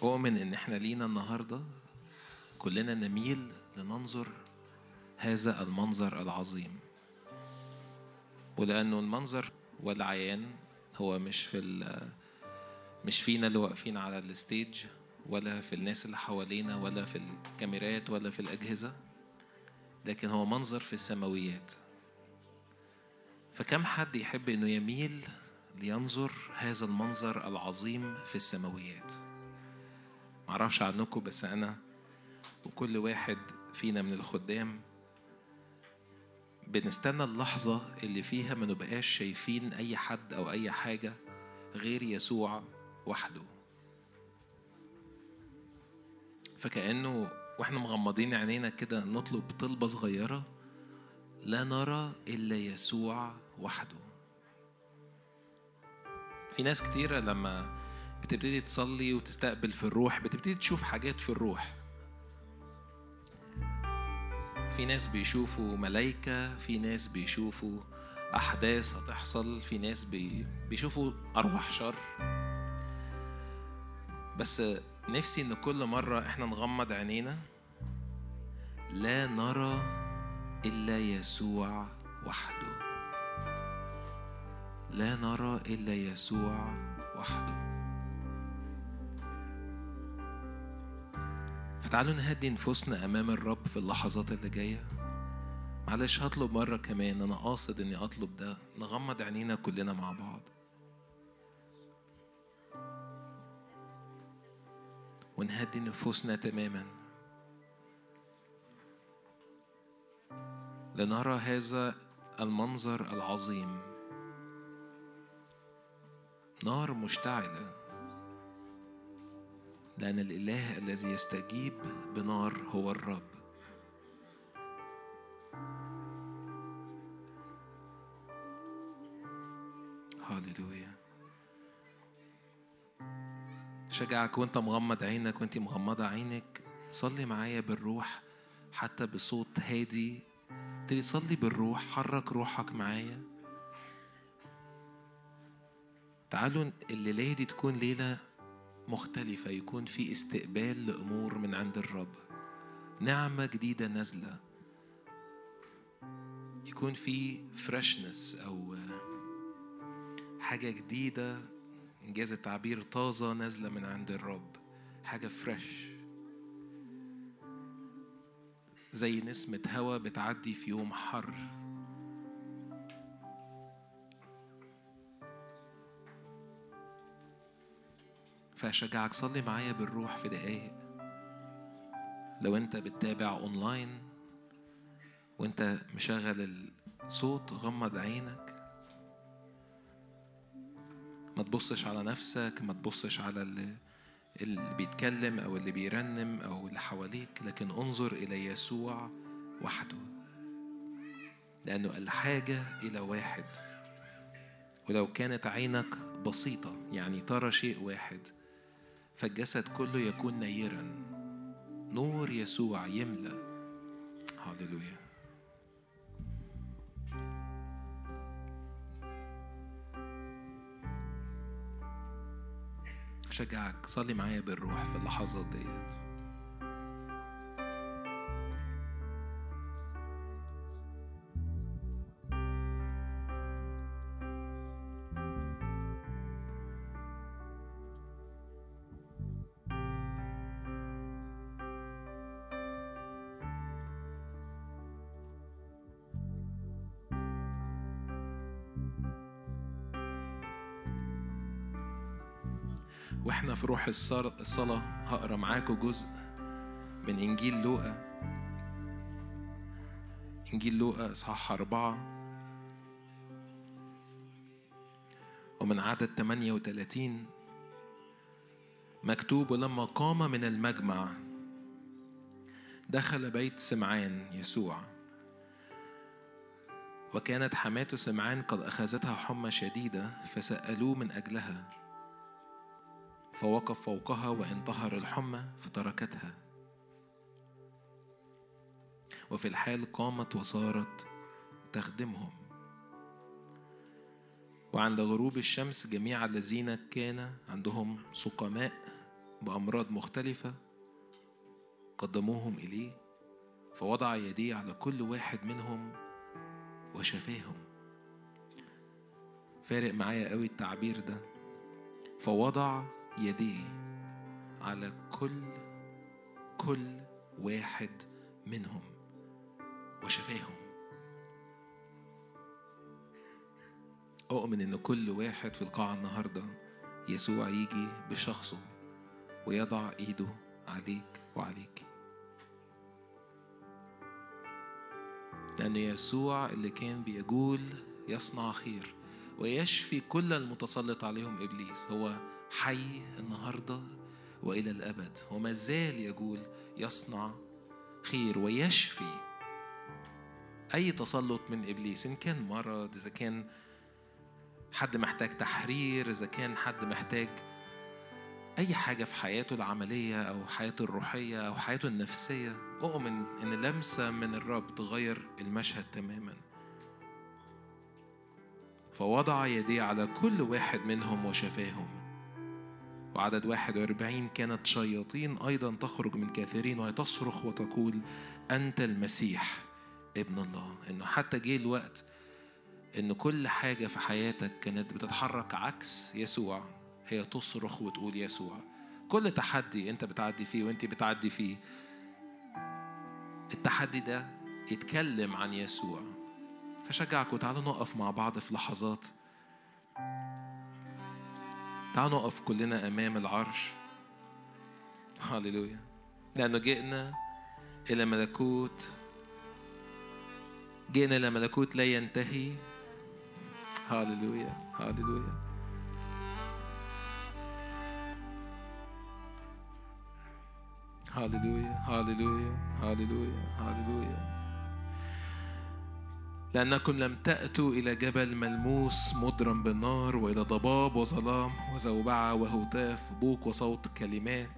أؤمن إن إحنا لينا النهاردة كلنا نميل لننظر هذا المنظر العظيم، ولأنه المنظر والعيان هو مش فينا اللي واقفين على الستيج، ولا في الناس اللي حوالينا، ولا في الكاميرات، ولا في الأجهزة، لكن هو منظر في السماويات. فكم حد يحب إنه يميل لينظر هذا المنظر العظيم في السماويات؟ معرفش عنكم، بس أنا وكل واحد فينا من الخدام بنستنى اللحظة اللي فيها ما نبقاش شايفين أي حد أو أي حاجة غير يسوع وحده. فكأنه وإحنا مغمضين عينينا كده نطلب طلبة صغيرة: لا نرى إلا يسوع وحده. في ناس كتيرة لما بتبتدي تصلي وتستقبل في الروح بتبتدي تشوف حاجات في الروح. في ناس بيشوفوا ملايكة، في ناس بيشوفوا أحداث هتحصل، في ناس بيشوفوا أرواح شر. بس نفسي إن كل مرة إحنا نغمض عينينا لا نرى إلا يسوع وحده، لا نرى إلا يسوع وحده. فتعالوا نهدي نفوسنا أمام الرب في اللحظات اللي جاية. معلش هطلب مرة كمان، أنا قاصد إني أطلب ده. نغمض عينينا كلنا مع بعض ونهدي نفوسنا تماما لنرى هذا المنظر العظيم. نار مشتعلة، لأن الإله الذي يستجيب بنار هو الرب. هاليلويا. شجعك وانت مغمض عينك وانت مغمضة عينك، صلي معايا بالروح حتى بصوت هادي. ابتدي صلي بالروح، حرك روحك معايا. تعالوا الليلة دي تكون ليلة مختلفة، يكون في استقبال لأمور من عند الرب، نعمة جديدة نازلة، يكون في فريشنس أو حاجة جديدة، إنجاز التعبير طازة نازلة من عند الرب، حاجة فريش زي نسمة هوا بتعدي في يوم حر. فأشجعك صلي معايا بالروح في دقايق. لو أنت بتتابع أونلاين وأنت مشغل الصوت غمض عينك، ما تبصش على نفسك، ما تبصش على اللي بيتكلم أو اللي بيرنم أو اللي حواليك، لكن انظر إلى يسوع وحده، لأنه الحاجة إلى واحد. ولو كانت عينك بسيطة يعني ترى شيء واحد، فالجسد كله يكون نيرا، نور يسوع يملأ. هاليلويا. شجعك صلي معايا بالروح في اللحظات ديت. واحنا في روح الصلاة هقرأ معاكم جزء من إنجيل لوقا، إنجيل لوقا إصحاح 4 ومن عدد 38. مكتوب: ولما قام من المجمع دخل بيت سمعان يسوع، وكانت حماة سمعان قد أخذتها حمى شديدة، فسألوه من أجلها، فوقف فوقها وانتهر الحمى فتركتها. وفي الحال قامت وصارت تخدمهم. وعند غروب الشمس جميع الذين كان عندهم سقماء بأمراض مختلفة قدموهم إليه، فوضع يديه على كل واحد منهم وشفاهم. فارق معايا قوي التعبير ده، فوضع يديه على كل واحد منهم وشفاهم. أؤمن إن كل واحد في القاعة النهاردة يسوع يجي بشخصه ويضع إيده عليك وعليك، لأن يسوع اللي كان بيقول يصنع خير ويشفي كل المتسلط عليهم إبليس هو حي النهاردة وإلى الأبد، وما زال يقول يصنع خير ويشفي أي تسلط من إبليس، إن كان مرض، إذا كان حد محتاج تحرير، إذا كان حد محتاج أي حاجة في حياته العملية أو حياته الروحية أو حياته النفسية. أؤمن إن لمسة من الرب تغير المشهد تماما. فوضع يديه على كل واحد منهم وشفاهم. وعدد 41 كانت شياطين أيضا تخرج من كثيرين وهي تصرخ وتقول أنت المسيح ابن الله. إنه حتى جه الوقت إن كل حاجة في حياتك كانت بتتحرك عكس يسوع هي تصرخ وتقول يسوع. كل تحدي أنت بتعدي فيه وأنت بتعدي فيه، التحدي ده يتكلم عن يسوع. فشجعكم تعالوا نقف مع بعض في لحظات، تعالوا نقف كلنا أمام العرش. هاليلويا، لأنه جئنا إلى ملكوت لا ينتهي. هاليلويا هاليلويا. هاليلويا هاليلويا هاليلويا هاليلويا. لأنكم لم تأتوا إلى جبل ملموس مضرم بالنار وإلى ضباب وظلام وزوبعة وهتاف بوق وصوت كلمات،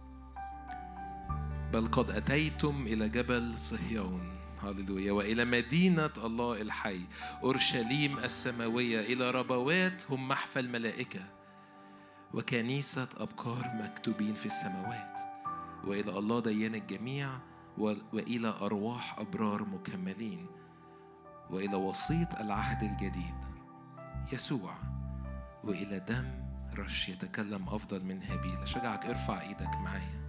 بل قد أتيتم إلى جبل صهيون. هاليلويا. وإلى مدينة الله الحي أورشليم السماوية، إلى ربوات هم محفى الملائكة وكنيسة أبكار مكتوبين في السماوات، وإلى الله ديان الجميع، وإلى أرواح أبرار مكملين، وإلى وسيط العهد الجديد يسوع، وإلى دم رش يتكلم أفضل من هابيل. أشجعك ارفع إيدك معايا.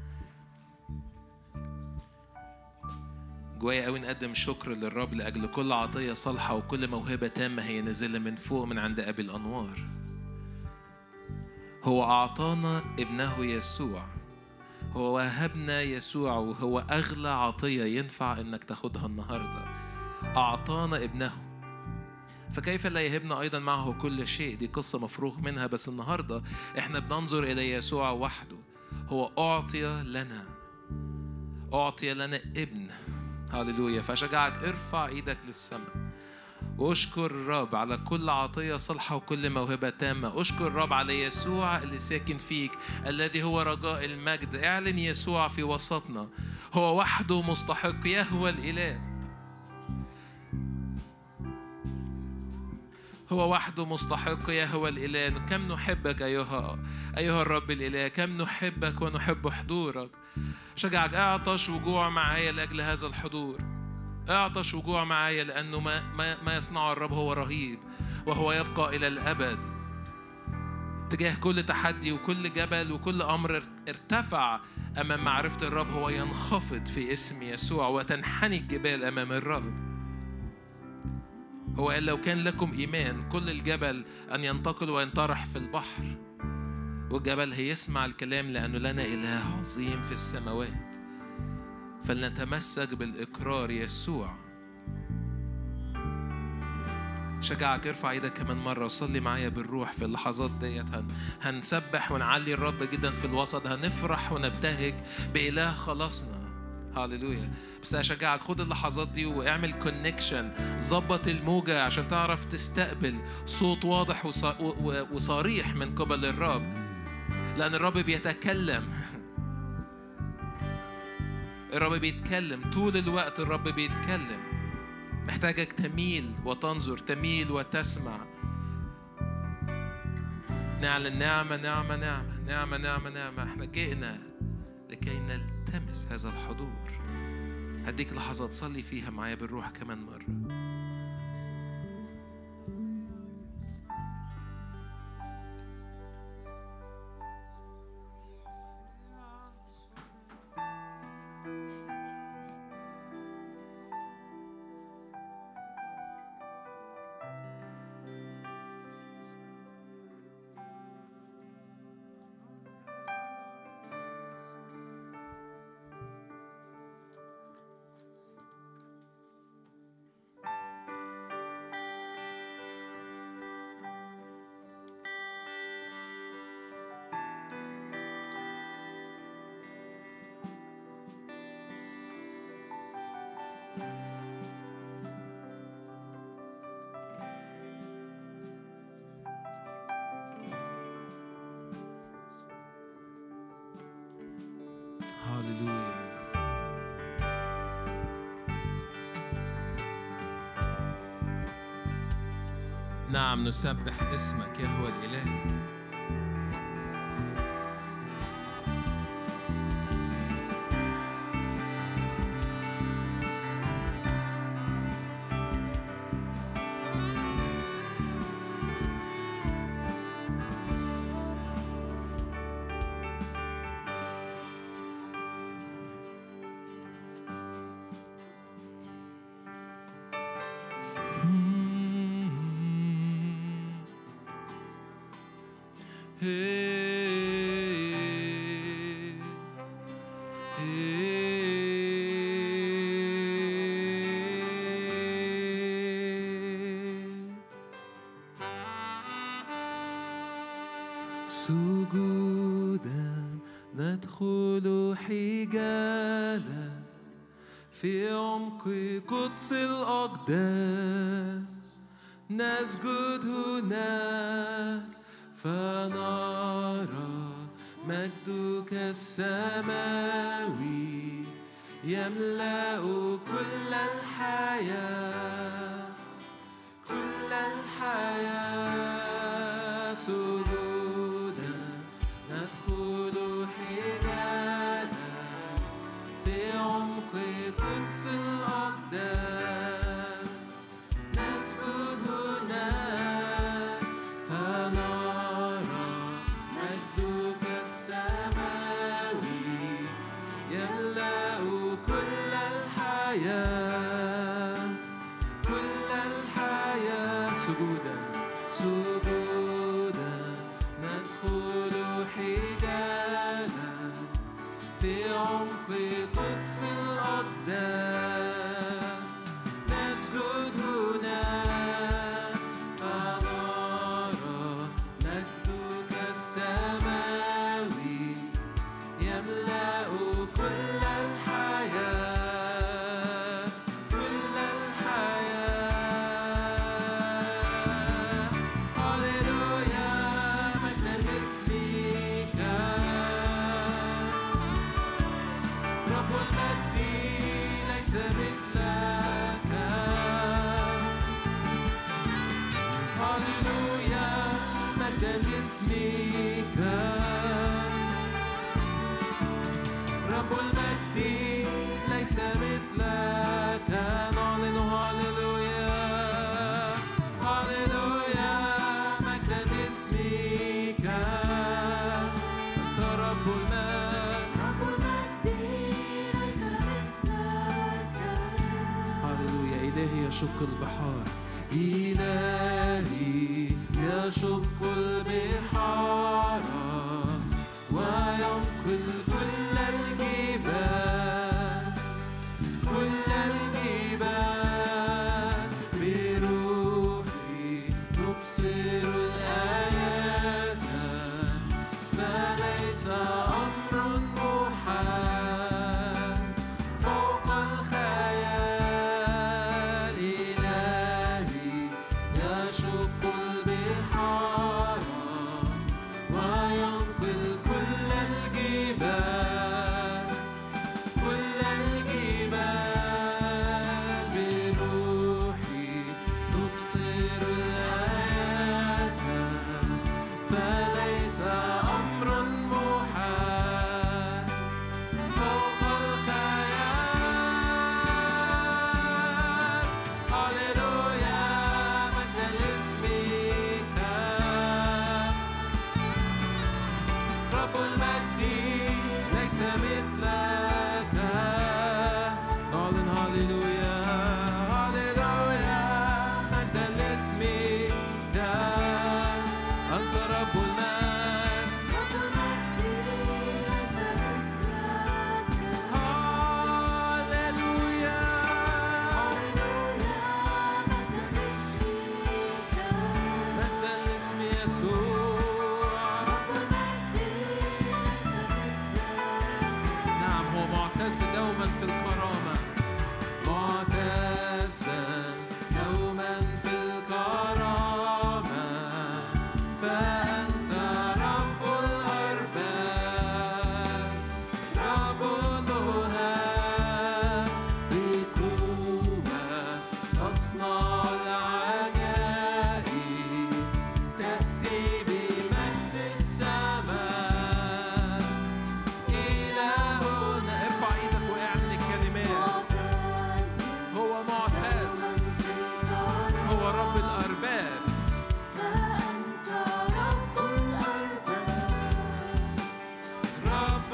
جوايا قوي نقدم شكر للرب لأجل كل عطية صالحة وكل موهبة تامة هي نازلة من فوق من عند أبي الأنوار. هو أعطانا ابنه يسوع، هو وهبنا يسوع، وهو أغلى عطية ينفع إنك تاخدها النهاردة. أعطانا ابنه، فكيف لا يهبنا أيضا معه كل شيء؟ دي قصة مفروغ منها، بس النهاردة إحنا بننظر إلى يسوع وحده. هو أعطي لنا ابن. هاليلويا. فأشجعك ارفع إيدك للسماء واشكر الرب على كل عطية صالحة وكل موهبة تامة. اشكر الرب على يسوع اللي ساكن فيك الذي هو رجاء المجد. اعلن يسوع في وسطنا، هو وحده مستحق. يهوى الإله، هو وحده مستحق. يهوى الإله. كم نحبك أيها الرب الإله، كم نحبك ونحب حضورك. شجعك اعطش وجوع معايا لأجل هذا الحضور. اعطش وجوع معايا، لأنه ما يصنعه الرب هو رهيب وهو يبقى إلى الأبد. تجاه كل تحدي وكل جبل وكل أمر ارتفع أمام معرفة الرب هو ينخفض في اسم يسوع، وتنحني الجبال أمام الرب. هو قال لو كان لكم إيمان كل الجبل أن ينتقل وينطرح في البحر، والجبل هيسمع الكلام لأنه لنا إله عظيم في السماوات. فلنتمسك بالإقرار يسوع. شجعك ارفع ايدك كمان مرة وصلي معايا بالروح في اللحظات ديت. هنسبح ونعلي الرب جدا في الوسط، هنفرح ونبتهج بإله خلاصنا. هاليلويا. بس أشجعك خد اللحظات دي واعمل كونكشن، ظبط الموجة عشان تعرف تستقبل صوت واضح وصريح من قبل الرب، لأن الرب بيتكلم. الرب بيتكلم طول الوقت، الرب بيتكلم. محتاجك تميل وتنظر، تميل وتسمع. نعلن نعمة نعمة نعمة نعمة نعمة نعمة. احنا جئنا لكي نلتمس هذا الحضور. هديك لحظة تصلي فيها معايا بالروح كمان مرة. نعم نسبح اسمك يا هو الإله. سجودا ندخل حجالا في عمق قدس الأقداس، نسجد هناك فنرى مجدك السماوي يملأ كل الحياة، كل الحياة. سجودا ندخل حجالا في عمق قدس الأقداس، نسجد هناك فنرى مجدك السماوي يملأ كل الحياة، كل الحياة. سجودا ندخل حجالا في عمق قدس الأقداس، نسجد هناك فنرى مجدك السماوي يملأ كل الحياة، كل الحياة. هللويا مجدا لاسمك رب المجد ليس مثلك. هللويا مجدا لاسمك رب المجد ليس مثلك. نعلن هللويا هللويا مجدا لاسمك. أنت رب المجد، رب المجد ليس مثلك. هللويا. إلهي يشق البحار، إلهي يشق البحار وينقل كل الجبال، كل الجبال. بروحي نبصر الآيات فليس أمر محال فوق الخيال. إلهي يشق البحار وينقل كل الجبال. معتز دوما في الكرامة، معتزا دوما في الكرامة، فأنت رب الأرباب، رب نهاب بقوة تصنع العجائب، تأتي بمجد السماء إلهنا. ارفع ايدك واعلن الكلمات. هو معتز، هو رب الأرباب، فأنت رب الأرباب، رب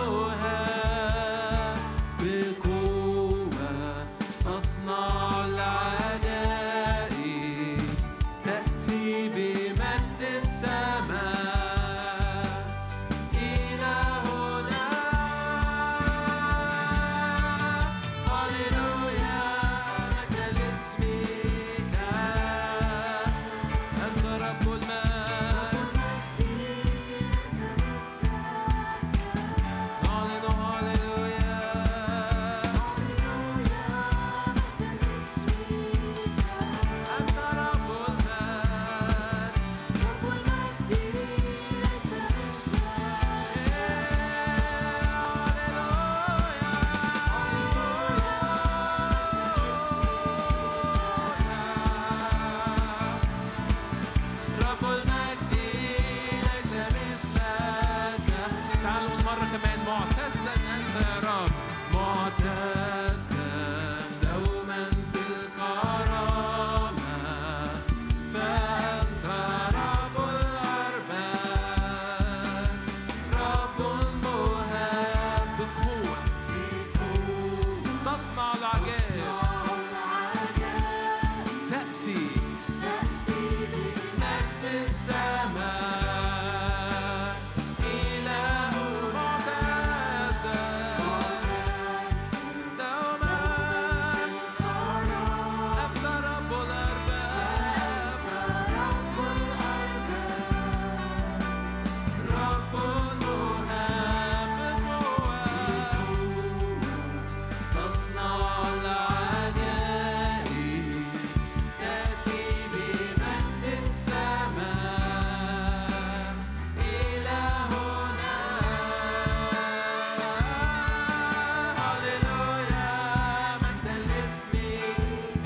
نهاب بقوة تصنع العجائب، تأتي بمجد السماء إلهنا. هللويا مجدا لاسمك، أنت رب المجد. ليس مثلك. نعلن هللويا، هللويا مجدا لاسمك، أنت رب المجد. رب المجد ليس مثلك. رب المجد ليس مثلك. تعالوا نقول مرة كمان، معتزا أنت يا رب، معتزا دوما في الكرامة، فأنت رب الأرباب، رب مهاب بقوة تصنع العجائب، تأتي مجد السماء إله معتزا دوما، أنت رب الأرباب، رب نهاب بقوة تصنع العجائب، تأتي بمجد السماء إلهنا. هللويا مجدا لاسمك،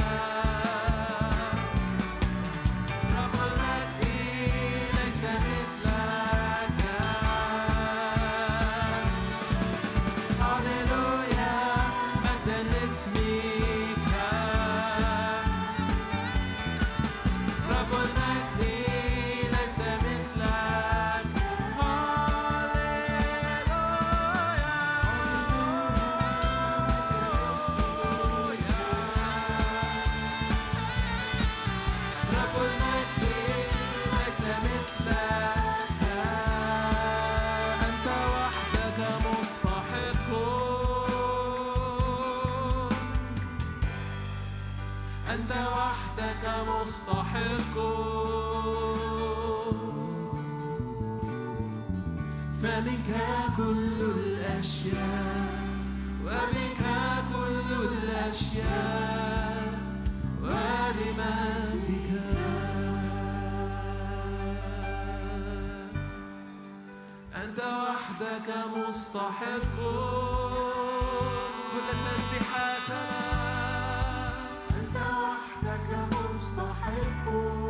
رب المجد ليس مثلك. هللويا مجدا لاسمك، رب المجد ليس مثلك. رب المجد ليس مثلك. أنت وحدك مستحق، أنت وحدك مستحق، فمنك كل الأشياء، وبك كل الأشياء، ولمجدك. أنت وحدك مستحق كل تسبيحاتنا، أنت وحدك مستحق،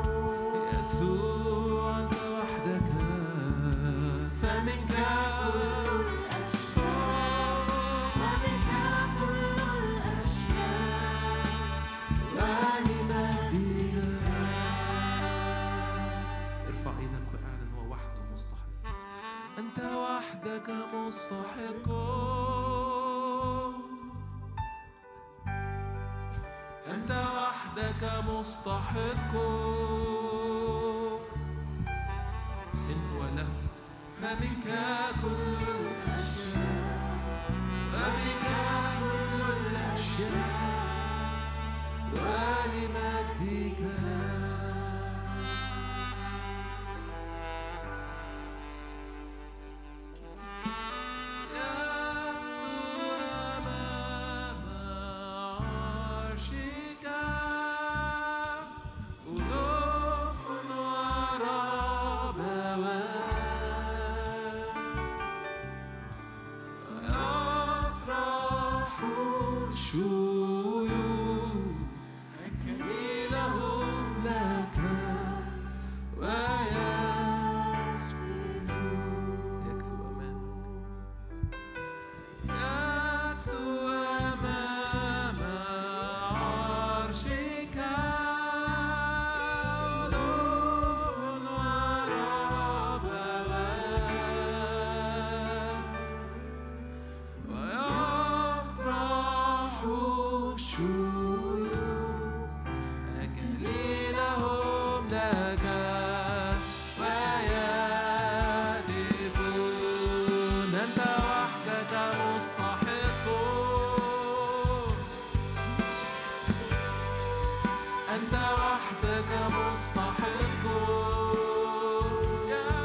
يسوع أنت وحدك، فمنك وبك كل الأشياء، ولمجدك. ارفع ايدك واعلن هو وحده مستحق. أنت وحدك مستحق، أنت وحدك مستحق، إن هو له فمنك كل الأشياء، وبك كل الأشياء، ولمجدك. يا أنت وحدك مستحق، أنت وحدك مستحق يا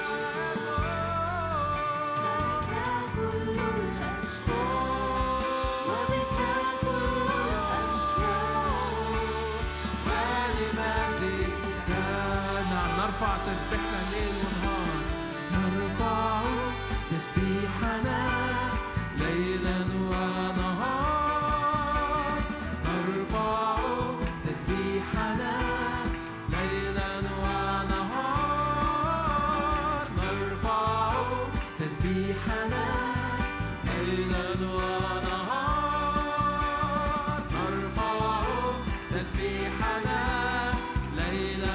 نرفع تسبيحنا ليل ونهار، نرفع تسبيحنا ليلا ونهار، نرفع تسبيحنا ليلا ونهار، نرفع تسبيحنا ليلا ونهار، نرفع تسبيحنا ليلا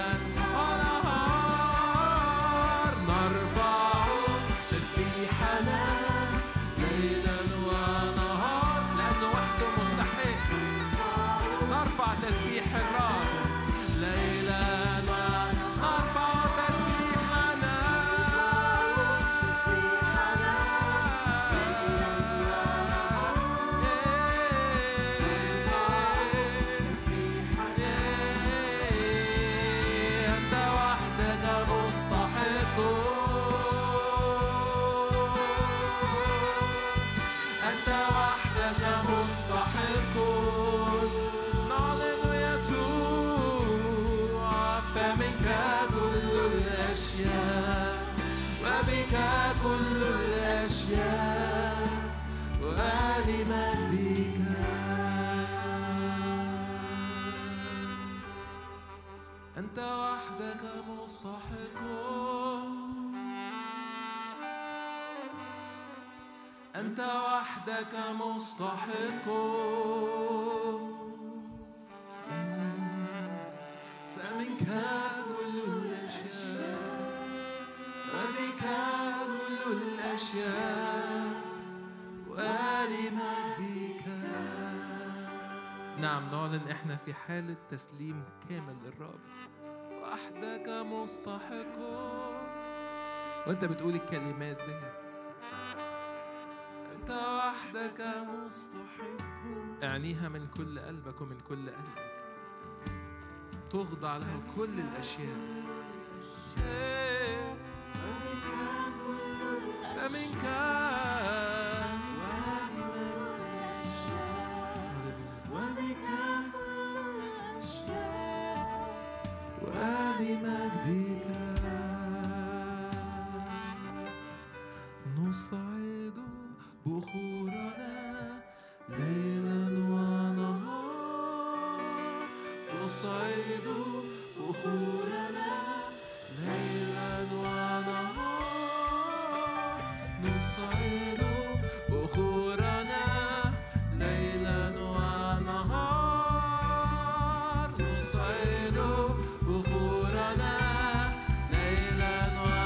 تسبيح الرب ليلا ونرفع تسبيحنا أنت وحدك مستحق، أنت وحدك مستحق، وبك كل الأشياء ولمجدك. أنت وحدك مستحق، أنت وحدك مستحق، فمنك كل الأشياء وبك كل الأشياء ولمجدك. نعم، نعلن إحنا في حالة تسليم كامل للرب. وحدك مستحق، وأنت بتقول الكلمات ديت، أنت وحدك مستحق، اعنيها من كل قلبك ومن كل قلبك، تخضع له كل الأشياء. فمنك وبك كل الأشياء ولمجدك. نصعد بخورنا ليلا ونهار، نصعد بخورنا ليلا ونهار، نصعد بخورنا ليلا ونهار، نصعد بخورنا ليلا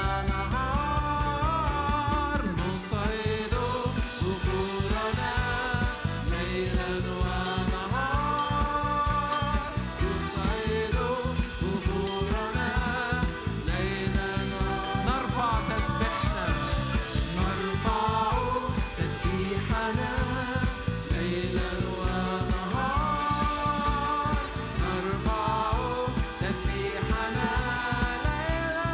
ونهار، نصعد بخورنا ليلا ونهار، نصعد بخورنا ليلا ونهار. نرفع تسبيحنا، نرفع تسبيحنا ليلا ونهار، نرفع تسبيحنا ليلا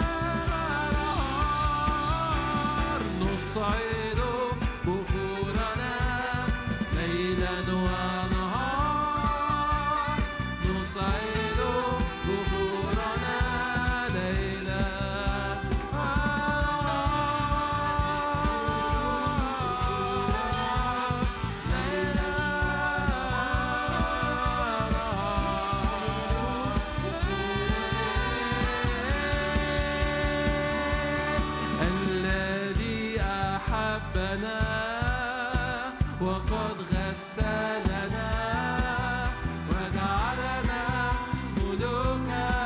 ونهار، نصعد بخورنا ليلا ونهار، نصعد بخورنا ليلا الذي أحبنا وقد غسلنا وجعلنا ملوكا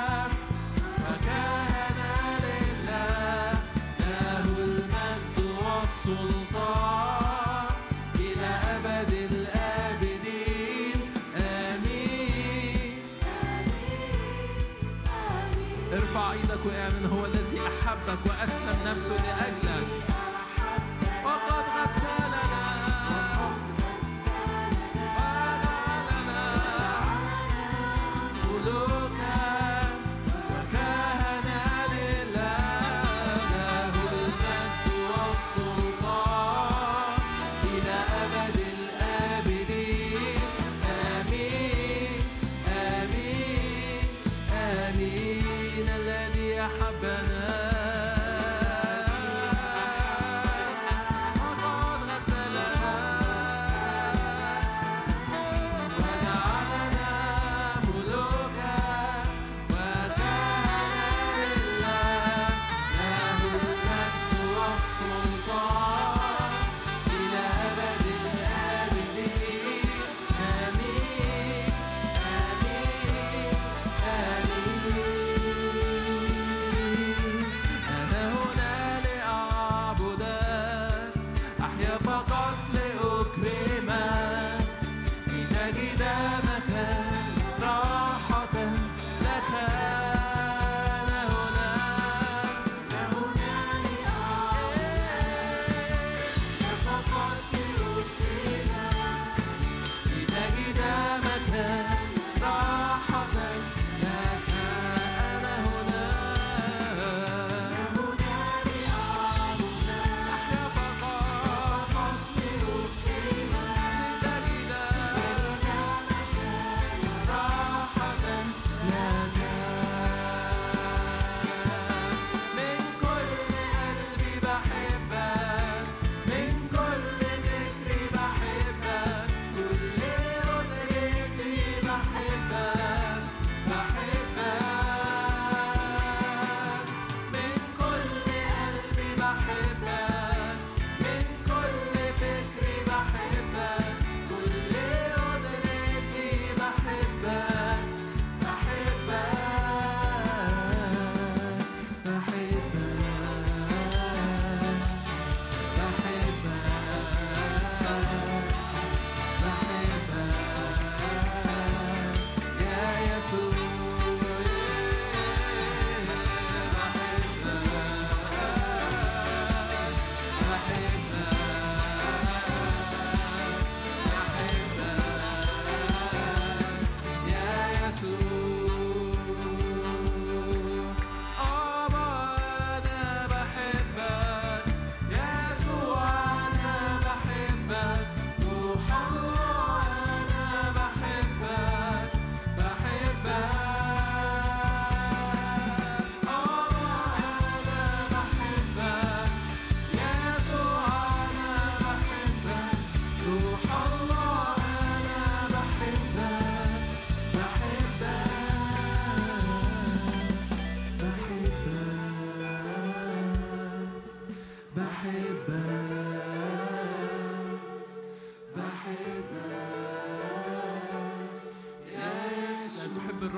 وكهنة لله، له المجد والسلطان إلى أبد الآبدين. آمين. ارفع ايدك واعلن: هو الذي أحبك وأسلم نفسه لأجلك وقد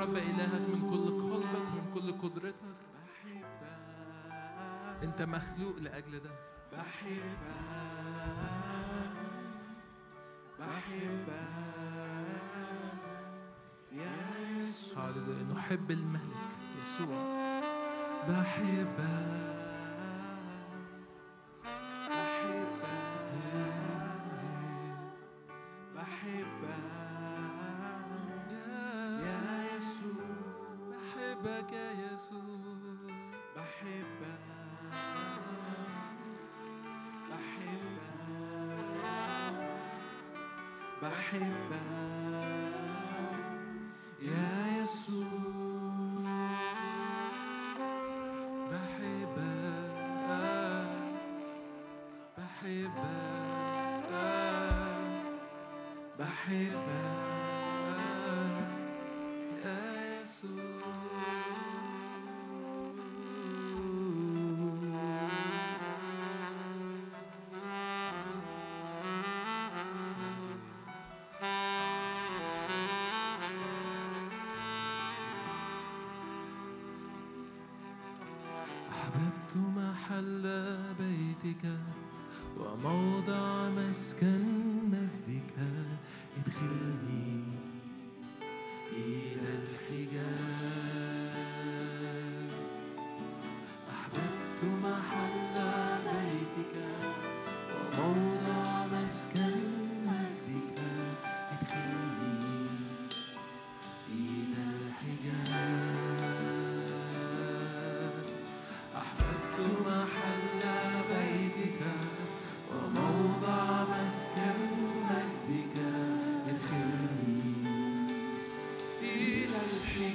الرب إلهك من كل قلبك ومن كل قدرتك. أنت مخلوق لأجل ده. هاليلويا. نحب الملك يسوع. بحبك يا يسوع. بحبك يا يسوع. أحببت محل بيتك وموضع مسكن مجدك. ادخلني إلى الحجاب. أحببت محل بيتك وموضع مسكن مجدك. ادخلني إلى الحجاب. أحببت محل بيتك وموضع مسكن مجدك. ادخلني إلى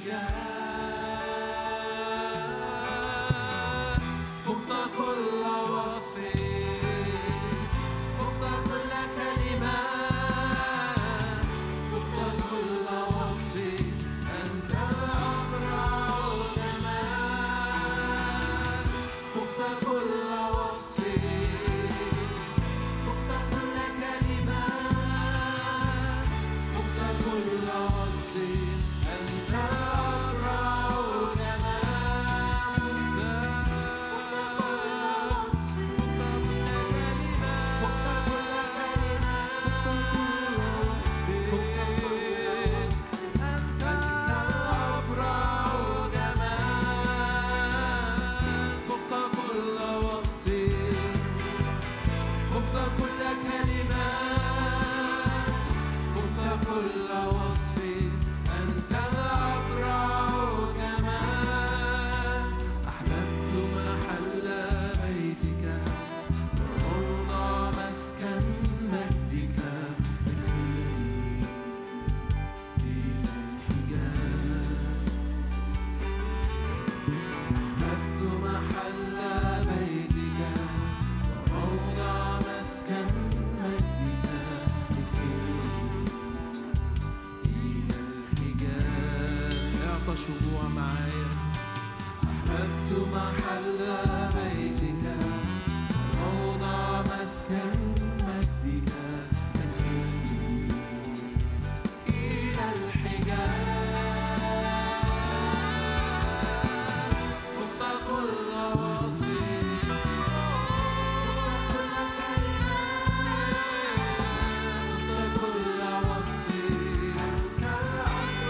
الحجاب. فوق كل وصف، فوق كل كلمة، فوق كل وصف، أنت أبرع جمال. فوق كل وصف، فوق كل كلمة، فوق كل وصف، أنت أبرع جمال. فوق كل كلمة، فوق كل وصف، أنت أبرع جمال. فوق كل وصف، فوق كل كلمة، فوق كل وصف، أنت الأبرع جمال. أحببت محل بيتك وموضع مسكن مجدك. ادخلني إلى الحجاب. أحببت محل بيتك وموضع مسكن مجدك. ادخلني إلى الحجاب. اعطى شجوع معايا. أحببت محل بيتك وموضع مسكن مجدك. ادخلني إلى الحجاب. فوق كل وصف، فوق كل كلمة، فوق كل وصف، أنت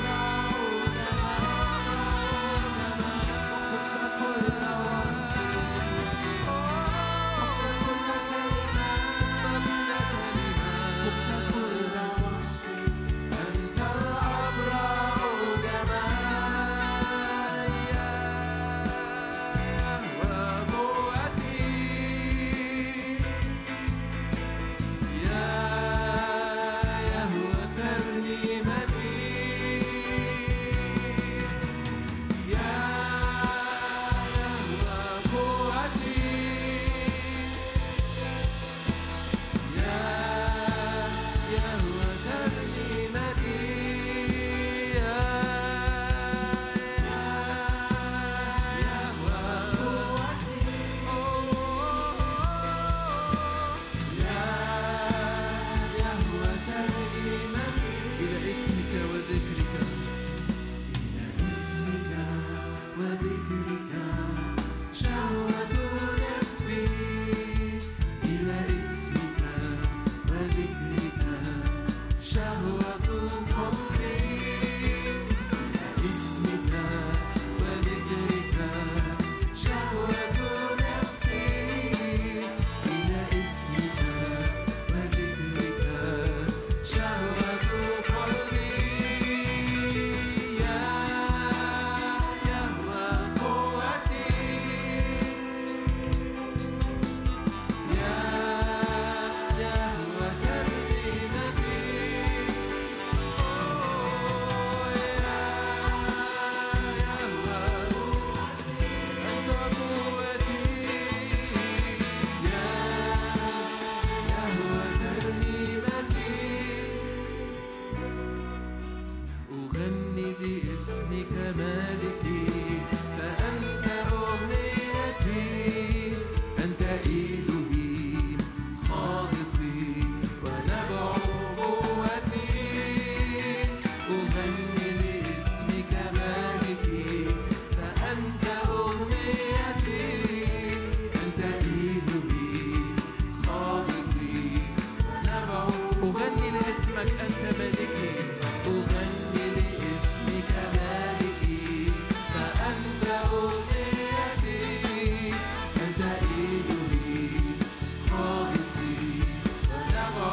الأبرع جمال. فوق كل وصف، لاسمك مالكي فأنت أغنيتي أنت إلهي خالقي ونبع قوتي أغني لاسمك مالكي فأنت أغنيتي أنت إلهي خالقي ونبع أغني لاسمك أنت مالكي أغني لاسمك مالكي فأنت أغنيتي أنت إلهي خالقي ونبع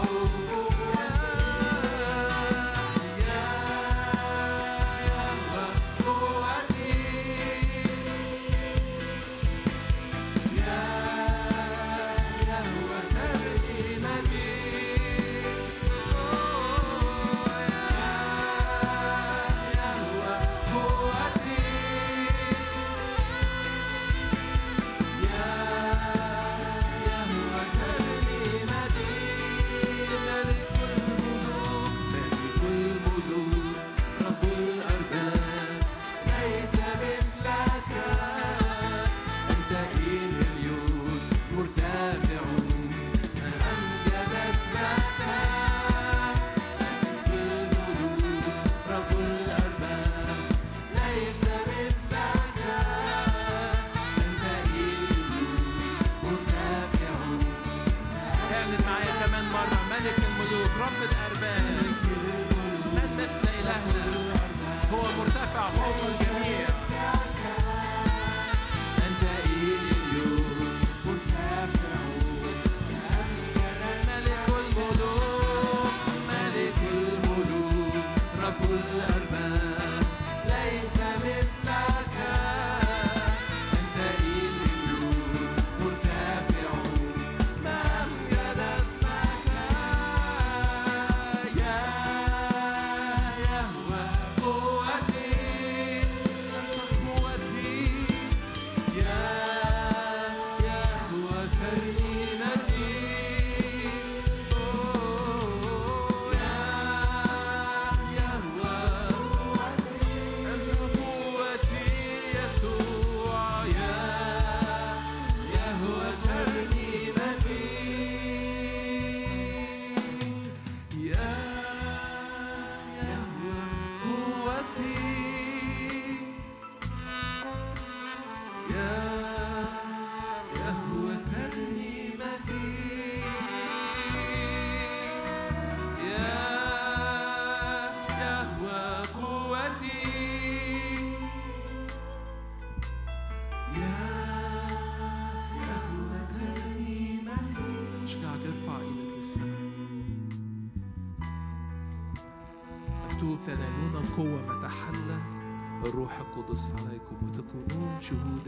تنالون قوة متى حل الروح القدس عليكم وتكونون شهودا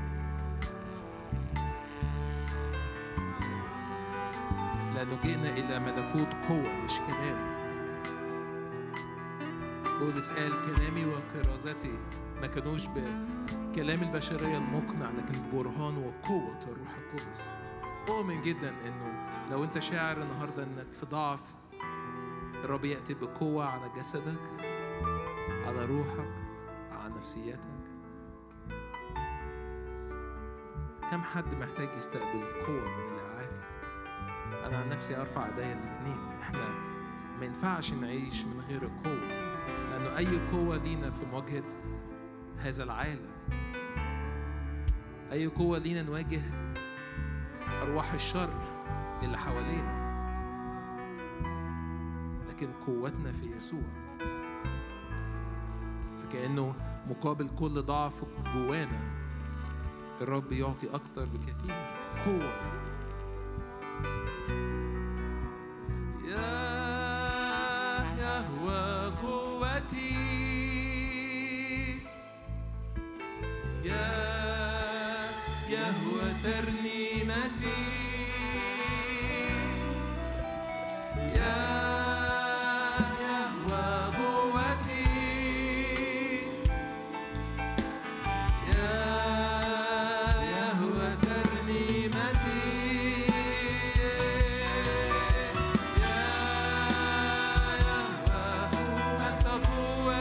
لأنه جئنا إلى ملكوت قوة مش كلام. بولس قال كلامي وكرازتي ما كانوش بكلام البشرية المقنع لكن ببرهان وقوة الروح القدس. أؤمن جدا إنه لو أنت شاعر النهاردة إنك في ضعف الرب يأتي بقوة على جسدك على روحك على نفسيتك. كم حد محتاج يستقبل قوة من العالي؟ أنا عن نفسي أرفع إيديا الاتنين. إحنا ما ينفعش نعيش من غير القوة لأنه أي قوة لينا في مواجهة هذا العالم، أي قوة لينا نواجه أرواح الشر اللي حوالينا، لكن قوتنا في يسوع. فكأنه مقابل كل ضعف جوانا الرب يعطي أكثر بكثير قوة. يا يهوى قوتي، يا يهوى ترنيمتي، يا قوتي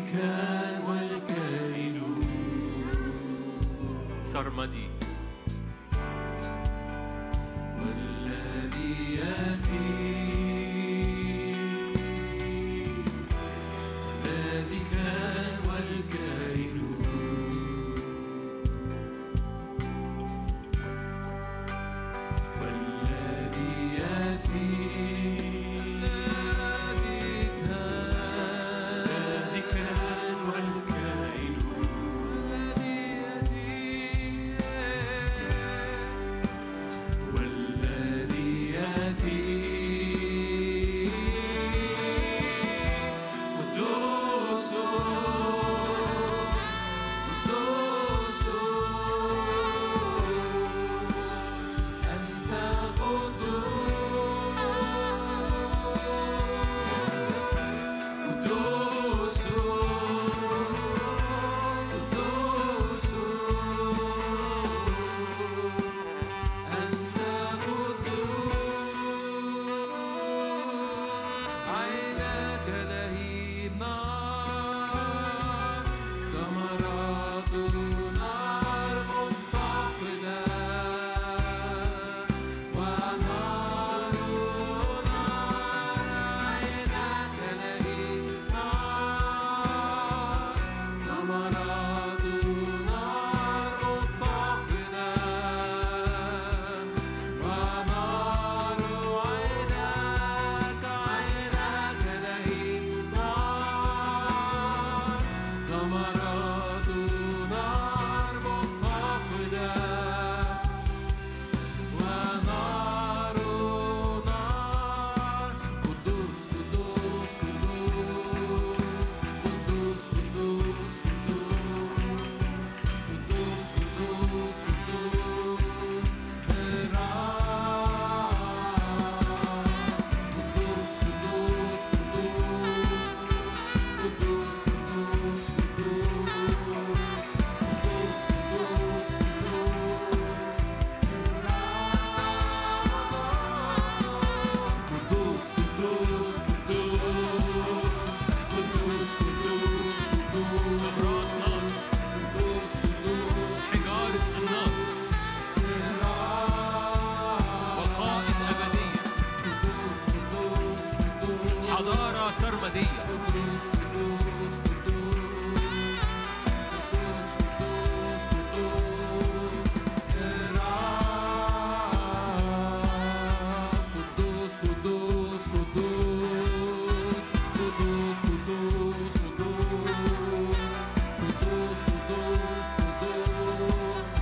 كان والكائن سرمدي والذي يأتي الذي كان والكائن والذي يأتي الذي كان والكائن والذي يأتي قدوس قدوس أنت قدوس قدوس أنت قدوس عيناك لهيب نار ثمرات نار متقدة ونار عيناك لهيب نار ثمرات نار متقدة ونار عيناك لهيب نار ثمرات نار متقدة ونار قدوس قدوس قدوس قدوس قدوس قدوس قدوس قدوس قدوس قدوس قدوس حجارة النار وقائد أبدية حضارة سرمدية قدوس قدوس قدوس قدوس قدوس قدوس قدوس قدوس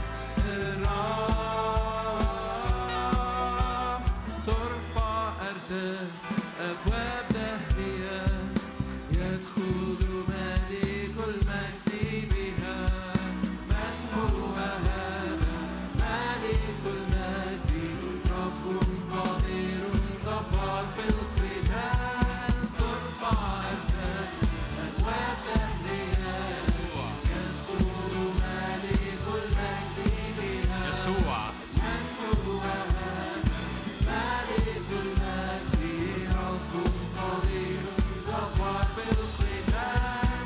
الرب ترفع أرداب أبواب دهرية يدخل ملك المجد بها من هو هذا ملك المجد رب قادر جبار في القتال ترفع أرداب أبواب دهرية يدخل ملك المجد بها يسوع من هو هذا ملك المجد رب قدير جبار في القتال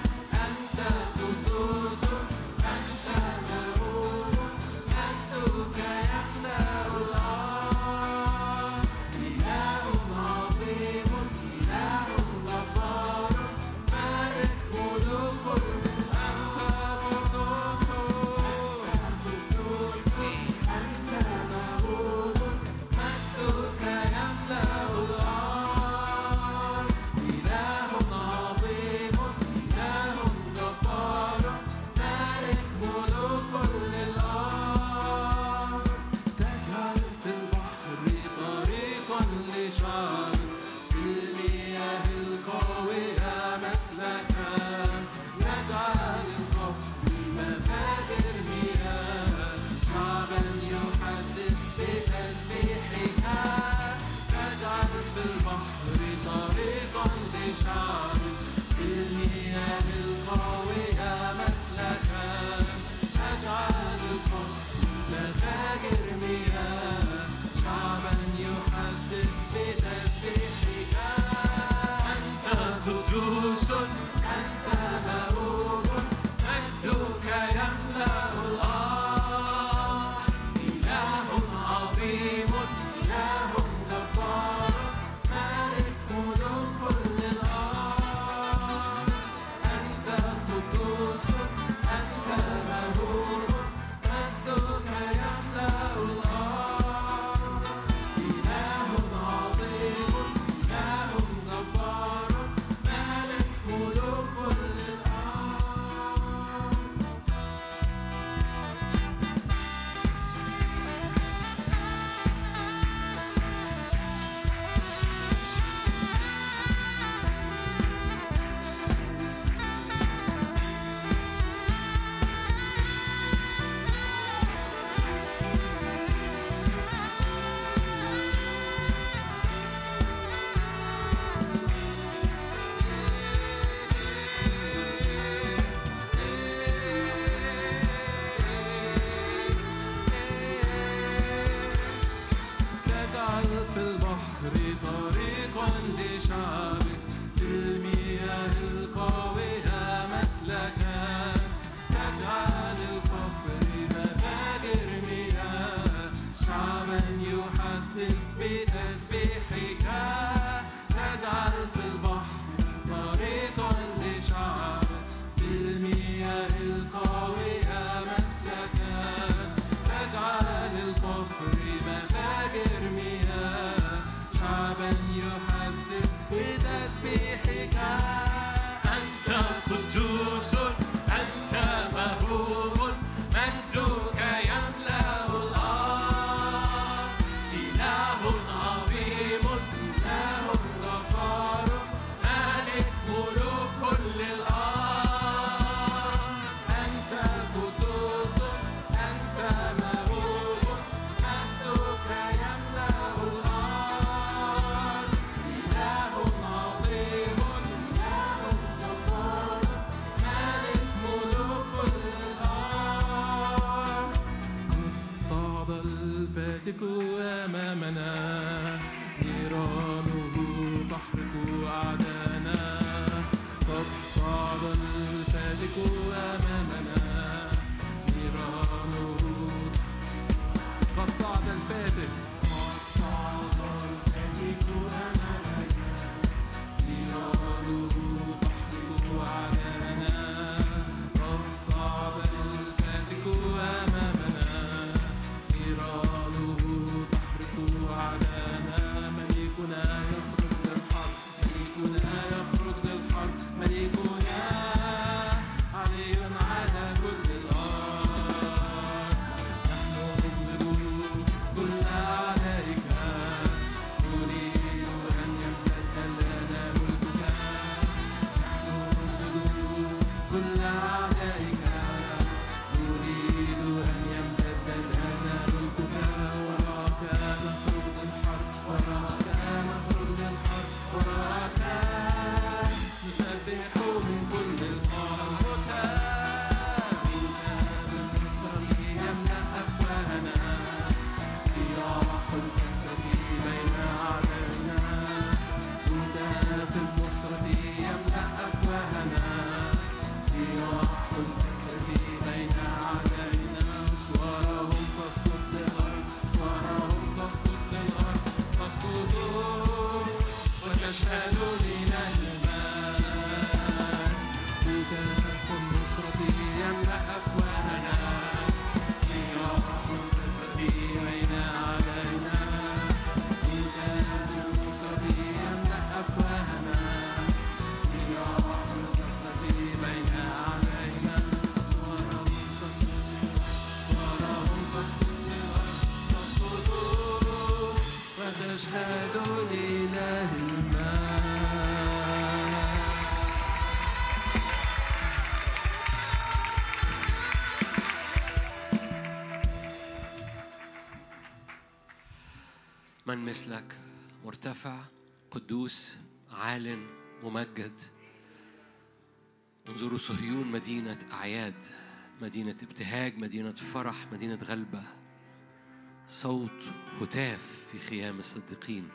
من مثلك مرتفع قدوس عال ممجد. انظروا صهيون مدينة أعياد، مدينة ابتهاج، مدينة فرح، مدينة غلبة. صوت هتاف في خيام الصديقين.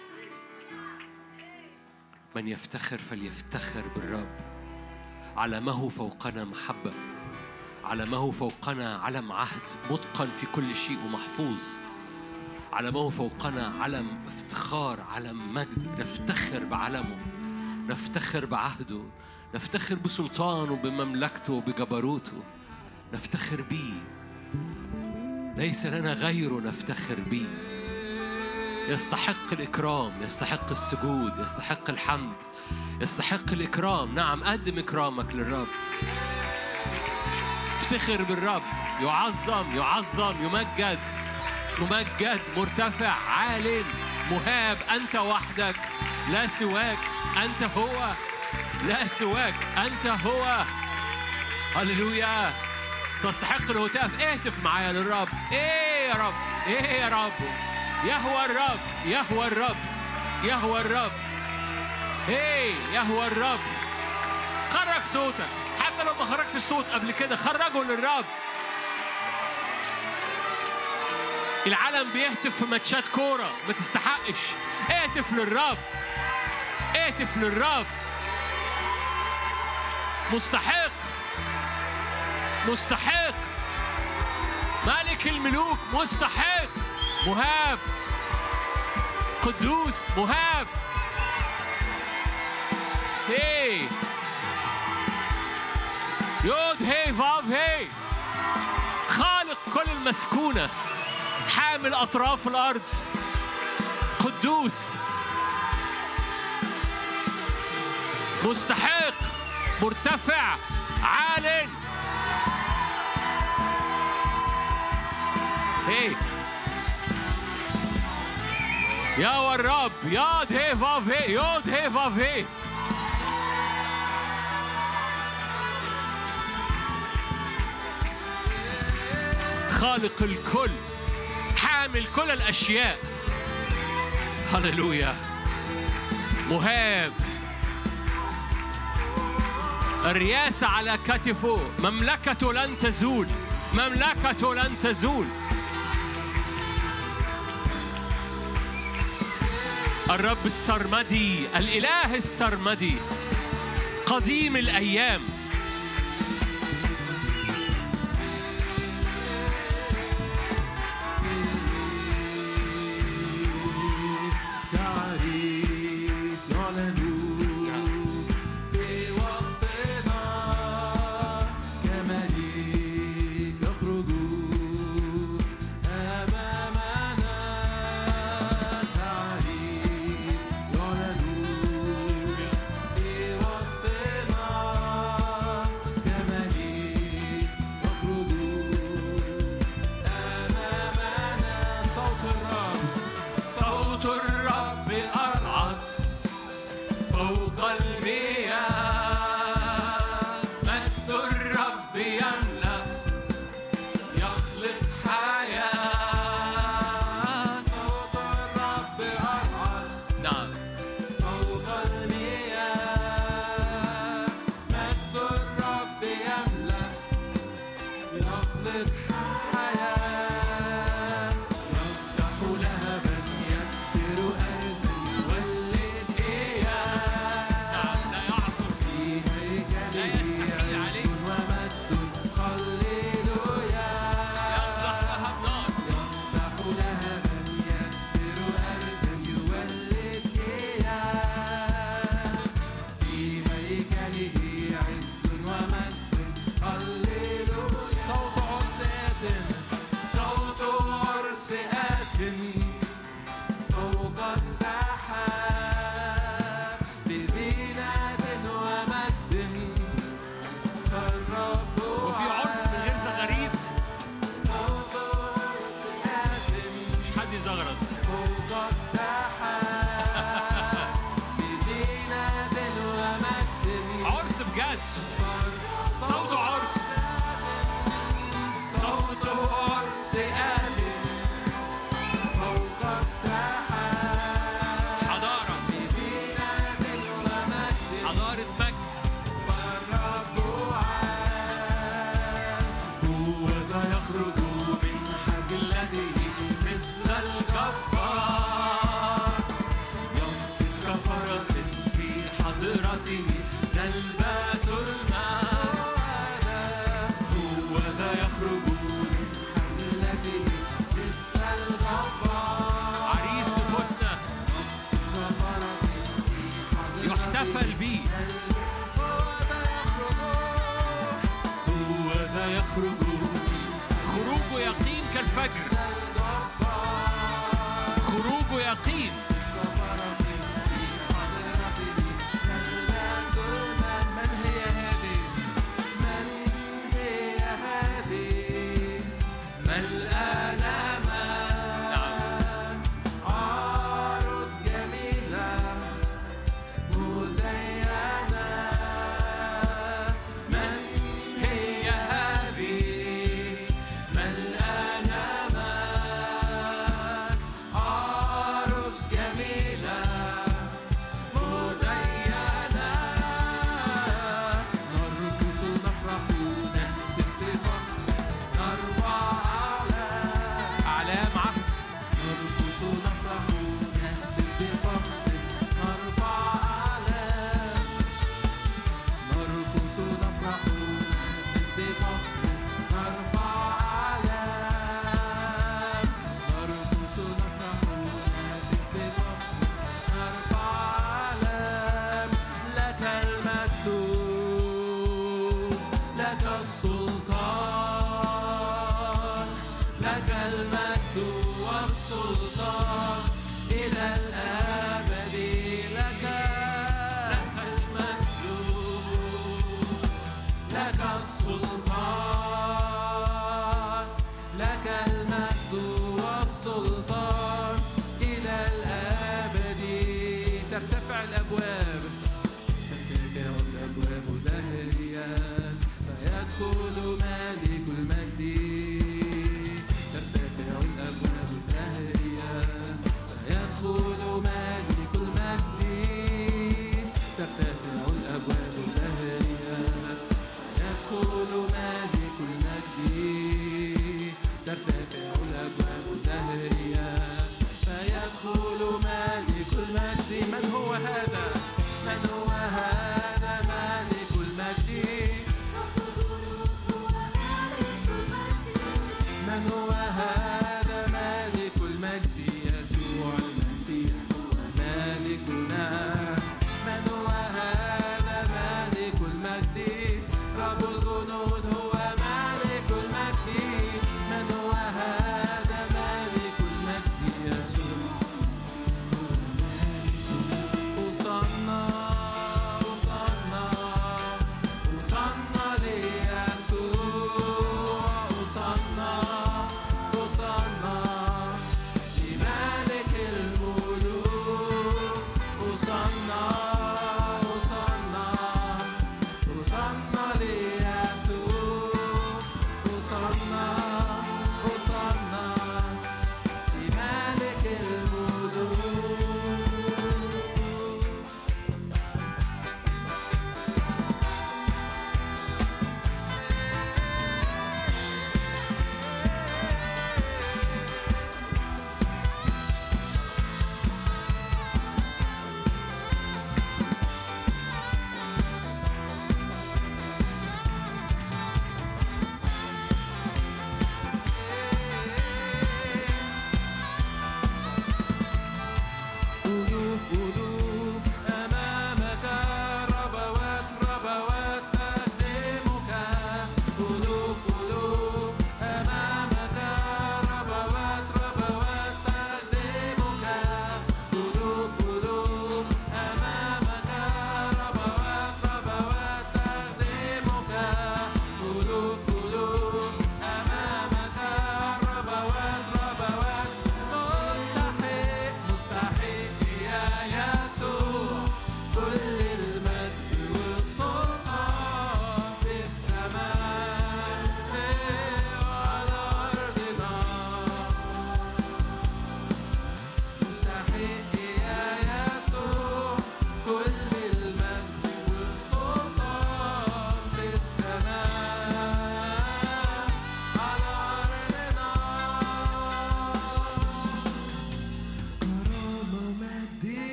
من يفتخر فليفتخر بالرب. علمه فوقنا محبة، علمه فوقنا علم عهد متقن في كل شيء ومحفوظ. علمه فوقنا علم افتخار، علم مجد. نفتخر بعلمه، نفتخر بعهده، نفتخر بسلطانه، بمملكته وبجبروته. نفتخر بيه، ليس لنا غيره نفتخر بيه. يستحق الإكرام، يستحق السجود، يستحق الحمد، يستحق الإكرام. نعم، قدم إكرامك للرب. افتخر بالرب. يعظم يعظم، يمجد ممجد، مرتفع عال مهاب. أنت وحدك، لا سواك. أنت هو، لا سواك. أنت هو. هللويا. تستحق الهتاف. اهتف معايا للرب. ايه يا رب، ايه يا رب. يهوى الرب، يهوى الرب، يهوى الرب. ايه يهوى الرب. خرج صوتك، حتى لو ما خرجت الصوت قبل كده خرجه للرب. العالم بيهتف في ماتشات كورة ما تستحقش. اهتف للرب، اهتف للرب. مستحق، مستحق، ملك الملوك، مستحق، مهاب، قدوس، مهاب. هي يود هي فاف هي. خالق كل المسكونة، حامل أطراف الأرض، قدوس، مستحق، مرتفع، عال. هي يا والرب، يود هي فاف هي، يود هي فاف هي. خالق الكل، حامل كل الأشياء. هللويا. مهاب، الرياسة على كتفه، مملكته لن تزول، مملكته لن تزول. الرب السرمدي، الإله السرمدي، قديم الأيام. صوت عرس آت فوق الساحة خروجه يقين كالفجر، خروجه يقين.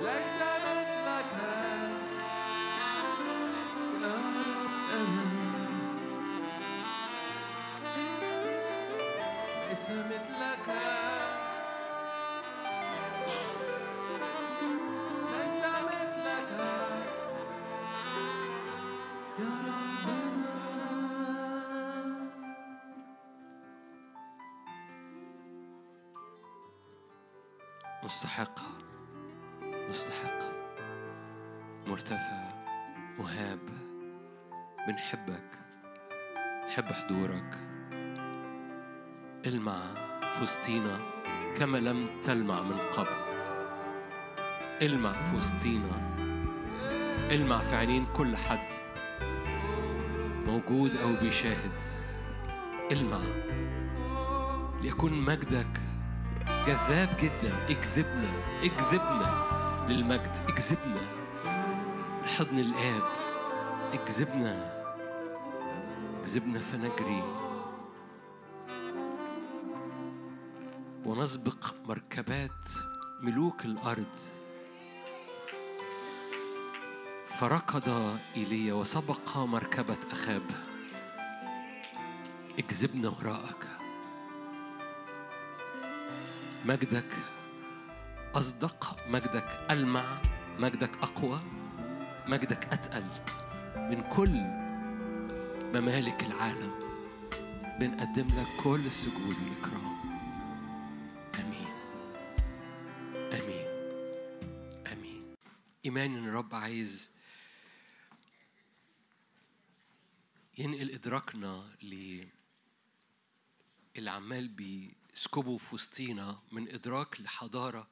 ليس مثلك يا ربنا، ليس مثلك، ليس مثلك يا ربنا. مستحق مستحق، مرتفع، مهاب، بنحبك، نحب حضورك. المع في وسطينا كما لم تلمع من قبل. المع في وسطينا، المع في عينين كل حد موجود أو بيشاهد. المع ليكون مجدك جذاب جدا. اجذبنا اجذبنا للمجد، اجذبنا لحضن الآب، اجذبنا اجذبنا فنجري ونسبق مركبات ملوك الأرض. فركض إيليا وسبق مركبة أخاب. اجذبنا وراءك. مجدك أصدق، مجدك ألمع، مجدك أقوى، مجدك أتقل من كل ممالك العالم. بنقدم لك كل السجود والإكرام. آمين آمين آمين. إيمان إن الرب عايز ينقل إدراكنا اللي عمال بيسكبه في وسطينا من إدراك لحضارة.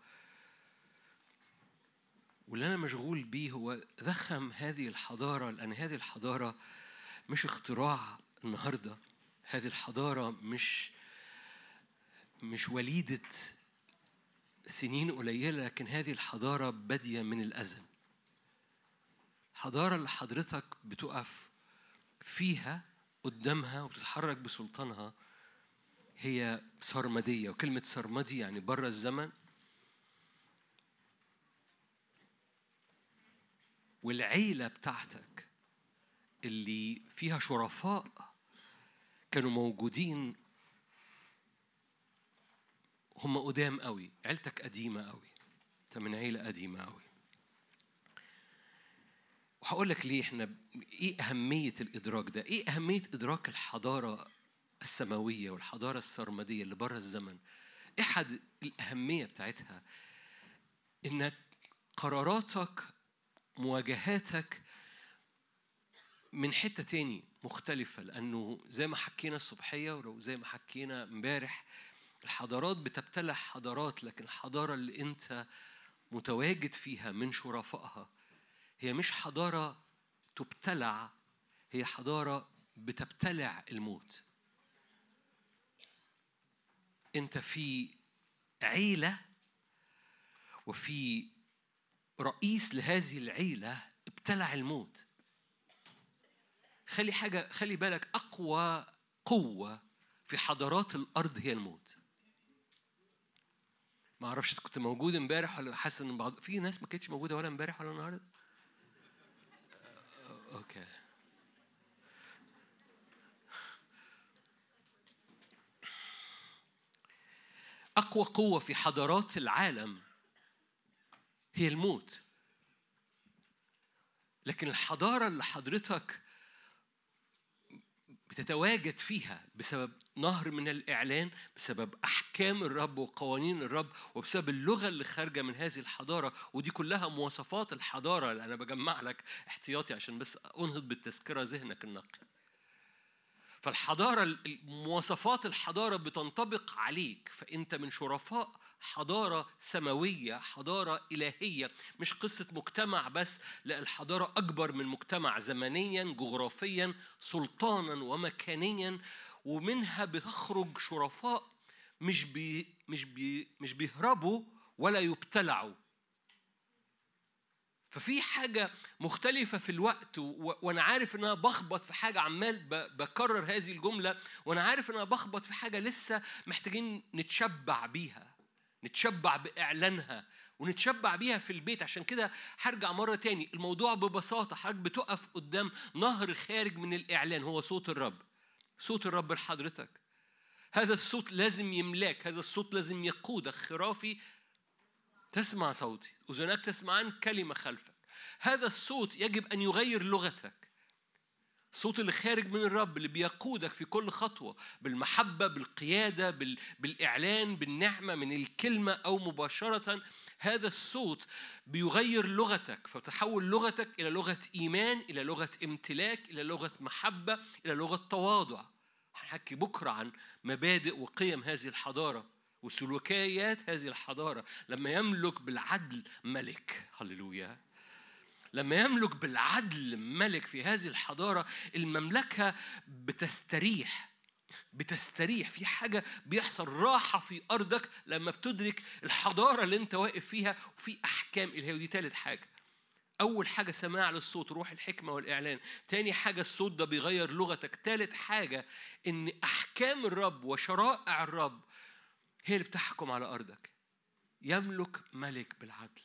واللي أنا مشغول بيه هو ضخم هذه الحضارة، لأن هذه الحضارة مش اختراع النهاردة. هذه الحضارة مش وليدة سنين قليلة، لكن هذه الحضارة بادية من الأزل. حضارة اللي حضرتك بتقف فيها قدامها وبتتحرك بسلطانها هي سرمدية. وكلمة سرمدي يعني بره الزمن. والعيلة بتاعتك اللي فيها شرفاء كانوا موجودين، هم قدام قوي. عيلتك قديمة قوي، انت من عيلة قديمة قوي. وهقول لك ليه ايه أهمية الإدراك ده. ايه أهمية إدراك الحضارة السماوية والحضارة السرمدية اللي بره الزمن. أحد الأهمية بتاعتها إنك قراراتك، مواجهاتك من حتة تاني مختلفة. لأنه زي ما حكينا الصبحية ولو زي ما حكينا امبارح، الحضارات بتبتلع حضارات، لكن الحضارة اللي أنت متواجد فيها من شرفائها هي مش حضارة تبتلع، هي حضارة بتبتلع الموت. أنت في عيلة وفي رئيس لهذه العيلة ابتلع الموت. خلي بالك، أقوى قوة في حضارات الأرض هي الموت. ما أعرفش كنت موجود امبارح ولا حاسس إن بعض في ناس ما كانتش موجودة ولا امبارح ولا النهارده. أوكي. أقوى قوة في حضارات العالم هي الموت. لكن الحضارة اللي حضرتك بتتواجد فيها بسبب نهر من الإعلان، بسبب أحكام الرب وقوانين الرب، وبسبب اللغة اللي خارجة من هذه الحضارة. ودي كلها مواصفات الحضارة اللي أنا بجمع لك احتياطي عشان بس أنهض بالتذكرة ذهنك النقي. فالحضارة، مواصفات الحضارة بتنطبق عليك، فأنت من شرفاء حضارة سماوية، حضارة إلهية. مش قصة مجتمع بس، لا، الحضارة أكبر من مجتمع زمنيا، جغرافيا، سلطانا ومكانيا. ومنها بتخرج شرفاء مش بيهربوا ولا يبتلعوا. ففي حاجة مختلفة في الوقت، وأنا عارف إن أنا بخبط في حاجة، عمال بكرر هذه الجملة، وأنا عارف إن أنا بخبط في حاجة لسه محتاجين نتشبع بيها، نتشبع بإعلانها ونتشبع بيها في البيت. عشان كده هرجع مرة تاني، الموضوع ببساطة حضرتك بتقف قدام نهر خارج من الإعلان، هو صوت الرب. صوت الرب لحضرتك، هذا الصوت لازم يملاك، هذا الصوت لازم يقودك. خرافي تسمع صوتي، أذناك تسمعان كلمة خلفك. هذا الصوت يجب أن يغير لغتك. الصوت اللي خارج من الرب اللي بيقودك في كل خطوة بالمحبة، بالقيادة، بالإعلان، بالنعمة، من الكلمة أو مباشرة. هذا الصوت بيغير لغتك، فتحول لغتك إلى لغة إيمان، إلى لغة امتلاك، إلى لغة محبة، إلى لغة تواضع. هنحكي بكرة عن مبادئ وقيم هذه الحضارة وسلوكيات هذه الحضارة. لما يملك بالعدل ملك، هللويا، لما يملك بالعدل ملك في هذه الحضارة، المملكة بتستريح. في حاجة بيحصل راحة في أرضك لما بتدرك الحضارة اللي انت واقف فيها، وفي أحكام إلهية. ودي ثالث حاجة. أول حاجة سماع للصوت، روح الحكمة والإعلان. تاني حاجة الصوت ده بيغير لغتك. ثالث حاجة إن أحكام الرب وشرائع الرب هي اللي بتحكم على أرضك. يملك ملك بالعدل،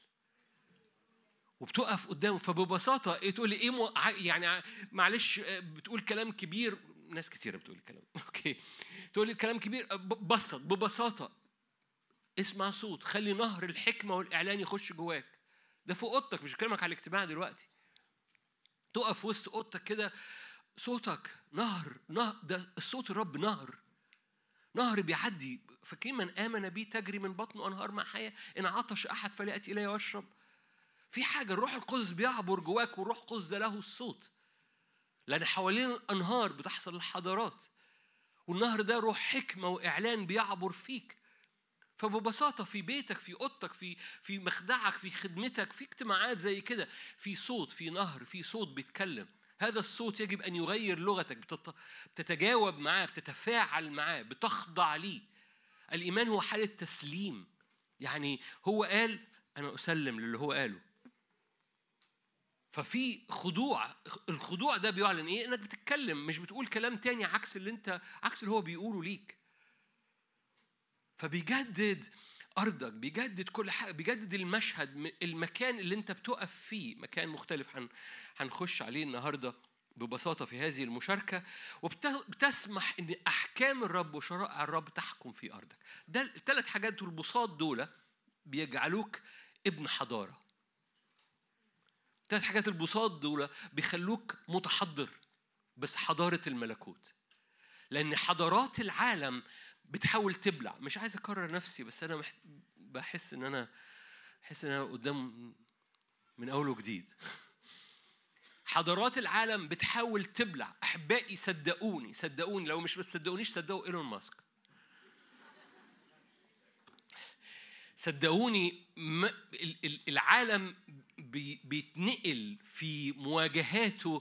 وبتقف قدامه. فببساطة تقول لي إيه يعني معلش بتقول كلام كبير، ناس كتيرة بتقول كلام أوكي، تقول لي كلام كبير. ببساطة اسمع صوت، خلي نهر الحكمة والإعلان يخش جواك. ده في أوضتك، مش بكلمك على الاجتماع دلوقتي. تقف وسط أوضتك كده، صوتك نهر. ده الصوت الرب نهر بيعدي. فاكرين من آمن بي تجري من بطنه أنهار ماء حياة، إن عطش أحد فليأتي إلي واشرب. في حاجة الروح القدس بيعبر جواك، والروح القدس ده له الصوت، لأن حوالين الأنهار بتحصل الحضارات، والنهر ده روح حكمة وإعلان بيعبر فيك. فببساطة في بيتك، في أوضتك، في مخدعك، في خدمتك، في اجتماعات زي كده، في صوت، في نهر، في صوت بيتكلم. هذا الصوت يجب أن يغير لغتك. بتتجاوب معاه، بتتفاعل معاه، بتخضع ليه. الإيمان هو حالة تسليم. يعني هو قال أنا أسلم للي هو قاله. ففي خضوع. الخضوع ده بيعلن إيه؟ إنك بتتكلم، مش بتقول كلام تاني عكس اللي هو بيقوله ليك. فبيجدد أرضك، بيجدد كل حاجة، بيجدد المشهد. المكان اللي أنت بتقف فيه مكان مختلف. هنخش عليه النهاردة ببساطة في هذه المشاركة. وبتسمح إن أحكام الرب وشرائع الرب تحكم في أرضك. ده الثلاث حاجات البساط دول بيجعلوك ابن حضارة. ثلاث حاجات البساط دول بيخلوك متحضر، بس حضارة الملكوت. لأن حضارات العالم بتحاول تبلع. مش عايز أكرر نفسي، بس أنا بحس إن أنا قدام من أول وجديد. حضارات العالم بتحاول تبلع. أحبائي صدقوني لو مش بتصدقونيش صدقوا إيلون ماسك. صدقوني العالم بيتنقل في مواجهاته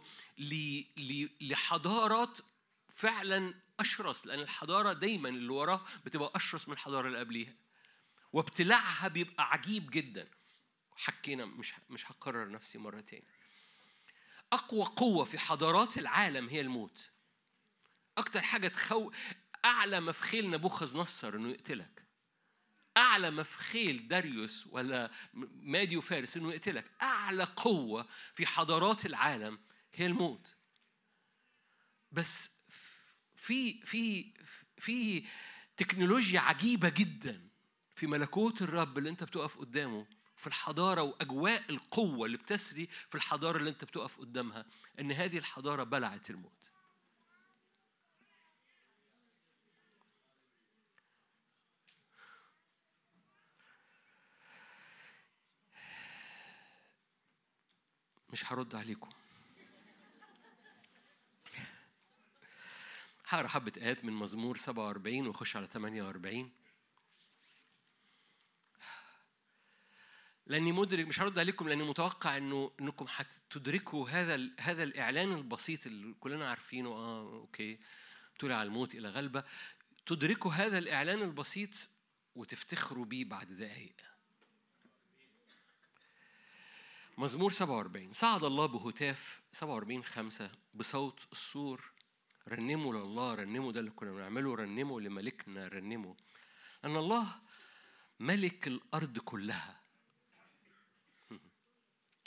لحضارات فعلا أشرس، لأن الحضارة دايما اللي وراه بتبقى أشرس من الحضارة اللي قبليها، وابتلاعها بيبقى عجيب جدا. حكينا، مش هكرر نفسي مرة تاني. أقوى قوة في حضارات العالم هي الموت. أكتر حاجة أعلى ما في خيل نبوخذ نصر إنه يقتلك، أعلى ما في خيل داريوس ولا ماديو فارس إنه يقتلك. أعلى قوة في حضارات العالم هي الموت. بس في تكنولوجيا عجيبة جدا في ملكوت الرب اللي أنت بتقف قدامه، في الحضارة وأجواء القوة اللي بتسري في الحضارة اللي أنت بتقف قدامها، إن هذه الحضارة بلعت الموت. مش هرد عليكم. هقرا حبة آيات من مزمور 47 وخش على 48. لأني مدرك، مش هرد عليكم لأني متوقع إنكم هتدركوا هذا الإعلان البسيط اللي كلنا عارفينه. أوكي، تولي على الموت إلى غلبة. تدركوا هذا الإعلان البسيط وتفتخروا بيه بعد دقائق. مزمور 47. صعد الله بهتاف 47:5 بصوت الصور. رنموا لله، رنموا ده اللي كنا بنعمله، رنموا لملكنا، رنموا أن الله ملك الأرض كلها.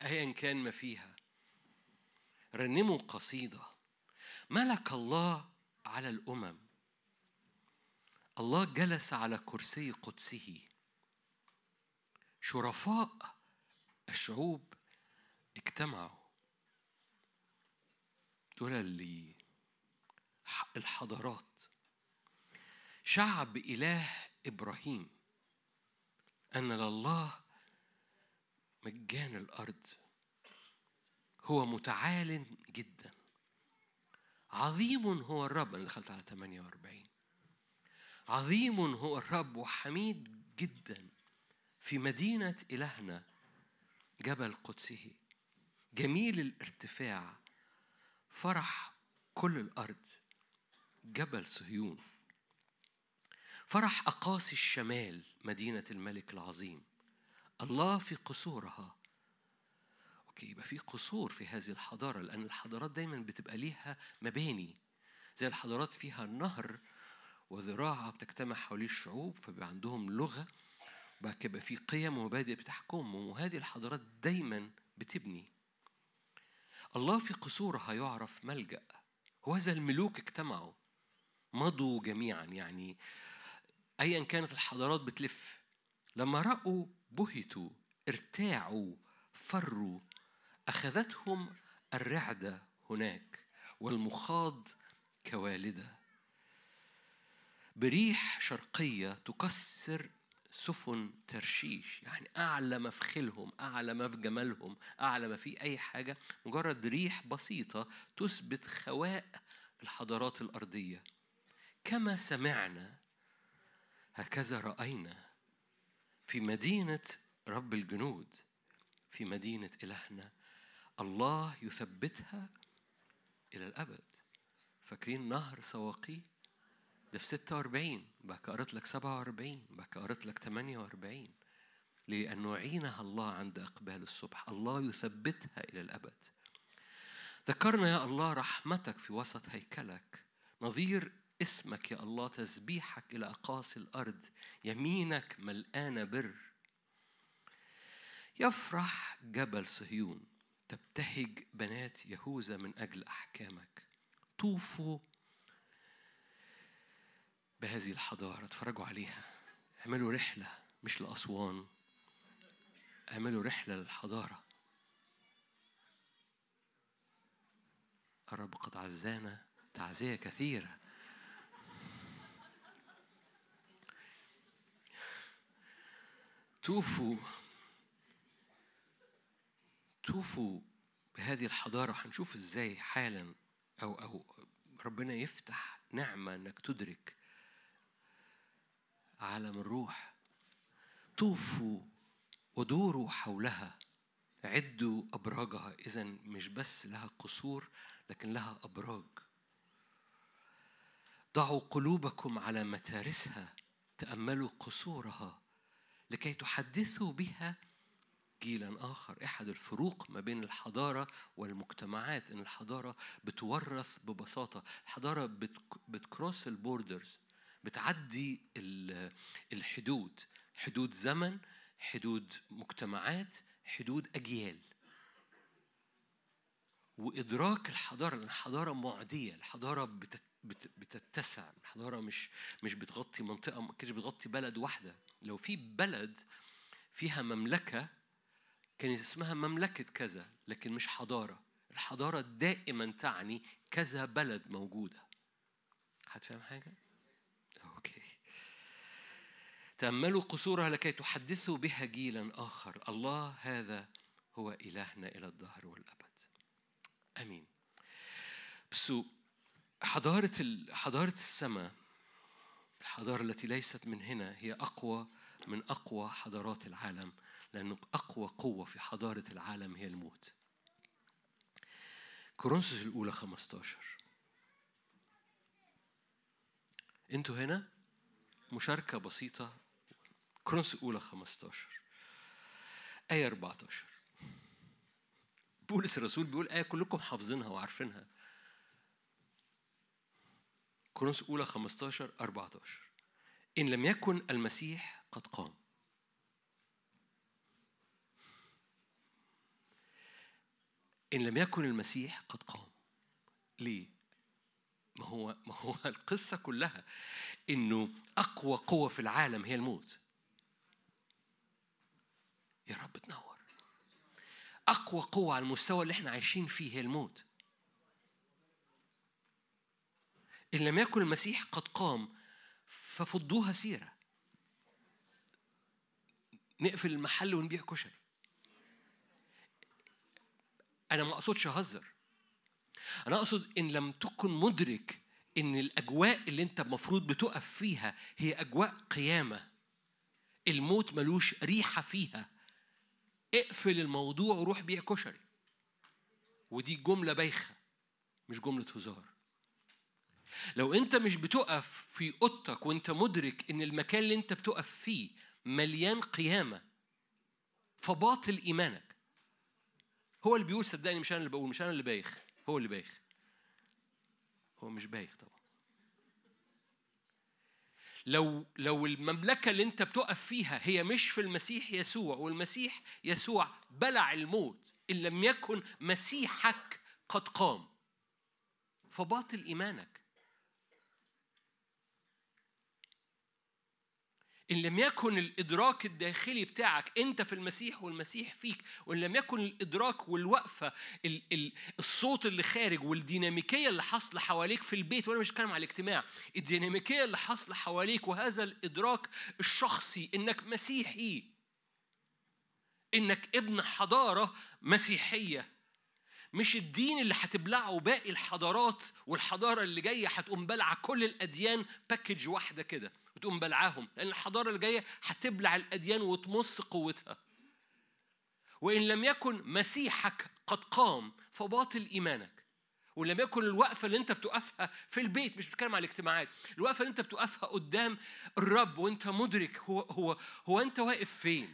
أيا كان ما فيها. رنموا قصيدة. ملك الله على الأمم. الله جلس على كرسي قدسه. شرفاء الشعوب اجتمعوا. دول اللي الحضارات. شعب إله إبراهيم. أن لله مجان الأرض. هو متعال جدا. عظيم هو الرب. أنا دخلت على 48. عظيم هو الرب وحميد جدا في مدينة إلهنا جبل قدسه. جميل الارتفاع فرح كل الأرض جبل صهيون. فرح أقاصي الشمال مدينة الملك العظيم. الله في قصورها. يبقى في قصور في هذه الحضارة، لأن الحضارات دايما بتبقى ليها مباني. زي الحضارات فيها النهر وذراعها بتجتمع حوالين الشعوب، فبيبقى عندهم لغة، بقى كده في قيم ومبادئ بتحكمهم، وهذه الحضارات دايما بتبني. الله في قصورها يعرف ملجأ. وهذا الملوك اجتمعوا مضوا جميعا. يعني أيا كانت الحضارات بتلف. لما رأوا بهتوا ارتاعوا فروا. أخذتهم الرعدة هناك والمخاض كوالدة. بريح شرقية تكسر سفن ترشيش. يعني أعلى ما في خيلهم، أعلى ما في جمالهم، أعلى ما في أي حاجة، مجرد ريح بسيطة تثبت خواء الحضارات الأرضية. كما سمعنا هكذا رأينا في مدينة رب الجنود، في مدينة إلهنا. الله يثبتها إلى الأبد. فاكرين نهر سواقي؟ ده في 46. بقى قرأت لك 47. بقى قرأت لك 48. لأنه عينها الله عند إقبال الصبح. الله يثبتها إلى الأبد. ذكرنا يا الله رحمتك في وسط هيكلك. نظير اسمك يا الله تسبيحك إلى أقاصي الأرض. يمينك ملآنة بر. يفرح جبل صهيون. تبتهج بنات يهوذا من أجل أحكامك. طوفوا بهذه الحضارة. اتفرجوا عليها. اعملوا رحلة مش لأسوان. اعملوا رحلة للحضارة. الرب قد عزانا تعزية كثيرة. طوفوا بهذه الحضارة. هنشوف ازاي حالا أو ربنا يفتح نعمة انك تدرك عالم الروح. طوفوا ودوروا حولها. عدوا أبراجها. إذن مش بس لها قصور لكن لها أبراج. ضعوا قلوبكم على متارسها. تأملوا قصورها لكي تحدثوا بها جيلا آخر. أحد الفروق ما بين الحضارة والمجتمعات إن الحضارة بتورث ببساطة. الحضارة بتكروس البوردرز. بتعدي الحدود. حدود زمن، حدود مجتمعات، حدود أجيال. وإدراك الحضارة، لأن الحضارة معدية. الحضارة بتتسع. الحضارة مش بتغطي منطقة، ما كانش بتغطي بلد واحدة. لو في بلد فيها مملكة كان اسمها مملكة كذا، لكن مش حضارة. الحضارة دائما تعني كذا بلد موجودة. هتفهم حاجة؟ أوكي. تأملوا قصورها لكي تحدثوا بها جيلا آخر. الله هذا هو إلهنا إلى الدهر والأبد. أمين. بس حضارة السماء، الحضارة التي ليست من هنا، هي أقوى من أقوى حضارات العالم، لأنه أقوى قوة في حضارة العالم هي الموت. كورنثوس الأولى 15. أنتوا هنا مشاركة بسيطة. كورنثوس الأولى 15 آية 14. بولس الرسول بيقول آية كلكم حافظينها وعارفينها. كورنثوس الأولى 15 14. إن لم يكن المسيح قد قام إن لم يكن المسيح قد قام. ليه؟ ما هو القصة كلها إنه أقوى قوة في العالم هي الموت. يا رب تنور. أقوى قوة على المستوى اللي احنا عايشين فيه هي الموت. إن لم يكن المسيح قد قام ففضوها سيرة. نقفل المحل ونبيع كشري. أنا ما أقصدش أهزر. أنا أقصد إن لم تكن مدرك إن الأجواء اللي أنت المفروض بتقف فيها هي أجواء قيامة، الموت ملوش ريحة فيها، اقفل الموضوع وروح بيع كشري. ودي جملة بايخة مش جملة هزار. لو أنت مش بتقف في أوضتك وأنت مدرك إن المكان اللي أنت بتقف فيه مليان قيامة، فباطل إيمانك. هو اللي بيقول، صدقني مش أنا اللي بقول، مش أنا اللي بايخ، هو اللي بايخ. هو مش بايخ طبعا. لو المملكة اللي أنت بتقف فيها هي مش في المسيح يسوع، والمسيح يسوع بلع الموت، إن لم يكن مسيحك قد قام فباطل إيمانك. إن لم يكن الإدراك الداخلي بتاعك أنت في المسيح والمسيح فيك، وإن لم يكن الإدراك والوقفة الصوت اللي خارج والديناميكية اللي حاصلة حواليك في البيت، وأنا مش بتكلم على الاجتماع، الديناميكية اللي حاصلة حواليك وهذا الإدراك الشخصي إنك مسيحي، إنك ابن حضارة مسيحية، مش الدين اللي هتبلعه باقي الحضارات، والحضارة اللي جاية هتقوم بلع كل الأديان باكج واحدة كده وتقوم بلعهم، لأن الحضارة اللي جاية هتبلع الأديان وتمص قوتها. وإن لم يكن مسيحك قد قام فباطل إيمانك. وإن لم يكن الوقفة اللي أنت بتقفها في البيت، مش بتكلم على الاجتماعات، الوقفة اللي أنت بتقفها قدام الرب وأنت مدرك هو أنت واقف فين.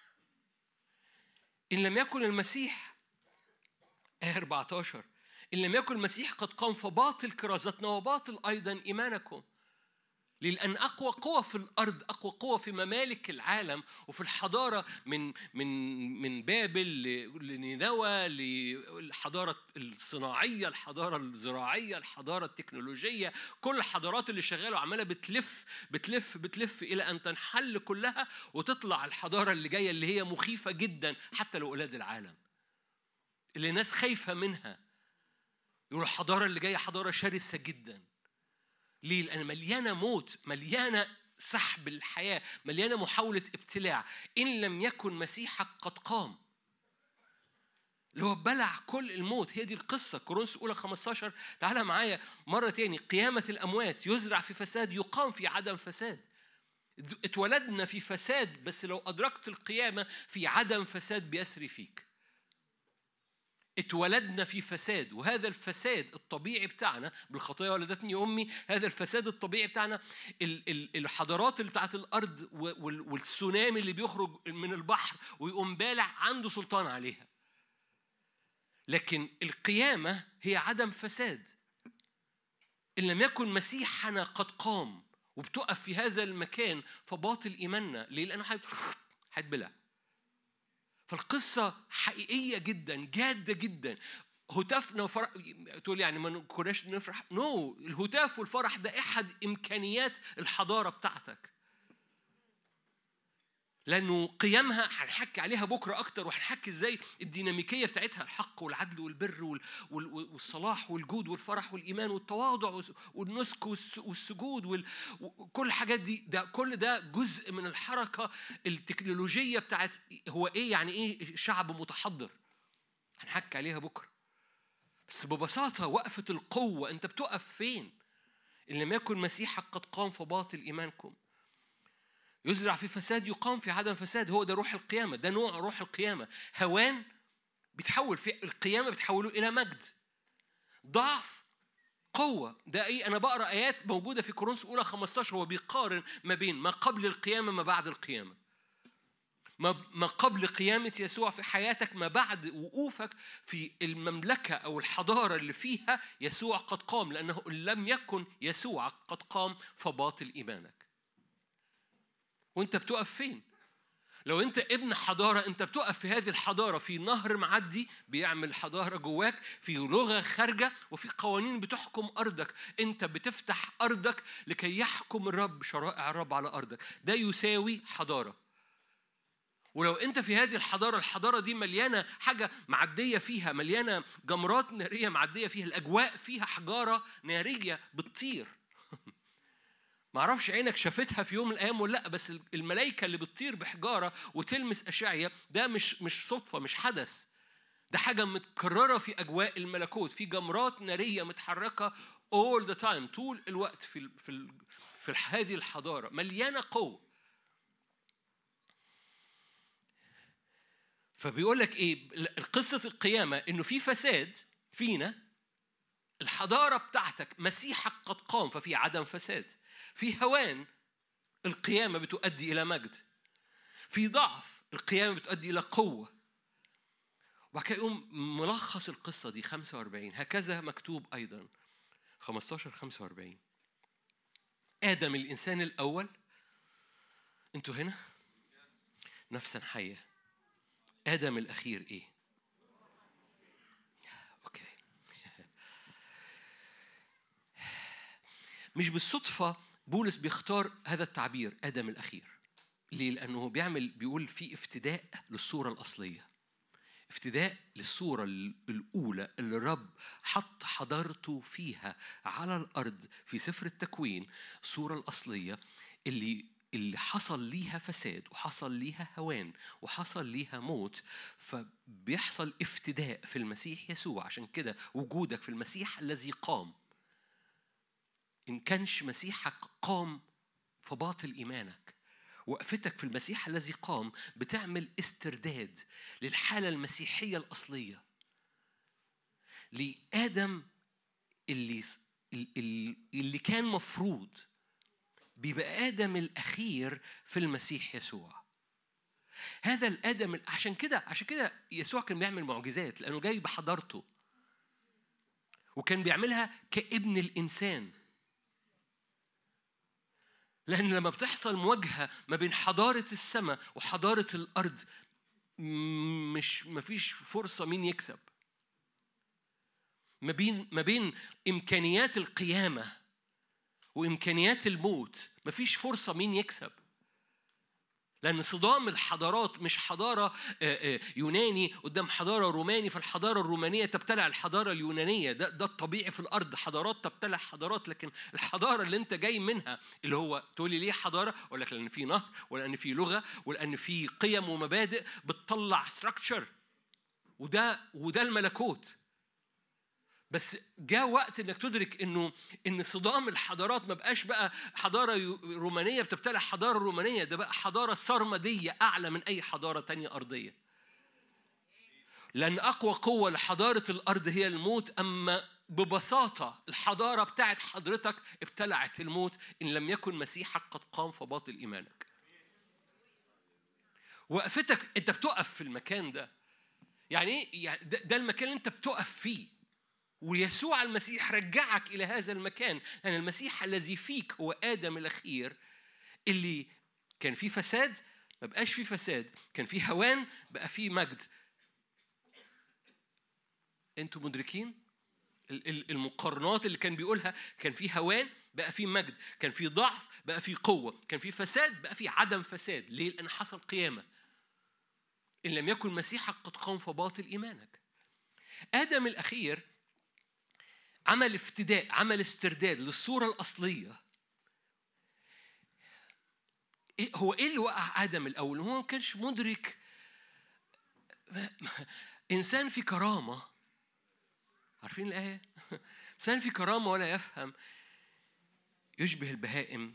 إن لم يكن المسيح، آية 14، إن لم يكن المسيح قد قام فباطل كرازتنا وباطل أيضا إيمانكم. لأن أقوى قوة في الأرض، أقوى قوة في ممالك العالم وفي الحضارة، من بابل لنينوى، للحضارة الصناعية، الحضارة الزراعية، الحضارة التكنولوجية، كل الحضارات اللي شغالة وعمالة بتلف إلى أن تنحل كلها وتطلع الحضارة اللي جاية اللي هي مخيفة جدا حتى لأولاد العالم، اللي الناس خايفة منها. يقول الحضارة اللي جاية حضارة شرسة جدا. ليه؟ لأن مليانة موت، مليانة سحب الحياة، مليانة محاولة ابتلاع. إن لم يكن مسيحك قد قام، اللي هو بلع كل الموت. هي دي القصة. كورنثوس الأولى 15. تعالى معايا مرة تاني. قيامة الأموات، يزرع في فساد يقام في عدم فساد. اتولدنا في فساد، بس لو أدركت القيامة في عدم فساد بيسري فيك. اتولدنا في فساد، وهذا الفساد الطبيعي بتاعنا، بالخطايا ولدتني أمي، هذا الفساد الطبيعي بتاعنا، الحضارات اللي بتاعت الأرض والسونامي اللي بيخرج من البحر ويقوم بالع عنده سلطان عليها. لكن القيامة هي عدم فساد. إن لم يكن مسيحنا قد قام وبتقف في هذا المكان فباطل إيماننا. ليه؟ لأنه هيتبلع. فالقصة حقيقية جدا، جادة جدا. هتافنا وفرح، تقول يعني ما كناش نفرح؟ الهتاف والفرح ده أحد إمكانيات الحضارة بتاعتك، لأنه قيامها هنحكي عليها بكرة أكتر، وهنحكي إزاي الديناميكية بتاعتها، الحق والعدل والبر والصلاح والجود والفرح والإيمان والتواضع والنسك والسجود وكل الحاجات دي. كل ده جزء من الحركة التكنولوجية بتاعت هو إيه، يعني إيه شعب متحضر، هنحكي عليها بكرة. بس ببساطة وقفة القوة، أنت بتقف فين؟ إن لم يكن مسيحك قد قام فباطل إيمانكم. يزرع في فساد يقام في عدم فساد. هو ده روح القيامة، ده نوع روح القيامة. هوان بيتحول في القيامة، بتحوله إلى مجد. ضعف قوة. ده إيه؟ أنا بقرأ آيات موجودة في كورنثوس الأولى 15، هو بيقارن ما بين ما قبل القيامة ما بعد القيامة، ما قبل قيامة يسوع في حياتك، ما بعد وقوفك في المملكة أو الحضارة اللي فيها يسوع قد قام. لأنه إن لم يكن يسوع قد قام فباطل إيمانك. وانت بتقف فين؟ لو أنت ابن حضارة، أنت بتقف في هذه الحضارة، في نهر معدي بيعمل حضارة جواك، في لغة خارجة، وفي قوانين بتحكم أرضك. أنت بتفتح أرضك لكي يحكم الرب، شرائع الرب على أرضك. ده يساوي حضارة. ولو أنت في هذه الحضارة، الحضارة دي مليانة حاجة معدية فيها، مليانة جمرات نارية معدية فيها، الأجواء فيها حجارة نارية بتطير. معرفش عينك شافتها في يوم من الأيام ولا لأ، بس الملائكة اللي بتطير بحجارة وتلمس أشعية ده مش صدفة، مش حدث. ده حاجة متكررة في أجواء الملكوت، في جمرات نارية متحركة all the time، طول الوقت في هذه الحضارة مليانة قوة. فبيقول لك إيه قصة القيامة؟ إنه في فساد فينا، الحضارة بتاعتك مسيحك قد قام ففي عدم فساد. في هوان القيامة بتؤدي إلى مجد، في ضعف القيامة بتؤدي إلى قوة. وبعد كده يقوم ملخص القصة دي 45. هكذا مكتوب أيضا 15-45. آدم الإنسان الأول، أنتوا هنا نفسا حية. آدم الأخير إيه؟ أوكي. مش بالصدفة بولس بيختار هذا التعبير آدم الأخير. ليه؟ لأنه بيقول في افتداء للصورة الأصلية، افتداء للصورة الأولى اللي الرب حط حضارته فيها على الأرض في سفر التكوين. الصورة الأصلية اللي حصل ليها فساد، وحصل ليها هوان، وحصل ليها موت، فبيحصل افتداء في المسيح يسوع. عشان كده وجودك في المسيح الذي قام، إن كانش مسيحك قام فباطل إيمانك. وقفتك في المسيح الذي قام بتعمل استرداد للحالة المسيحية الأصلية، لآدم اللي كان مفروض بيبقى آدم الأخير في المسيح يسوع. هذا الآدم، عشان كده يسوع كان بيعمل معجزات، لأنه جاي بحضارته، وكان بيعملها كابن الإنسان. لأن لما بتحصل مواجهة ما بين حضارة السماء وحضارة الأرض، مفيش فرصة مين يكسب. ما بين إمكانيات القيامة وإمكانيات الموت، مفيش فرصة مين يكسب. لأن صدام الحضارات مش حضارة يوناني قدام حضارة روماني، فالحضارة الرومانية تبتلع الحضارة اليونانية. ده الطبيعي في الأرض، حضارات تبتلع حضارات. لكن الحضارة اللي أنت جاي منها، اللي هو تقولي ليه حضارة؟ أقول لك لأن في نهر، ولأن في لغة، ولأن في قيم ومبادئ بتطلع structure. وده الملكوت. بس جاء وقت انك تدرك ان صدام الحضارات ما بقاش بقى حضاره رومانيه بتبتلع حضاره رومانيه، ده بقى حضاره سرمديه اعلى من اي حضاره تانية ارضيه. لان اقوى قوه لحضاره الارض هي الموت. اما ببساطه الحضاره بتاعت حضرتك ابتلعت الموت ان لم يكن مسيحك قد قام فباطل ايمانك. وقفتك انت بتقف في المكان ده، يعني ايه؟ ده المكان اللي انت بتقف فيه. ويسوع المسيح رجعك إلى هذا المكان، لأن المسيح الذي فيك هو آدم الأخير اللي كان فيه فساد ما بقاش فيه فساد، كان فيه هوان بقى فيه مجد. أنتوا مدركين المقارنات اللي كان بيقولها؟ كان فيه هوان بقى فيه مجد، كان فيه ضعف بقى فيه قوة، كان فيه فساد بقى فيه عدم فساد. ليه؟ لأن حصل قيامة. إن لم يكن مسيحك قد قام فباطل إيمانك. آدم الأخير عمل افتداء، عمل استرداد للصورة الأصلية. هو إيه اللي وقع آدم الأول؟ هو ما كانش مدرك. إنسان في كرامة، عارفين الآية؟ إنسان في كرامة ولا يفهم يشبه البهائم.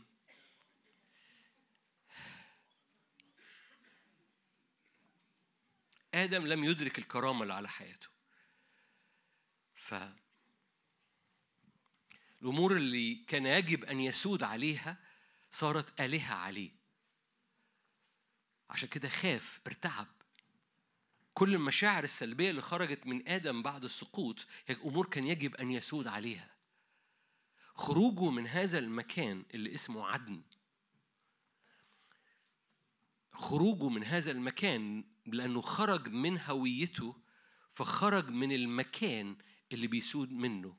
آدم لم يدرك الكرامة اللي على حياته، الأمور اللي كان يجب أن يسود عليها صارت آلهة عليه. عشان كده خاف، ارتعب. كل المشاعر السلبية اللي خرجت من آدم بعد السقوط هي أمور كان يجب أن يسود عليها. خروجه من هذا المكان اللي اسمه عدن خروجه من هذا المكان لأنه خرج من هويته، فخرج من المكان اللي بيسود منه.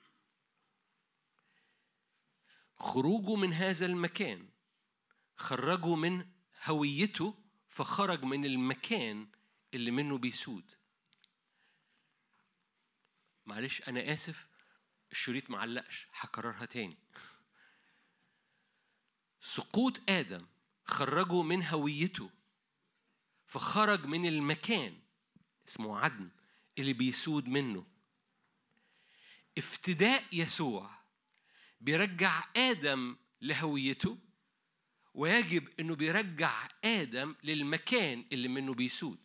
خروجه من هذا المكان خرجه من هويته، فخرج من المكان اللي منه بيسود. معلش أنا آسف، الشريط معلقش، هكررها تاني. سقوط آدم خرجه من هويته، فخرج من المكان اسمه عدن اللي بيسود منه. افتداء يسوع بيرجع آدم لهويته، ويجب أنه بيرجع آدم للمكان اللي منه بيسود.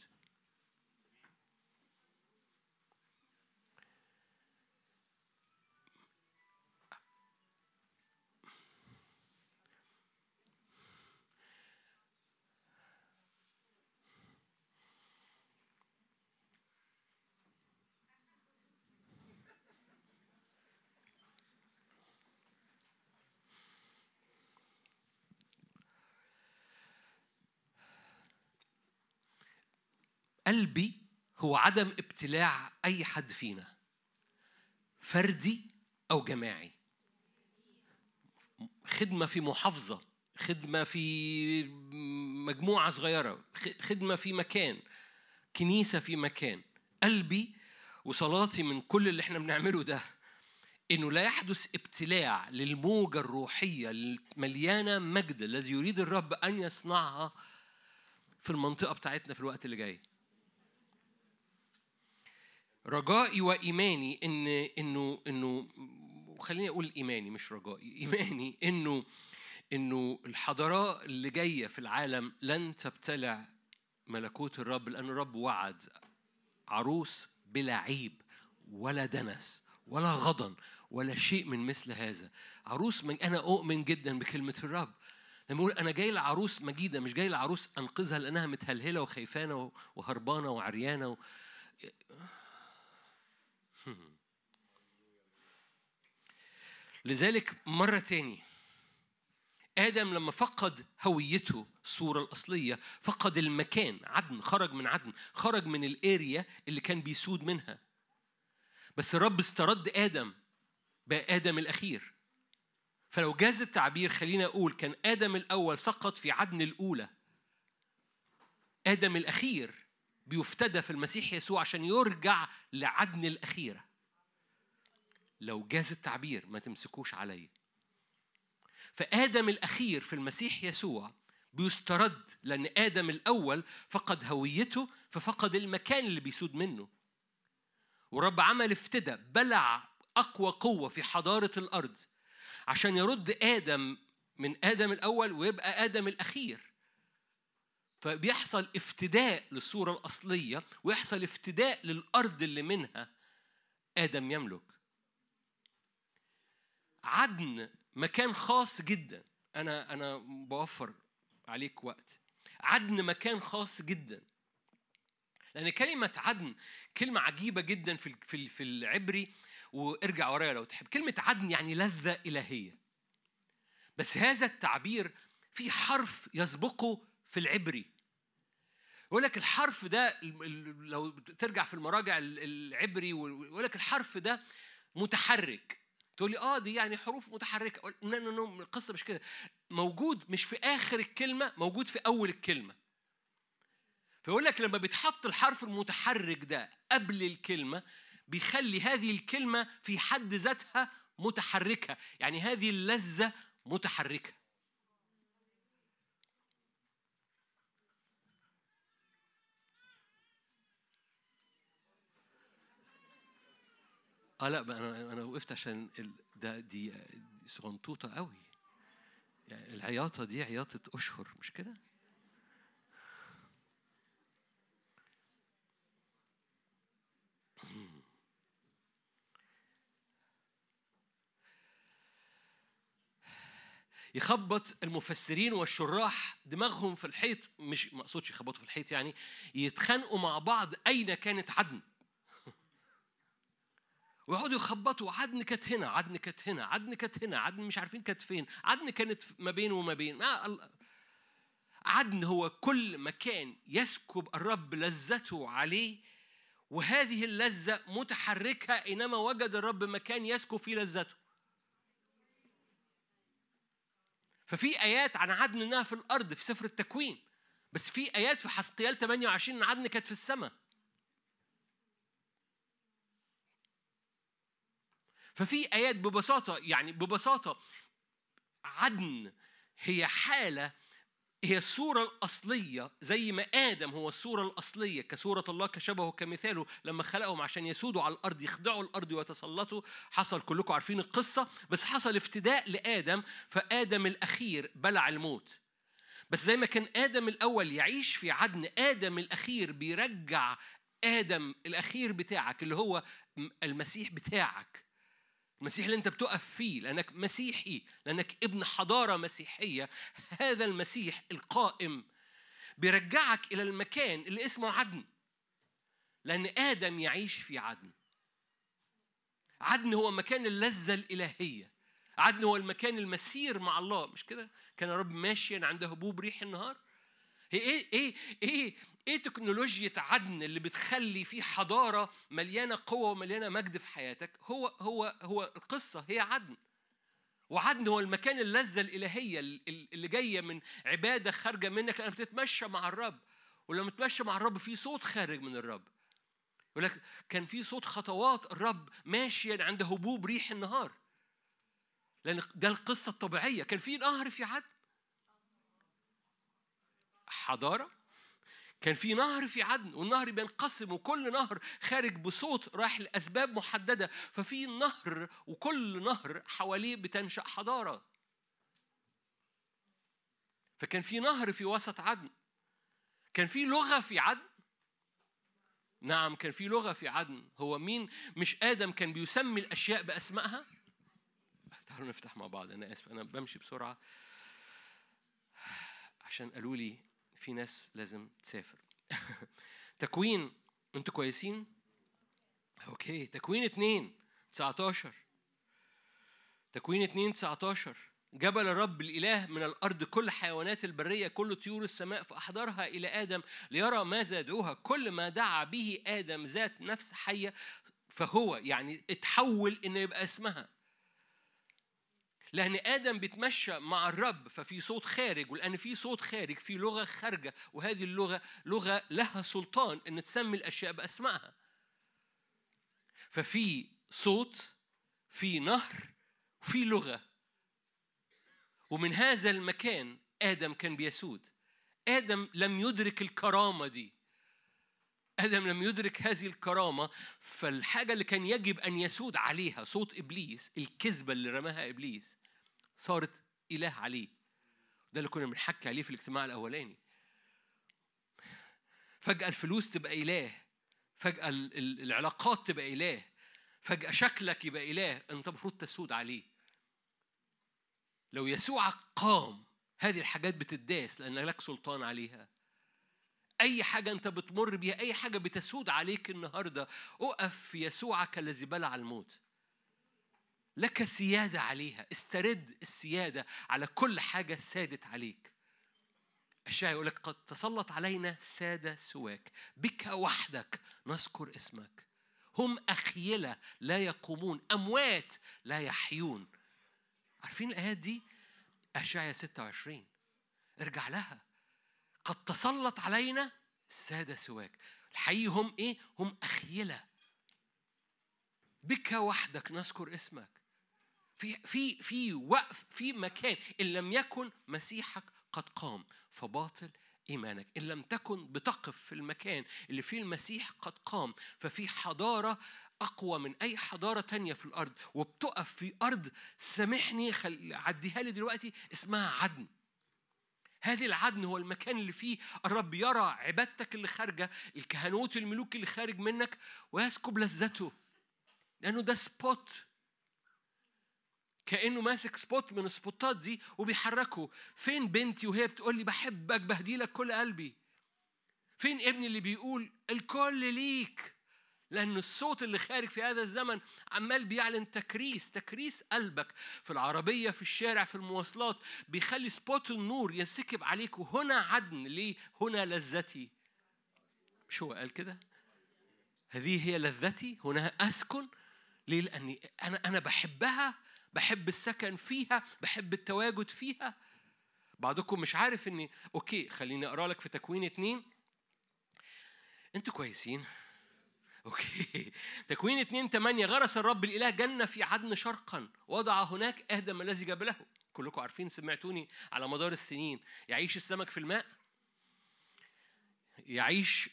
قلبي هو عدم ابتلاع أي حد فينا، فردي أو جماعي. خدمة في محافظة، خدمة في مجموعة صغيرة، خدمة في مكان، كنيسة في مكان. قلبي وصلاتي من كل اللي احنا بنعمله ده إنه لا يحدث ابتلاع للموجة الروحية المليانة مجد الذي يريد الرب أن يصنعها في المنطقة بتاعتنا في الوقت اللي جاي. رجائي وإيماني إنه خليني أقول إيماني مش رجائي، إيماني إنه الحضارات اللي جاية في العالم لن تبتلع ملكوت الرب، لأن الرب وعد عروس بلا عيب ولا دنس ولا غضن ولا شيء من مثل هذا. عروس أنا أؤمن جدا بكلمة الرب لما يقول أنا جاي لعروس مجيدة، مش جاي لعروس أنقذها لأنها متهلهلة وخيفانة وهربانة وعريانة لذلك مرة تاني آدم لما فقد هويته الصورة الأصلية فقد المكان. عدن، خرج من عدن، خرج من الاريا اللي كان بيسود منها. بس الرب استرد آدم بقى آدم الأخير. فلو جاز التعبير خلينا أقول كان آدم الأول سقط في عدن الأولى، آدم الأخير بيفتدى في المسيح يسوع عشان يرجع لعدن الأخيرة. لو جاز التعبير ما تمسكوش علي. فآدم الأخير في المسيح يسوع بيسترد لأن آدم الأول فقد هويته ففقد المكان اللي بيسود منه. ورب عمل افتدى، بلع أقوى قوة في حضارة الأرض عشان يرد آدم من آدم الأول ويبقى آدم الأخير. فبيحصل افتداء للصورة الأصلية ويحصل افتداء للأرض اللي منها آدم يملك. عدن مكان خاص جدا. أنا بوفر عليك وقت. عدن مكان خاص جدا لأن كلمة عدن كلمة عجيبة جدا في العبري. وارجع ورايا لو تحب. كلمة عدن يعني لذة إلهية. بس هذا التعبير في حرف يسبقه في العبري. يقول لك الحرف ده لو ترجع في المراجع العبري يقول لك الحرف ده متحرك. تقول لي دي يعني حروف متحركة. نو القصة مش كده. موجود مش في آخر الكلمة، موجود في أول الكلمة. فيقول لك لما بيتحط الحرف المتحرك ده قبل الكلمة بيخلي هذه الكلمة في حد ذاتها متحركة. يعني هذه اللذة متحركة. لا أنا وقفت عشان دي صغنطوطة قوي. يعني العياطة دي عياطة أشهر مش كده؟ يخبط المفسرين والشراح دماغهم في الحيط. مش مقصودش يخبطوا في الحيط، يعني يتخانقوا مع بعض أين كانت عدن. ويقعدوا يخبطوا. عدن كانت هنا، عدن كانت هنا، عدن كانت هنا، عدن مش عارفين كانت فين، عدن كانت ما بين وما بين. عدن هو كل مكان يسكب الرب لذته عليه، وهذه اللذة متحركة إنما وجد الرب مكان يسكب فيه لذته. ففي آيات عن عدن إنها في الأرض في سفر التكوين، بس في آيات في حزقيال 28 إن عدن كانت في السماء. ففي آيات ببساطة عدن هي حالة، هي الصورة الأصلية، زي ما آدم هو الصورة الأصلية كصورة الله كشبهه كمثاله لما خلقهم عشان يسودوا على الأرض يخضعوا الأرض ويتسلطوا. حصل كلكم عارفين القصة، بس حصل افتداء لآدم، فآدم الأخير بلع الموت. بس زي ما كان آدم الأول يعيش في عدن، آدم الأخير بيرجع آدم الأخير بتاعك اللي هو المسيح بتاعك، المسيح اللي أنت بتقف فيه لأنك مسيحي، لأنك ابن حضارة مسيحية. هذا المسيح القائم بيرجعك إلى المكان اللي اسمه عدن، لأن آدم يعيش في عدن. عدن هو مكان اللذة الإلهية، عدن هو المكان المسير مع الله. مش كده كان الرب ماشيا عند هبوب ريح النهار؟ هي ايه تكنولوجيا عدن اللي بتخلي في حضارة مليانة قوة ومليانة مجد في حياتك؟ هو القصة هي عدن. وعدن هو المكان اللذة الإلهية اللي جاية من عبادة خارجة منك لأنك بتتمشى مع الرب. ولما تتمشى مع الرب في صوت خارج من الرب، يقول لك كان في صوت خطوات الرب ماشيا عند هبوب ريح النهار، لأن ده القصة الطبيعية. كان في نهر في عدن، حضارة، كان في نهر في عدن، والنهر بينقسم وكل نهر خارج بصوت رايح لأسباب محددة. ففي نهر وكل نهر حواليه بتنشأ حضارة. فكان في نهر في وسط عدن. كان في لغة في عدن. نعم كان في لغة في عدن. هو مين؟ مش آدم كان بيسمي الأشياء بأسمائها؟ تعالوا نفتح مع بعض. أنا آسف أنا بمشي بسرعة عشان قالوا لي في ناس لازم تسافر. تكوين، انتوا كويسين؟ اوكي. تكوين 2:19. تكوين 2:19. جبل الرب الإله من الأرض كل حيوانات البرية كل طيور السماء، فأحضرها إلى آدم ليرى ماذا يدعوها. كل ما دعا به آدم ذات نفس حية فهو يعني اتحول إنه يبقى اسمها. لأن آدم بيتمشى مع الرب ففي صوت خارج، ولأن في صوت خارج في لغة خارجة، وهذه اللغة لغة لها سلطان إن تسمي الأشياء بأسمائها. ففي صوت، في نهر، في لغة، ومن هذا المكان آدم كان بيسود. آدم لم يدرك الكرامة دي، آدم لم يدرك هذه الكرامة. فالحاجة اللي كان يجب أن يسود عليها صوت إبليس، الكذبة اللي رماها إبليس، صارت إله عليه. ده اللي كنا بنحكي عليه في الاجتماع الأولاني. فجأة الفلوس تبقى إله، فجأة العلاقات تبقى إله، فجأة شكلك يبقى إله. أنت المفروض تسود عليه. لو يسوع قام هذه الحاجات بتداس لأن لك سلطان عليها. أي حاجة أنت بتمر بيها، أي حاجة بتسود عليك النهاردة، أقف في يسوعك الذي بلع الموت. لك سيادة عليها. استرد السيادة على كل حاجة سادت عليك. أشعياء يقول لك قد تسلط علينا سادة سواك، بك وحدك نذكر اسمك. هم أخيلة لا يقومون، أموات لا يحيون. عارفين الآيات دي؟ أشعياء 26 ارجع لها. قد تسلط علينا سادة سواك. الحقيقة هم إيه؟ هم أخيلة. بك وحدك نذكر اسمك. في وقف في مكان. إن لم يكن مسيحك قد قام فباطل إيمانك. إن لم تكن بتقف في المكان اللي فيه المسيح قد قام، ففي حضارة أقوى من أي حضارة تانية في الأرض، وبتقف في أرض، سامحني عديها لي دلوقتي، اسمها عدن. هذه العدن هو المكان اللي فيه الرب يرى عبادتك اللي خارجة، الكهنوت الملوك اللي خارج منك، ويسكب لذته. لأنه ده سبوت، كأنه ماسك سبوت من السبوتات دي وبيحركه. فين بنتي وهي بتقول لي بحبك بهديلك كل قلبي؟ فين ابني اللي بيقول الكل ليك؟ لأن الصوت اللي خارج في هذا الزمن عمال بيعلن تكريس قلبك في العربية، في الشارع، في المواصلات، بيخلي سبوت النور ينسكب عليك. وهنا عدن. ليه؟ هنا لذتي. مش هو قال كده؟ هذه هي لذتي، هنا أسكن. ليه؟ لأني أنا بحبها، بحب السكن فيها، بحب التواجد فيها. بعضكم مش عارف إني أوكي، خليني أقرأ لك في تكوين 2. أنتوا كويسين؟ أوكي. تكوين 2:8 غرس الرب الإله جنة في عدن شرقا، وضع هناك آدم الذي جبله. كلكم عارفين، سمعتوني على مدار السنين، يعيش السمك في الماء، يعيش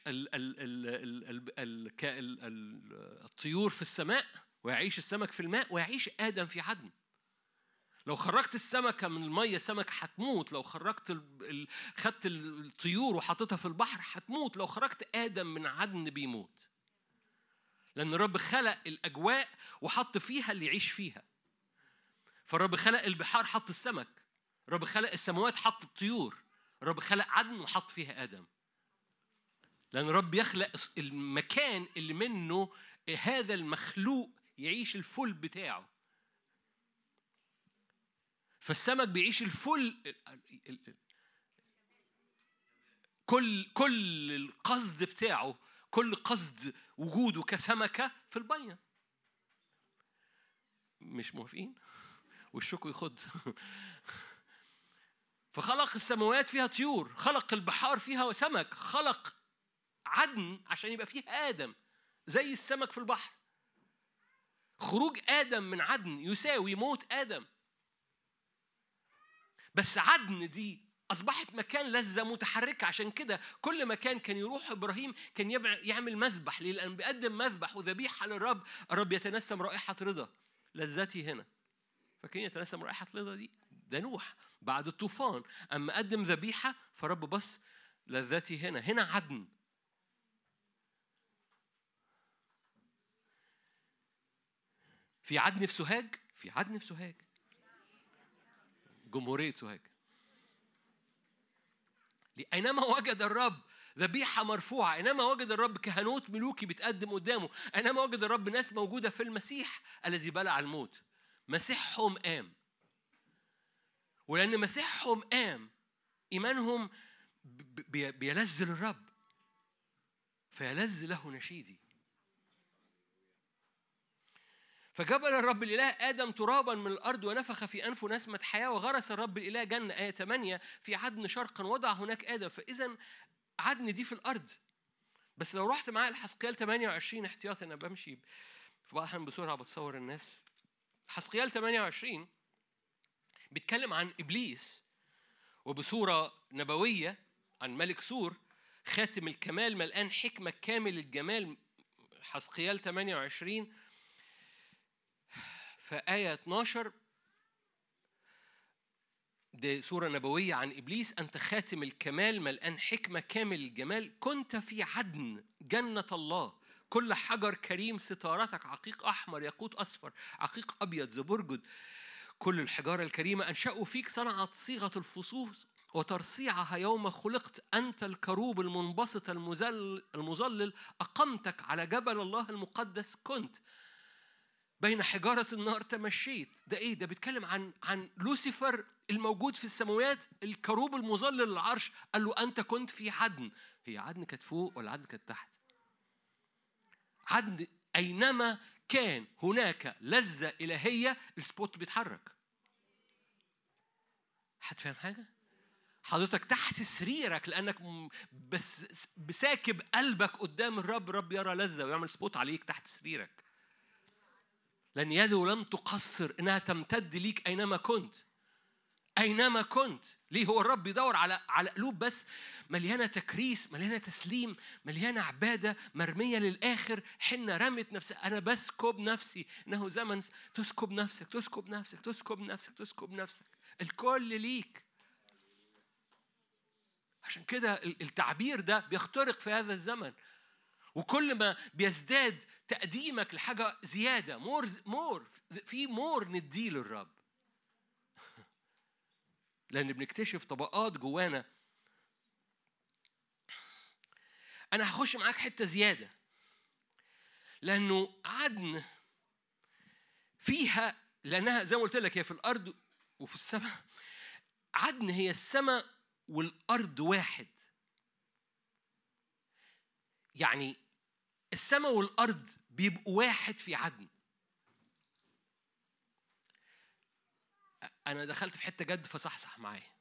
الطيور في السماء، ويعيش السمك في الماء، ويعيش آدم في عدن. لو خرجت السمكة من المية السمك هتموت، لو خرجت خدت الطيور وحطيتها في البحر هتموت، لو خرجت آدم من عدن بيموت. لأن الرب خلق الأجواء وحط فيها اللي يعيش فيها. فالرب خلق البحار حط السمك، الرب خلق السماوات حط الطيور، الرب خلق عدن وحط فيها آدم. لأن الرب يخلق المكان اللي منه هذا المخلوق يعيش الفل بتاعه. فالسمك بيعيش الفل، كل القصد بتاعه، كل قصد وجوده كسمكة في البيان. مش موافقين؟ والشكو يخد. فخلق السماوات فيها طيور، خلق البحار فيها سمك، خلق عدن عشان يبقى فيه آدم زي السمك في البحر. خروج آدم من عدن يساوي موت آدم. بس عدن دي أصبحت مكان لذة متحركة. عشان كده كل مكان كان يروح إبراهيم كان يعمل مذبح. ليه؟ لأن بيقدم مذبح وذبيحة للرب. الرب يتنسم رائحة رضا. لذتي هنا. فاكرين يتنسم رائحة رضا دي؟ ده نوح بعد الطوفان أما قدم ذبيحة فرب بص لذتي هنا عدن. في عدن في سوهاج، في عدن في سوهاج، جمهورية سوهاج. أينما وجد الرب ذبيحة مرفوعة، أينما وجد الرب كهنوت ملوكي بتقدم قدامه، أينما وجد الرب ناس موجودة في المسيح الذي بلع الموت. مسيحهم قام، ولأن مسيحهم قام إيمانهم بيلذ للرب، فيلذ له نشيدي. فجبل الرب الإله آدم ترابا من الأرض ونفخ في أنفه نسمة حياة، وغرس الرب الإله جنة آية 8 في عدن شرقا، وضع هناك آدم. فإذا عدن دي في الأرض. بس لو رحت معايا لحزقيال 28 احتياطي، أنا بمشي في بعض الأحيان بسرعة بتصور الناس. حزقيال 28 بيتكلم عن إبليس وبصورة نبوية عن ملك سور خاتم الكمال ملآن حكمة كامل الجمال. حزقيال 28 في آية 12 دي سورة نبوية عن إبليس. أنت خاتم الكمال ملآن حكمة كامل الجمال، كنت في عدن جنة الله، كل حجر كريم ستارتك، عقيق أحمر ياقوت أصفر عقيق أبيض زبرجد، كل الحجارة الكريمة أنشأوا فيك صنعت صيغة الفصوص وترصيعها يوم خلقت. أنت الكروب المنبسط المظلل، أقمتك على جبل الله المقدس، كنت بين حجارة النار تمشيت. ده إيه؟ ده بيتكلم عن لوسيفر الموجود في السماوات، الكروب المظلل للعرش. قال له أنت كنت في عدن. هي عدن كانت فوق ولا عدن كانت تحت؟ عدن أينما كان هناك لذة إلهية السبوت بيتحرك. هتفهم حاجة؟ حضرتك تحت سريرك لأنك بس بساكب قلبك قدام الرب، الرب يرى لذة ويعمل سبوت عليك تحت سريرك. لأن يده لم تقصر إنها تمتد ليك أينما كنت. أينما كنت. ليه؟ هو الرب يدور على قلوب بس مليانة تكريس، مليانة تسليم، مليانة عبادة مرمية للآخر. حنة رمت نفسها، أنا بسكب نفسي. إنه زمن تسكب نفسك، تسكب نفسك، تسكب نفسك، تسكب نفسك. الكل ليك. عشان كده التعبير ده بيخترق في هذا الزمن. وكل ما بيزداد تقديمك لحاجة زيادة، مور في مور نديه للرب. لأن بنكتشف طبقات جوانا. أنا هخش معاك حتة زيادة. لأنه عدن فيها، لأنها زي ما قلت لك هي في الأرض وفي السماء. عدن هي السماء والأرض واحد. يعني السماء والأرض بيبقوا واحد في عدن. أنا دخلت في حتة جد فصحصح معايا.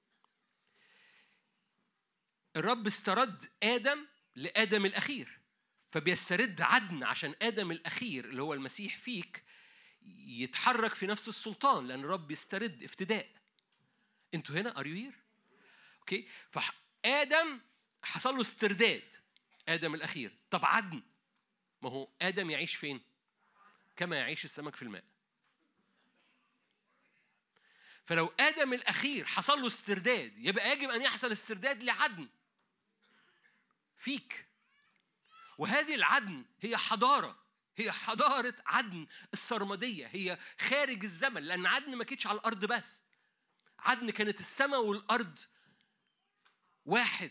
الرب استرد آدم لآدم الأخير، فبيسترد عدن عشان آدم الأخير اللي هو المسيح فيك يتحرك في نفس السلطان، لأن الرب يسترد افتداء. أنتوا هنا؟ Are you here؟ أوكي، فآدم حصل له استرداد، آدم الأخير. طب عدن، ما هو آدم يعيش فين؟ كما يعيش السمك في الماء. فلو آدم الأخير حصل له استرداد، يبقى يجب أن يحصل استرداد لعدن فيك. وهذه العدن هي حضارة، هي حضارة عدن السرمدية، هي خارج الزمن. لأن عدن ما كانتش على الأرض بس، عدن كانت السماء والأرض واحد.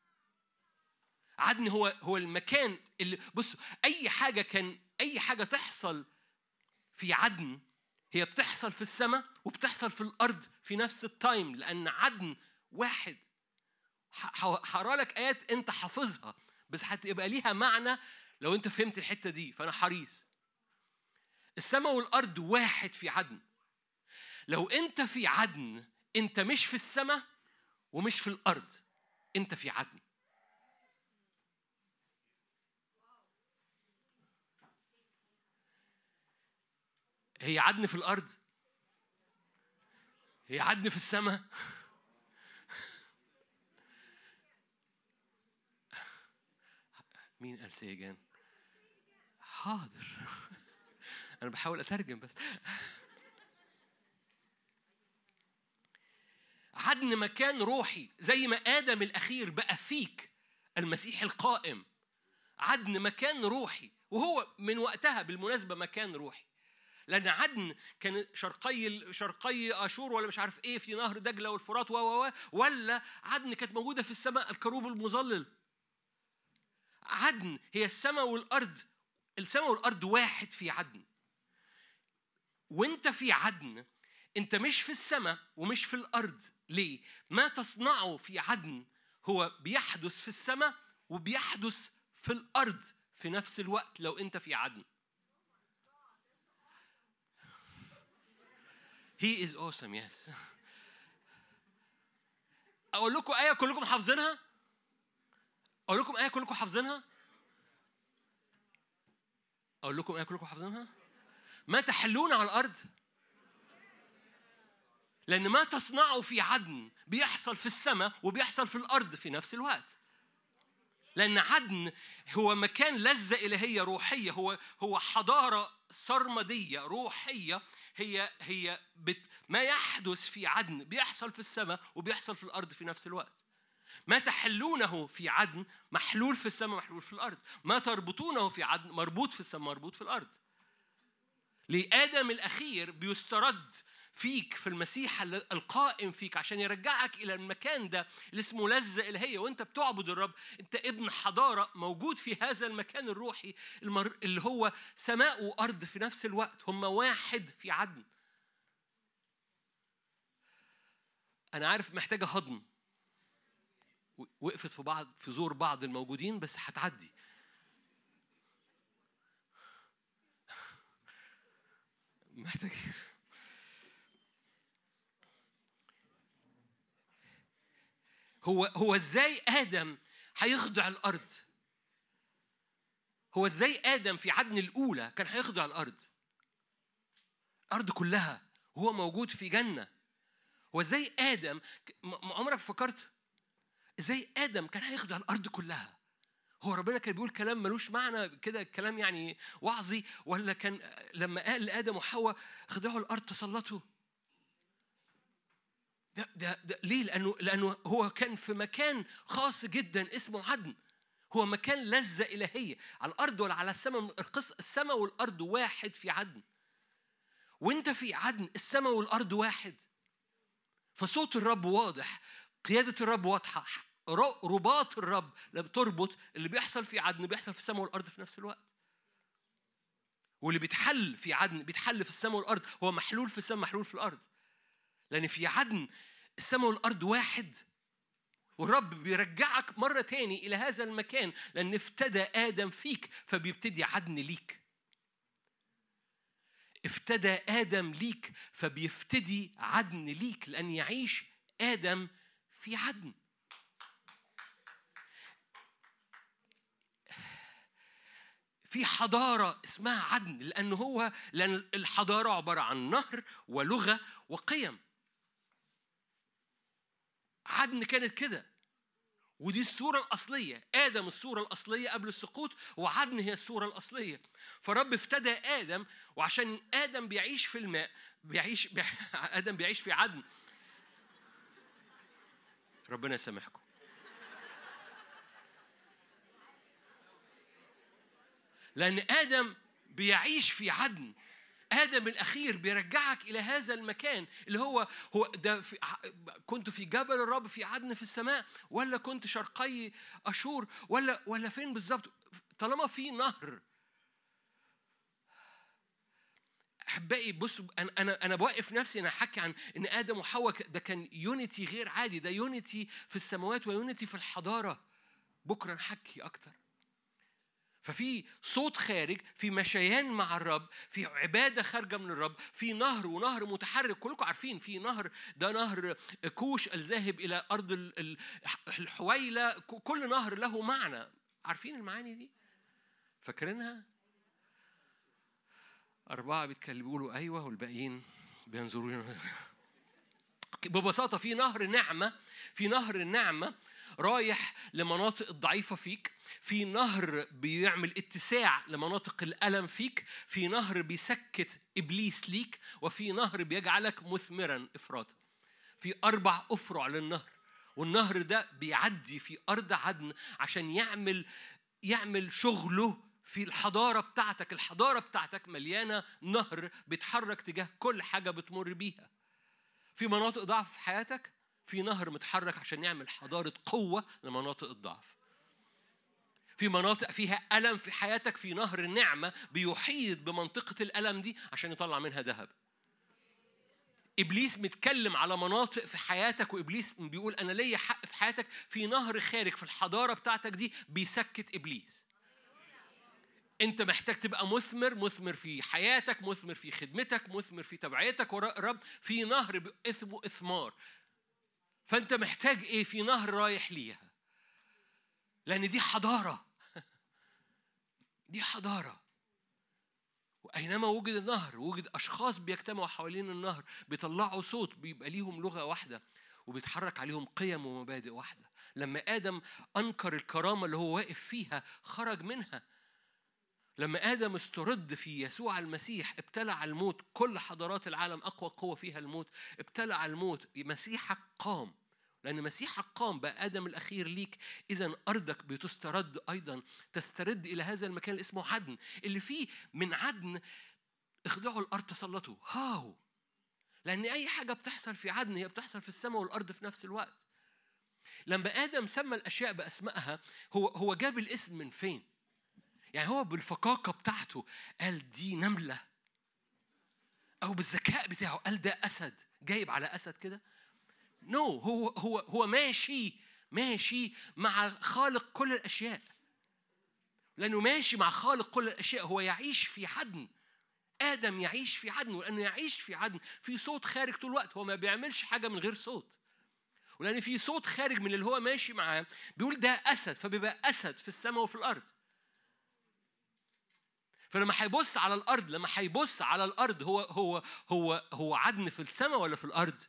عدن هو المكان اللي بصوا أي حاجة تحصل في عدن هي بتحصل في السماء وبتحصل في الأرض في نفس التايم، لأن عدن واحد. هقرا لك آيات أنت حافظها بس هتبقى ليها معنى لو أنت فهمت الحتة دي، فأنا حريص. السماء والأرض واحد في عدن. لو أنت في عدن، أنت مش في السماء ومش في الأرض، أنت في عدن. هي عدن في الأرض، هي عدن في السماء. مين قال سيجان؟ حاضر. أنا بحاول أترجم بس. عدن مكان روحي، زي ما آدم الأخير بقى فيك المسيح القائم. عدن مكان روحي، وهو من وقتها بالمناسبة مكان روحي، لأن عدن كان شرقي أشور ولا مش عارف إيه في نهر دجلة والفرات ولا عدن كانت موجودة في السماء الكروب المظلل. عدن هي السماء والأرض، السماء والأرض واحد في عدن. وانت في عدن، انت مش في السماء ومش في الأرض. ليه؟ ما تصنعه في عدن هو بيحدث في السماء وبيحدث في الأرض في نفس الوقت لو انت في عدن. He is awesome, yes. أقول لكم آية كلكم حافظينها؟ أقول لكم آية كلكم حافظينها؟ أقول لكم آية كلكم حافظينها؟ ما تحلون على الأرض، لأن ما تصنعوا في عدن بيحصل في السماء وبيحصل في الأرض في نفس الوقت. لأن عدن هو مكان لذة إلهية روحية، هو حضارة سرمدية روحية. هي ما يحدث في عدن بيحصل في السماء وبيحصل في الأرض في نفس الوقت. ما تحلونه في عدن محلول في السماء محلول في الأرض. ما تربطونه في عدن مربوط في السماء مربوط في الأرض. لآدم الأخير بيسترد فيك في المسيح القائم فيك عشان يرجعك إلى المكان ده اللي اسمه لذة إلهية. وانت بتعبد الرب انت ابن حضارة موجود في هذا المكان الروحي اللي هو سماء وأرض في نفس الوقت، هم واحد في عدن. أنا عارف محتاجة هضم، وقفت في زور بعض الموجودين بس هتعدي. محتاج. هو ازاي آدم هيخضع الأرض؟ هو ازاي آدم في عدن الأولى كان هيخضع الأرض الأرض كلها وهو موجود في جنة؟ هو ازاي آدم عمرك فكرت ازاي آدم كان هيخضع الأرض كلها؟ هو ربنا كان بيقول كلام ملوش معنى كده، كلام يعني وعظي، ولا كان لما قال لآدم وحواء خضعوا الأرض تسلطوا؟ ده ليه؟ لأنه هو كان في مكان خاص جدا اسمه عدن. هو مكان لذة إلهية على الأرض ولا على السماء. السماء والأرض واحد في عدن، وانت في عدن السماء والأرض واحد. فصوت الرب واضح، قيادة الرب واضحة، رباط الرب اللي بتربط اللي بيحصل في عدن بيحصل في السماء والأرض في نفس الوقت. واللي بيتحل في عدن بيتحل في السماء والأرض. هو محلول في السماء محلول في الأرض، لأن في عدن السماء والأرض واحد. والرب بيرجعك مرة تاني إلى هذا المكان، لأن افتدى آدم فيك فبيبتدي عدن ليك. افتدى آدم ليك فبيفتدي عدن ليك، لأن يعيش آدم في عدن. في حضارة اسمها عدن، لأن الحضارة عبارة عن نهر ولغة وقيم. عدن كانت كده، ودي الصورة الأصلية. آدم الصورة الأصلية قبل السقوط، وعدن هي الصورة الأصلية. فرب افتدى آدم، وعشان آدم بيعيش في الماء آدم بيعيش في عدن. ربنا يسامحكم. لأن آدم بيعيش في عدن. آدم الأخير بيرجعك إلى هذا المكان اللي هو ده. كنت في جبل الرب في عدن في السماء، ولا كنت شرقي أشور، ولا فين بالظبط؟ طالما في نهر. أحبائي بصوا، أنا بوقف نفسي أنا أحكي عن إن آدم وحواء ده كان يونيتي غير عادي. ده يونيتي في السماوات ويونيتي في الحضارة. بكرة نحكي أكتر. ففي صوت خارج، في مشيان مع الرب، في عبادة خارجة من الرب، في نهر ونهر متحرك. كلكم عارفين في نهر، ده نهر كوش الذاهب إلى أرض الحويلة. كل نهر له معنى. عارفين المعاني دي؟ فاكرينها؟ 4 بيتكلموا بيقولوا أيوة، والباقيين بينظرون. ببساطة في نهر نعمة، في نهر النعمة رايح لمناطق الضعيفة فيك. في نهر بيعمل اتساع لمناطق الألم فيك. في نهر بيسكت إبليس ليك. وفي نهر بيجعلك مثمرا إفراطا. في 4 أفرع للنهر، والنهر ده بيعدي في أرض عدن عشان يعمل شغله في الحضارة بتاعتك. الحضارة بتاعتك مليانة نهر بيتحرك تجاه كل حاجة بتمر بيها. في مناطق ضعف في حياتك، في نهر متحرك عشان يعمل حضارة قوة لمناطق الضعف. في مناطق فيها ألم في حياتك، في نهر النعمة بيحيط بمنطقة الألم دي عشان يطلع منها ذهب. إبليس متكلم على مناطق في حياتك، وإبليس بيقول أنا ليا حق في حياتك. في نهر خارج في الحضارة بتاعتك دي بيسكت إبليس. أنت محتاج تبقى مثمر في حياتك، مثمر في خدمتك، مثمر في تبعيتك وراء الرب. في نهر اسمه إثمار. فأنت محتاج إيه؟ في نهر رايح ليها، لأن دي حضارة. دي حضارة. وأينما وجد النهر وجد أشخاص بيجتمعوا حوالين النهر، بيطلعوا صوت، بيبقى ليهم لغة واحدة، وبيتحرك عليهم قيم ومبادئ واحدة. لما آدم أنكر الكرامة اللي هو واقف فيها خرج منها. لما آدم استرد في يسوع المسيح ابتلع الموت. كل حضارات العالم أقوى قوة فيها الموت. ابتلع الموت. مسيحك قام، لأن مسيحك قام بقى آدم الأخير ليك. إذن أرضك بتسترد أيضا، تسترد إلى هذا المكان اللي اسمه عدن، اللي فيه من عدن اخضعوا الأرض تسلطوا. هاو، لأن أي حاجة بتحصل في عدن هي بتحصل في السماء والأرض في نفس الوقت. لما آدم سمى الأشياء بأسمائها، هو جاب الاسم من فين؟ يعني هو بالفقاقة بتاعته قال دي نملة، أو بالذكاء بتاعه قال ده أسد جايب على أسد كده. هو ماشي مع خالق كل الأشياء. لأنه ماشي مع خالق كل الأشياء، هو يعيش في عدن. آدم يعيش في عدن، ولأنه يعيش في عدن في صوت خارج طول الوقت. هو ما بيعملش حاجة من غير صوت، ولأن في صوت خارج من اللي هو ماشي معاه بيقول ده أسد، فبيبقى أسد في السماء وفي الأرض. فلما هيبص على الأرض هو عدن في السماء ولا في الأرض؟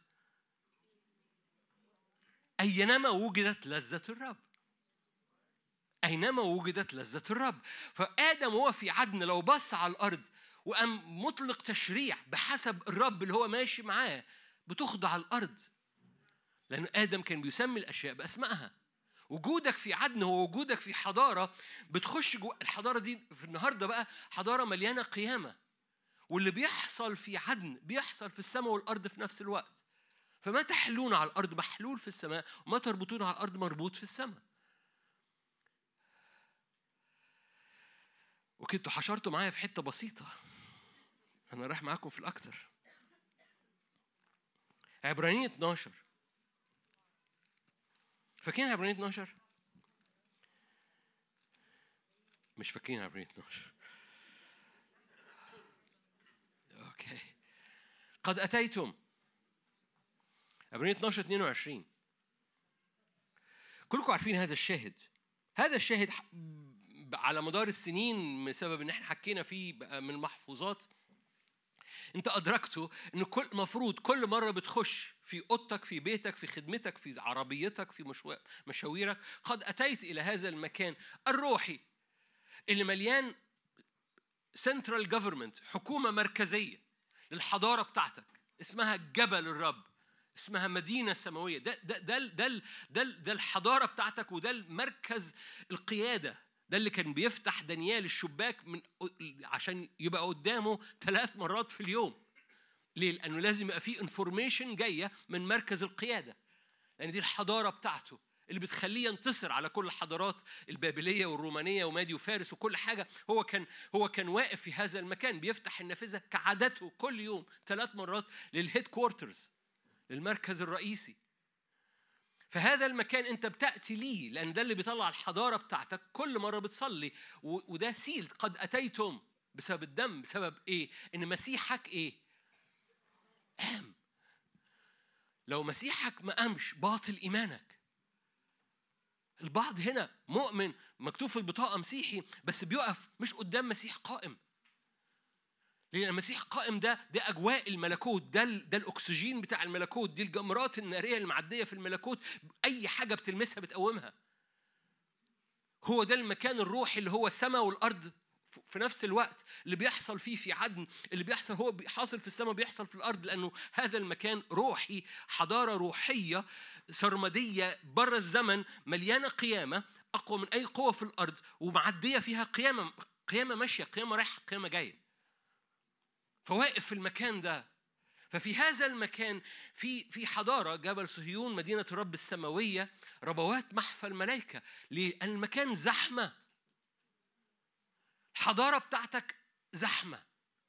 أينما وجدت لذة الرب. أينما وجدت لذة الرب. فآدم هو في عدن لو بص على الأرض وقام مطلق تشريع بحسب الرب اللي هو ماشي معاه، بتخضع الأرض، لأن آدم كان بيسمي الأشياء بأسمائها. وجودك في عدن هو وجودك في حضارة بتخش جوه الحضارة دي. في النهاردة بقى حضارة مليانة قيامة، واللي بيحصل في عدن بيحصل في السماء والأرض في نفس الوقت. فما تحلون على الأرض محلول في السماء، وما تربطون على الأرض مربوط في السماء. وكنتوا حشرتوا معايا في حتة بسيطة، أنا رايح معاكم في الأكتر. عبرانيين 12، فاكرين عبرانيين 12؟ مش فاكرين عبرانيين 12؟ أوكي. قد أتيتم، عبرانيين 12:22. كلكم عارفين هذا الشاهد. هذا الشاهد على مدار السنين بسبب ان احنا حكينا فيه من المحفوظات، انت ادركته ان مفروض كل مره بتخش في اوضتك، في بيتك، في خدمتك، في عربيتك، في مشاويرك، قد اتيت الى هذا المكان الروحي اللي مليان سنترال جوفرمنت، حكومه مركزيه للحضاره بتاعتك، اسمها جبل الرب، اسمها مدينة سماوية. ده الحضارة بتاعتك، وده المركز القيادة. ده اللي كان بيفتح دانيال الشباك عشان يبقى قدامه 3 مرات في اليوم. ليه؟ لأنه لازم يبقى فيه انفورميشن جاية من مركز القيادة، لأن دي الحضارة بتاعته اللي بتخليه ينتصر على كل الحضارات البابلية والرومانية ومادي وفارس وكل حاجة. هو كان واقف في هذا المكان بيفتح النافذة كعادته كل يوم 3 مرات للهيد كوارترز، للمركز الرئيسي. فهذا المكان انت بتأتي ليه، لأن ده اللي بيطلع الحضارة بتاعتك كل مرة بتصلي. وده سيل قد أتيتم بسبب الدم. بسبب ايه؟ ان مسيحك ايه؟ قام. لو مسيحك ما قامش باطل إيمانك. البعض هنا مؤمن مكتوب في البطاقة مسيحي، بس بيقف مش قدام مسيح قائم. لأن المسيح قائم ده أجواء الملكوت، ده الأكسجين بتاع الملكوت، دي الجمرات النارية المعدية في الملكوت، أي حاجة بتلمسها بتقومها. هو ده المكان الروحي اللي هو السماء والأرض في نفس الوقت، اللي بيحصل فيه في عدن، اللي بيحصل هو حاصل في السماء بيحصل في الأرض، لأنه هذا المكان روحي، حضارة روحية سرمدية بره الزمن، مليانة قيامة أقوى من أي قوة في الأرض، ومعدية فيها قيامة ماشية، قيامة رايحة، قيامة جاية. فواقف في المكان ده. ففي هذا المكان في حضارة جبل صهيون، مدينة الرب السماوية، ربوات محفى الملائكة. لأن المكان زحمة، الحضارة بتاعتك زحمة.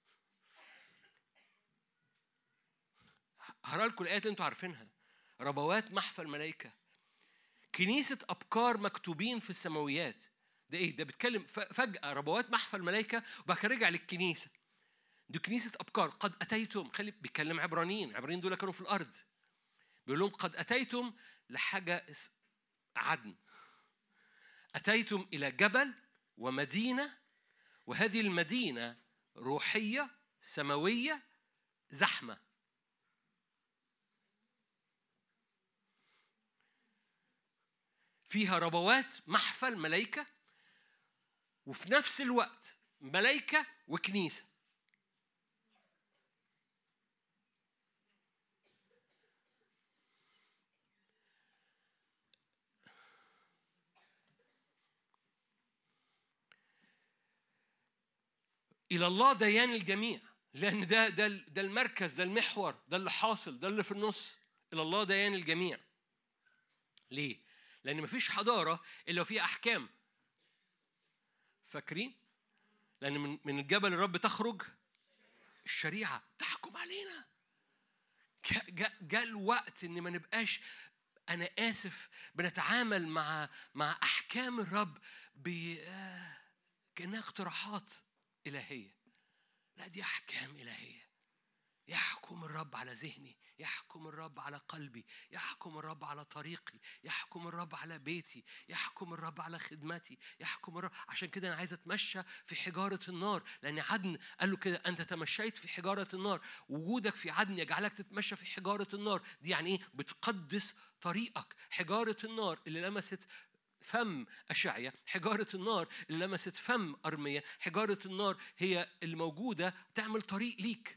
هقرأ لكم الآيات اللي انتوا عارفينها. ربوات محفى الملائكة، كنيسة أبكار مكتوبين في السماويات. ده إيه؟ ده بيتكلم فجأة ربوات محفى الملائكة، وبعد كده رجع للكنيسة. دي كنيسة أبكار. قد أتيتم، بيتكلم عبرانيين دول كانوا في الأرض. بيقول لهم قد أتيتم لحاجة عدن. أتيتم إلى جبل ومدينة، وهذه المدينة روحية سماوية زحمة. فيها ربوات محفى الملائكة، وفي نفس الوقت ملائكة وكنيسة. إلى الله ديان الجميع، لأن ده المركز، ده المحور، ده اللي حاصل، ده اللي في النص. إلى الله ديان الجميع. ليه؟ لأن مفيش حضارة إلا فيها أحكام. فاكرين؟ لأن من الجبل الرب تخرج الشريعة تحكم علينا. جاء الوقت إن ما نبقاش، أنا آسف، بنتعامل مع أحكام الرب كأنها اقتراحات إلهية. لا، دي أحكام إلهية. يحكم الرب على ذهني، يحكم الرب على قلبي، يحكم الرب على طريقي، يحكم الرب على بيتي، يحكم الرب على خدمتي، يحكم الرب. عشان كده أنا عايز أتمشى في حجارة النار، لأن عدن قال له كده: أنت تمشيت في حجارة النار. وجودك في عدن يجعلك تتمشى في حجارة النار. دي يعني إيه؟ بتقدس طريقك. حجارة النار اللي لمست فم أشعيا، حجارة النار اللي لمست فم أرميا، حجارة النار هي اللي موجودة تعمل طريق ليك.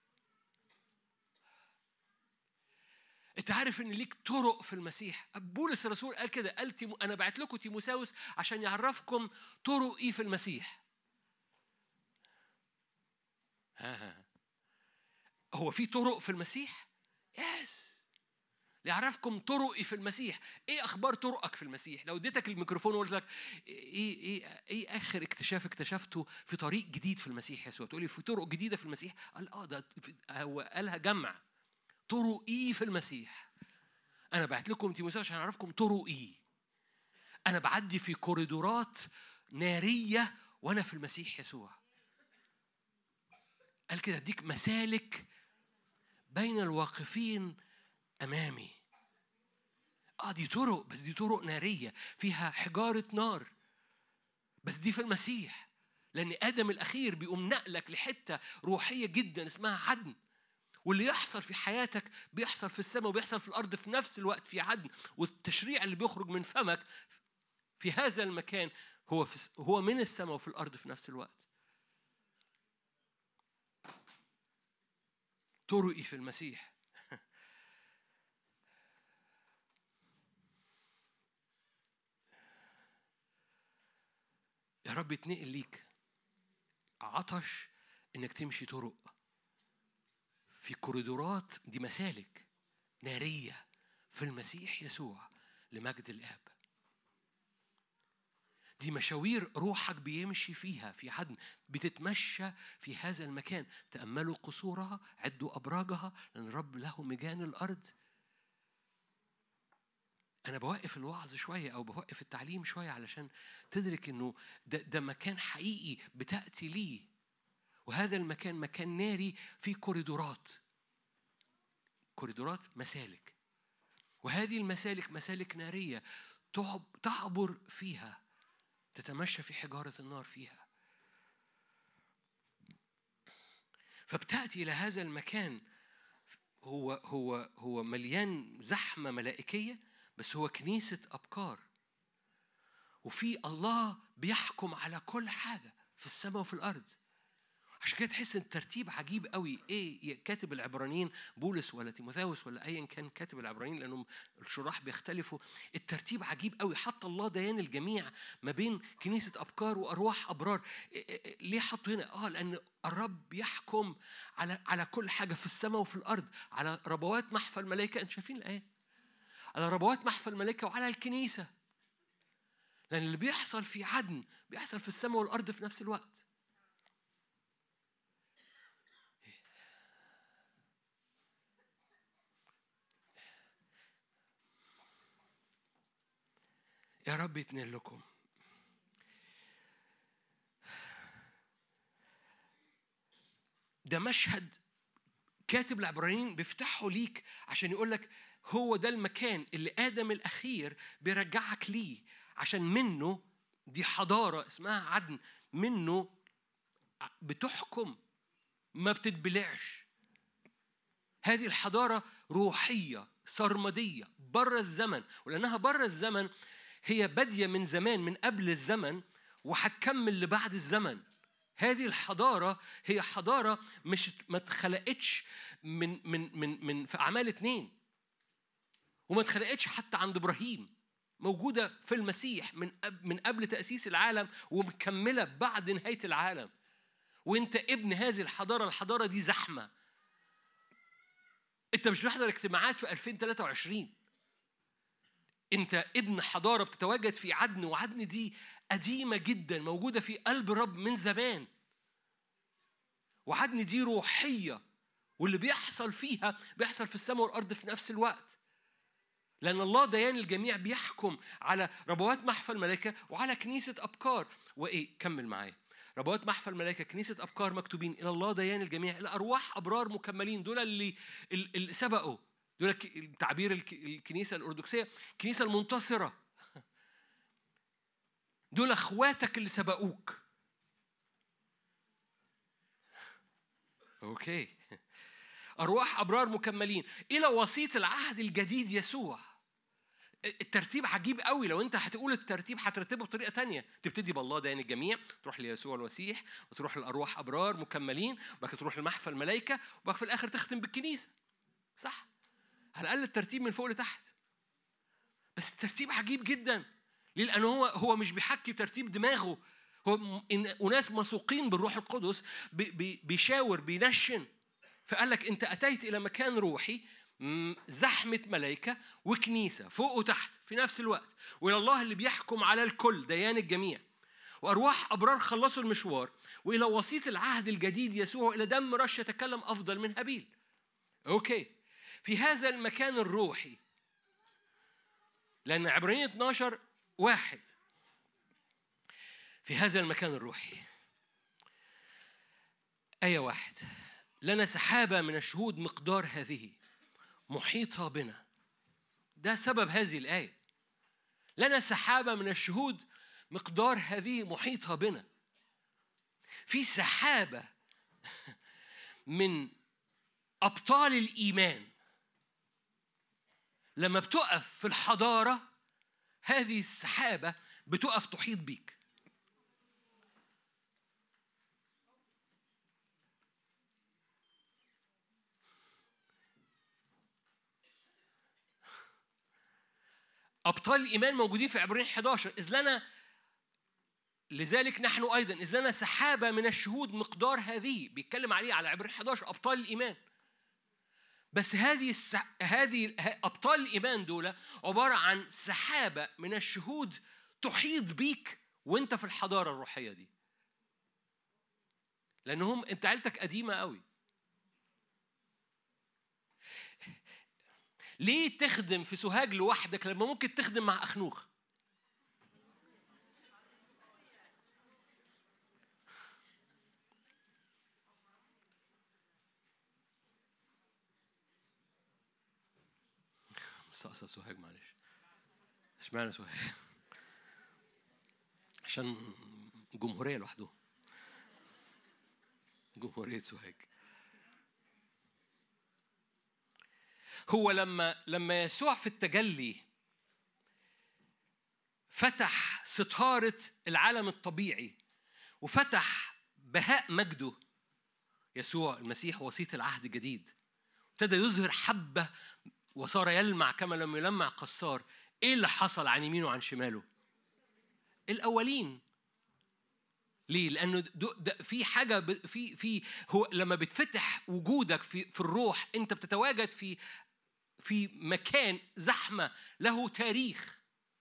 انت عارف ان ليك طرق في المسيح. بولس الرسول قال كده، قال انا بعت لكم تيموثاوس عشان يعرفكم طرقي في المسيح. هو في طرق في المسيح؟ يس. ليعرفكم طرقي في المسيح. ايه اخبار طرقك في المسيح؟ لو اديتك الميكروفون وقلت لك ايه اخر اكتشاف اكتشفته في طريق جديد في المسيح يسوع، تقولي في طرق جديده في المسيح. قال ده هو قالها جمع طرقي في المسيح. انا بعت لكم تيموثاوس عشان اعرفكم طرقي. انا بعدي في كوريدورات ناريه وانا في المسيح يسوع. قال كده اديك مسالك بين الواقفين أمامي. دي طرق، بس دي طرق نارية فيها حجارة نار، بس دي في المسيح. لأن آدم الأخير بيقوم نقلك لحتة روحية جدا اسمها عدن. واللي يحصل في حياتك بيحصل في السماء وبيحصل في الأرض في نفس الوقت في عدن. والتشريع اللي بيخرج من فمك في هذا المكان هو من السماء وفي الأرض في نفس الوقت. طرقي في المسيح. يا رب يتنقل ليك عطش انك تمشي طرق في كوريدورات، دي مسالك نارية في المسيح يسوع لمجد الآب. دي مشاوير روحك بيمشي فيها في عدن، بتتمشى في هذا المكان. تأملوا قصورها، عدوا أبراجها، لأن الرب له مجان الأرض. أنا بوقف الوعظ شوية أو بوقف التعليم شوية علشان تدرك إنه ده مكان حقيقي بتأتي ليه. وهذا المكان مكان ناري فيه كوريدورات مسالك. وهذه المسالك مسالك نارية تعبر فيها، تتمشى في حجارة النار فيها. فبتأتي إلى هذا المكان هو مليان زحمة ملائكية، بس هو كنيسة أبكار. وفي الله بيحكم على كل حاجة في السماء وفي الأرض. عشان كده تحس ان الترتيب عجيب قوي. ايه كاتب العبرانيين بولس ولا تيموثاوس ولا ايا كان كاتب العبرانيين، لانهم الشراح بيختلفوا. الترتيب عجيب قوي. حط الله ديان الجميع ما بين كنيسة أبكار وأرواح أبرار. ليه حطوا هنا؟ لأن الرب يحكم على كل حاجة في السماء وفي الأرض، على ربوات محفى الملائكة. انتوا شايفين الآية؟ على ربوات محفى الملائكة وعلى الكنيسة. لأن اللي بيحصل في عدن بيحصل في السماء والأرض في نفس الوقت. يا رب يتنقل لكم. ده مشهد كاتب العبرانيين بيفتحه ليك عشان يقول لك هو ده المكان اللي آدم الأخير بيرجعك ليه، عشان منه دي حضارة اسمها عدن، منه بتحكم ما بتتبلعش. هذه الحضارة روحية سرمدية بره الزمن، ولأنها بره الزمن هي بادية من زمان، من قبل الزمن، وهتكمل لبعد الزمن. هذه الحضارة هي حضارة مش ما اتخلقتش من في أعمال 2، وما اتخلقتش حتى عند إبراهيم. موجودة في المسيح من قبل تأسيس العالم، ومكملة بعد نهاية العالم. وانت ابن هذه الحضارة. الحضارة دي زحمة. انت مش بتحضر اجتماعات في 2023. انت ابن حضارة بتتواجد في عدن، وعدن دي قديمة جدا، موجودة في قلب الرب من زمان. وعدن دي روحية، واللي بيحصل فيها بيحصل في السماء والأرض في نفس الوقت. لأن الله ديان الجميع بيحكم على ربوات محفى الملائكة وعلى كنيسة أبكار. وإيه؟ كمل معايا. ربوات محفى الملائكة، كنيسة أبكار، مكتوبين إلى الله ديان الجميع، الأرواح أبرار مكملين. دول اللي سبقوا، دول تعبير الكنيسة الأرثوذكسية، الكنيسة المنتصرة. دول أخواتك اللي سبقوك. أوكي. أرواح أبرار مكملين إلى وسيط العهد الجديد يسوع. الترتيب عجيب قوي. لو انت هتقول الترتيب هترتبه بطريقه تانية. تبتدي بالله ديان الجميع، تروح ليسوع المسيح، وتروح للارواح ابرار مكملين، وبعد كده تروح لمحفى الملائكه، وبعد في الاخر تختم بالكنيسه. صح؟ على الاقل الترتيب من فوق لتحت. بس الترتيب عجيب جدا. ليه؟ لان هو مش بيحكي ترتيب دماغه. هو وناس مسوقين بالروح القدس بيشاور بينشن. فقال لك انت اتيت الى مكان روحي زحمة ملائكة وكنيسة فوق وتحت في نفس الوقت، وإلى الله اللي بيحكم على الكل ديان الجميع، وأرواح أبرار خلصوا المشوار، وإلى وسيط العهد الجديد يسوع، إلى دم رش يتكلم أفضل من هابيل. أوكي، في هذا المكان الروحي، لأن عبرانيين 12:1 في هذا المكان الروحي آية 1: لنا سحابة من الشهود مقدار هذه محيطة بنا. ده سبب هذه الآية، لنا سحابة من الشهود مقدار هذه محيطة بنا. في سحابة من أبطال الإيمان لما بتقف في الحضارة، هذه السحابة بتقف تحيط بيك. أبطال الإيمان موجودين في عبرانيين 11. لذلك نحن أيضا إذ لنا سحابة من الشهود مقدار هذه، بيتكلم عليه على عبرانيين 11 أبطال الإيمان. بس هذه أبطال الإيمان دول عبارة عن سحابة من الشهود تحيط بيك وانت في الحضارة الروحية دي، لأنهم انت عيلتك قديمة قوي. ليه تخدم في سوهاج لوحدك لما ممكن تخدم مع أخنوخ؟ مستقصد سوهاج، معلش. اشمعنى سوهاج؟ عشان جمهورية لوحده، جمهورية سوهاج. هو لما يسوع في التجلي فتح ستارة العالم الطبيعي وفتح بهاء مجده، يسوع المسيح وسيط العهد الجديد، ابتدى يظهر حبة وصار يلمع كما لم يلمع قصار. ايه اللي حصل عن يمينه وعن شماله؟ الأولين. ليه؟ لأنه في حاجة هو لما بتفتح وجودك في الروح، أنت بتتواجد في مكان زحمة له تاريخ.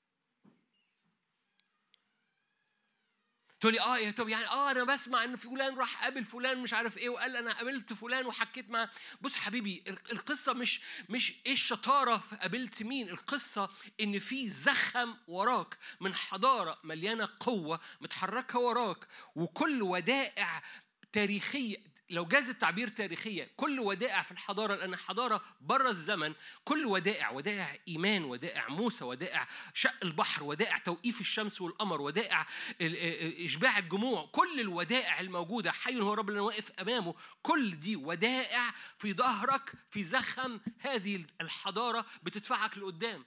تقولي طب يعني انا بسمع ان فلان راح قابل فلان مش عارف ايه وقال انا قابلت فلان وحكيت معاه. بص حبيبي، القصه مش ايه الشطاره في قابلت مين، القصه ان في زخم وراك من حضاره مليانه قوه متحركه وراك، وكل ودائع تاريخيه، لو جاز التعبير تاريخية، كل ودائع في الحضارة، لأن الحضارة بره الزمن، كل ودائع إيمان، ودائع موسى، ودائع شق البحر، ودائع توقيف الشمس والقمر، ودائع إشباع الجموع، كل الودائع الموجودة، حي هو رب اللي واقف أمامه، كل دي ودائع في ظهرك في زخم هذه الحضارة بتدفعك لقدام.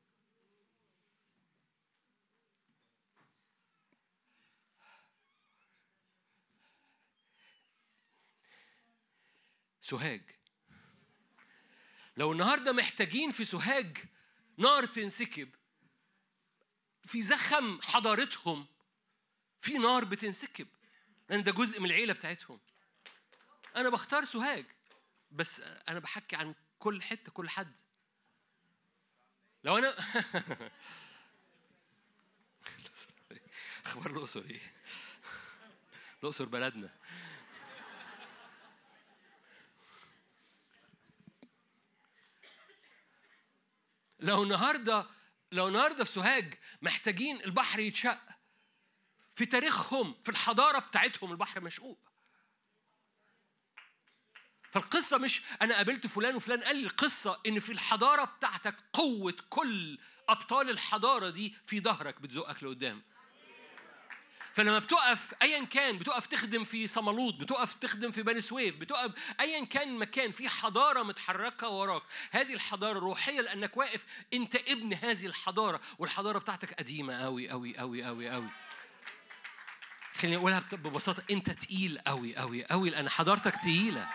سوهاج، لو النهاردة محتاجين في سوهاج نار تنسكب في زخم حضارتهم، في نار بتنسكب، لأن ده جزء من العيلة بتاعتهم. أنا بختار سوهاج، بس أنا بحكي عن كل حتة، كل حد. لو أنا أخبار الأقصر إيه؟ الأقصر بلدنا. لو النهارده في سوهاج محتاجين البحر يتشق، في تاريخهم في الحضارة بتاعتهم البحر مشقوق. فالقصة مش أنا قابلت فلان وفلان قال لي، القصة إن في الحضارة بتاعتك قوة كل أبطال الحضارة دي في ظهرك بتزقك لقدام. فلما بتقف أيا كان، بتقف تخدم في صمالوط، بتقف تخدم في بني سويف، بتقف أيا كان مكان، في حضارة متحركة وراك، هذه الحضارة روحية لأنك واقف أنت ابن هذه الحضارة، والحضارة بتاعتك قديمة أوي أوي أوي أوي أوي. خليني أقولها ببساطة، أنت تقيل أوي أوي أوي لأن حضارتك تقيلة.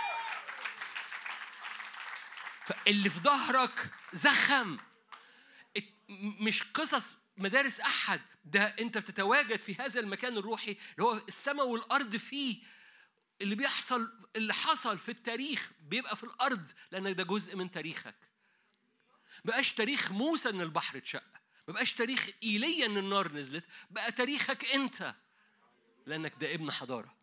فاللي في ظهرك زخم، مش قصص مدارس أحد، ده أنت بتتواجد في هذا المكان الروحي اللي هو السماء والأرض فيه اللي حصل في التاريخ بيبقى في الأرض، لأن ده جزء من تاريخك. بقاش تاريخ موسى إن البحر اتشق، بقاش تاريخ إيليا إن النار نزلت، بقى تاريخك أنت، لأنك ده ابن حضارة.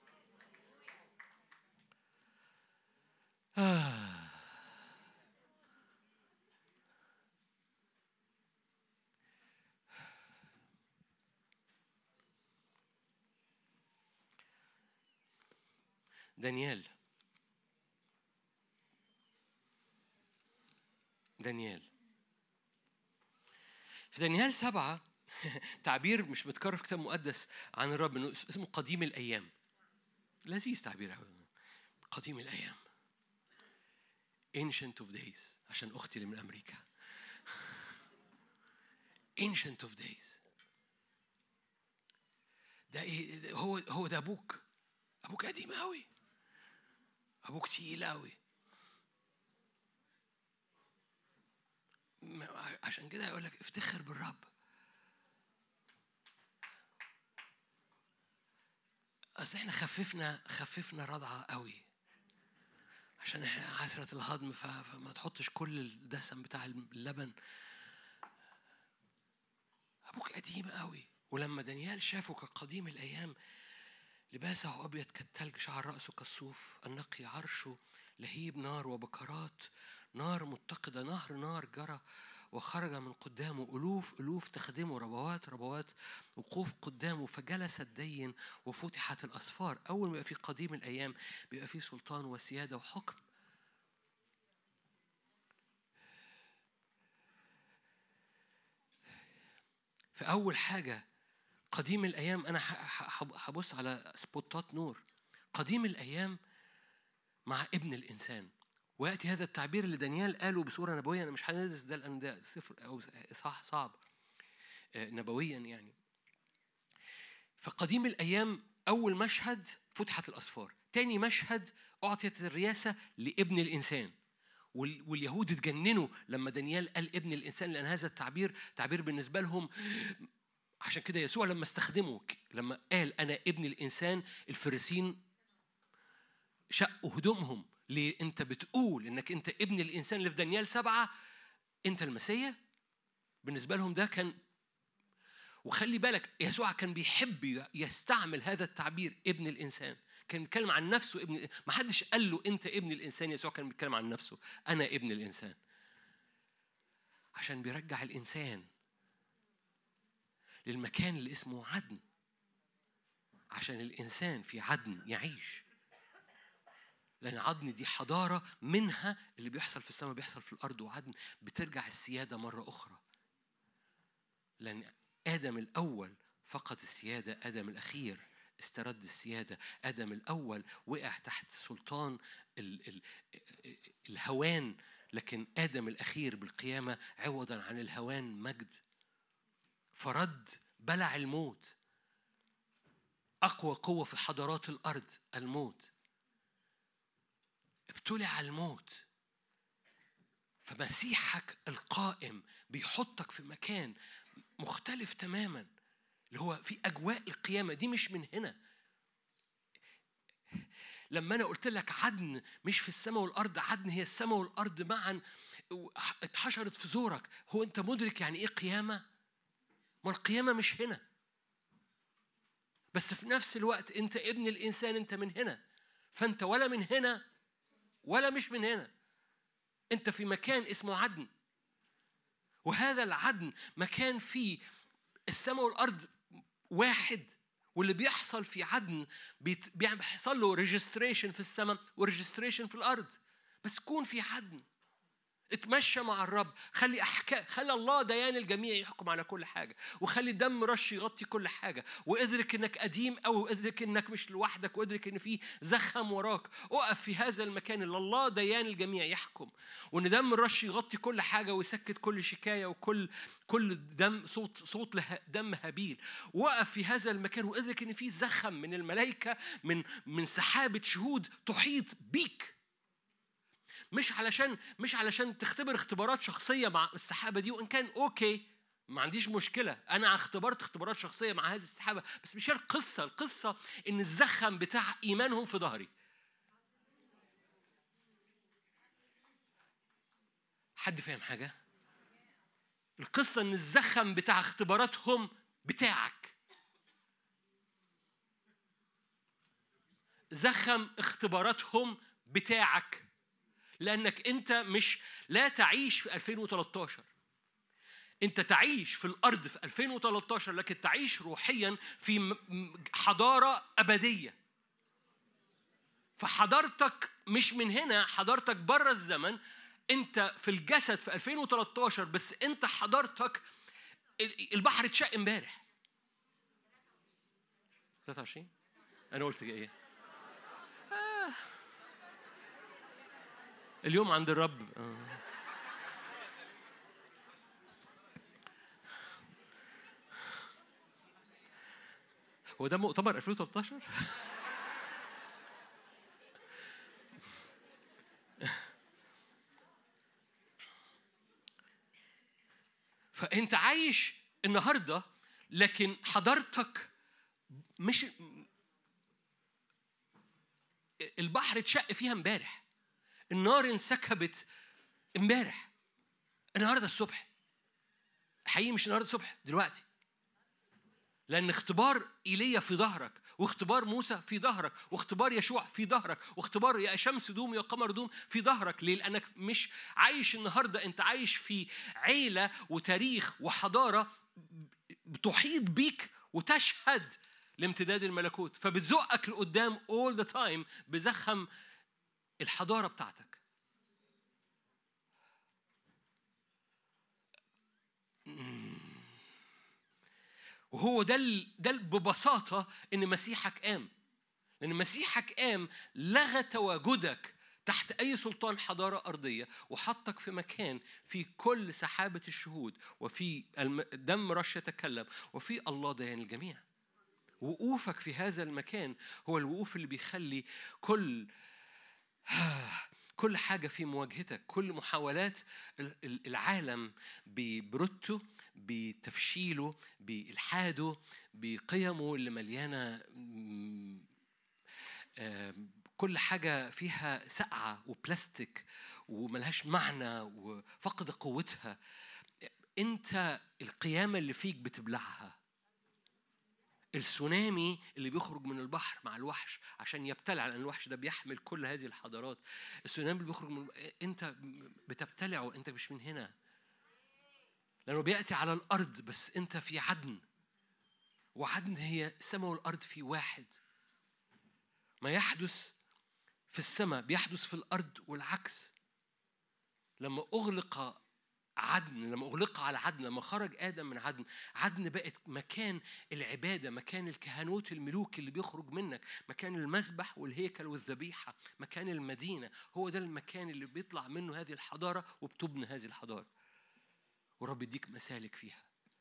دانيال في دانيال 7 تعبير مش متكرر في كتاب مقدس عن الرب، انه اسمه قديم الايام. لذيذ تعبير قوي، قديم الايام، ancient of days، عشان اختي اللي من امريكا. ancient of days ده ايه؟ هو ده ابوك قديم قوي، ابوك تقيل قوي. عشان كده يقول لك افتخر بالرب. اصل احنا خففنا رضعه قوي عشان عسرة الهضم، فما تحطش كل الدسم بتاع اللبن. ابوك قديم قوي. ولما دانيال شافه كقديم الايام، لباسه ابيض كالثلج، شعر راسه كالصوف النقي، عرشه لهيب نار وبكرات نار متقدة، نهر نار جرى وخرج من قدامه، ألوف تخدمه، ربوات وقوف قدامه، فجلس الدين وفتحت الأسفار. أول ما يبقى في قديم الأيام بيبقى في سلطان وسيادة وحكم. فأول حاجة قديم الأيام، أنا هبص على سبوتات نور. قديم الأيام مع ابن الإنسان. ويأتي هذا التعبير اللي دانيال قاله بصورة نبوية. أنا مش هندرس ده لأن ده صفر أو صعب نبويا يعني. فقديم الأيام أول مشهد فتحت الأسفار، تاني مشهد أعطيت الرياسة لابن الإنسان. واليهود اتجننوا لما دانيال قال ابن الإنسان، لأن هذا التعبير تعبير بالنسبة لهم. عشان كده يسوع لما استخدمه، لما قال أنا ابن الإنسان، الفريسين شقوا هدومهم. ليه؟ أنت بتقول إنك أنت ابن الإنسان اللي في دانيال 7، أنت المسيح. بالنسبة لهم ده كان. وخلي بالك يسوع كان بيحب يستعمل هذا التعبير ابن الإنسان. كان بيتكلم عن نفسه ابن. ما حدش قال له أنت ابن الإنسان، يسوع كان بيتكلم عن نفسه، أنا ابن الإنسان. عشان بيرجع الإنسان للمكان اللي اسمه عدن، عشان الإنسان في عدن يعيش. لأن عدن دي حضارة، منها اللي بيحصل في السماء بيحصل في الأرض، وعدن بترجع السيادة مرة أخرى. لأن آدم الأول فقد السيادة، آدم الأخير استرد السيادة. آدم الأول وقع تحت سلطان الهوان، لكن آدم الأخير بالقيامة عوضا عن الهوان مجد، فرد بلع الموت. أقوى قوة في حضارات الأرض الموت، ابتلع الموت. فمسيحك القائم بيحطك في مكان مختلف تماما، اللي هو في أجواء القيامة دي مش من هنا. لما أنا قلت لك عدن مش في السماء والأرض، عدن هي السماء والأرض معا اتحشرت في زورك. هو أنت مدرك يعني إيه قيامة؟ ما القيامة مش هنا، بس في نفس الوقت أنت ابن الإنسان، أنت من هنا. فأنت ولا من هنا ولا مش من هنا، أنت في مكان اسمه عدن. وهذا العدن مكان فيه السماء والأرض واحد. واللي بيحصل في عدن بيحصل له ريجستريشن في السماء وريجستريشن في الأرض. بس كون في عدن، اتمشى مع الرب، خلي الله ديان الجميع يحكم على كل حاجة، وخلي دم رش يغطي كل حاجة، وادرك انك قديم، او ادرك انك مش لوحدك، وادرك ان في زخم وراك. اقف في هذا المكان اللي الله ديان الجميع يحكم، وان دم رش يغطي كل حاجة ويسكت كل شكاية وكل دم صوت دم هابيل. وقف في هذا المكان وادرك ان في زخم من الملائكة، من سحابة شهود تحيط بيك. مش علشان تختبر اختبارات شخصية مع السحابة دي، وإن كان أوكي ما عنديش مشكلة، أنا اختبرت اختبارات شخصية مع هذه السحابة، بس مش هي القصة. القصة إن الزخم بتاع إيمانهم في ظهري. حد فاهم حاجة؟ القصة إن الزخم بتاع اختباراتهم بتاعك. زخم اختباراتهم بتاعك، لأنك أنت مش لا تعيش في 2013. أنت تعيش في الأرض في 2013، لكن تعيش روحيا في حضارة أبدية. فحضارتك مش من هنا، حضارتك بره الزمن. أنت في الجسد في 2013، بس أنت حضارتك البحر اتشق امبارح. 23 أنا قلت إيه؟ اليوم عند الرب. هو ده مؤتمر 2013؟ فأنت عايش النهارده، لكن حضارتك مش البحر اتشق فيها امبارح، النار انسكبت امبارح، النهارده الصبح. حقيقي مش النهارده الصبح، دلوقتي. لأن اختبار إيليا في ظهرك، واختبار موسى في ظهرك، واختبار يشوع في ظهرك، واختبار يا شمس دوم يا قمر دوم في ظهرك. ليه؟ لأنك مش عايش النهارده، أنت عايش في عيلة وتاريخ وحضارة بتحيط بيك وتشهد لامتداد الملكوت، فبتزقك لقدام all the time بزخم الحضارة بتاعتك. وهو ده ببساطة إن مسيحك قام. لأن مسيحك قام لغى تواجدك تحت أي سلطان حضارة أرضية، وحطك في مكان في كل سحابة الشهود، وفي دم رش يتكلم، وفي الله ديان الجميع. وقوفك في هذا المكان هو الوقوف اللي بيخلي كل حاجة في مواجهتك، كل محاولات العالم ببرته، بتفشيله، بإلحاده، بقيمه اللي مليانة كل حاجة فيها سقعة وبلاستيك وملهاش معنى وفقد قوتها. أنت القيامة اللي فيك بتبلعها. السونامي اللي بيخرج من البحر مع الوحش عشان يبتلع، لأن الوحش ده بيحمل كل هذه الحضارات. السونامي اللي بيخرج من أنت بتبتلعه، أنت مش من هنا، لأنه بيأتي على الأرض، بس أنت في عدن، وعدن هي السماء والأرض في واحد. ما يحدث في السماء بيحدث في الأرض والعكس. لما أغلق عدن، لما أغلق على عدن، لما خرج آدم من عدن، عدن بقت مكان العبادة، مكان الكهنوت الملوك اللي بيخرج منك، مكان المسبح والهيكل والذبيحة، مكان المدينة. هو ده المكان اللي بيطلع منه هذه الحضارة وبتبنى هذه الحضارة، ورب يديك مسالك فيها.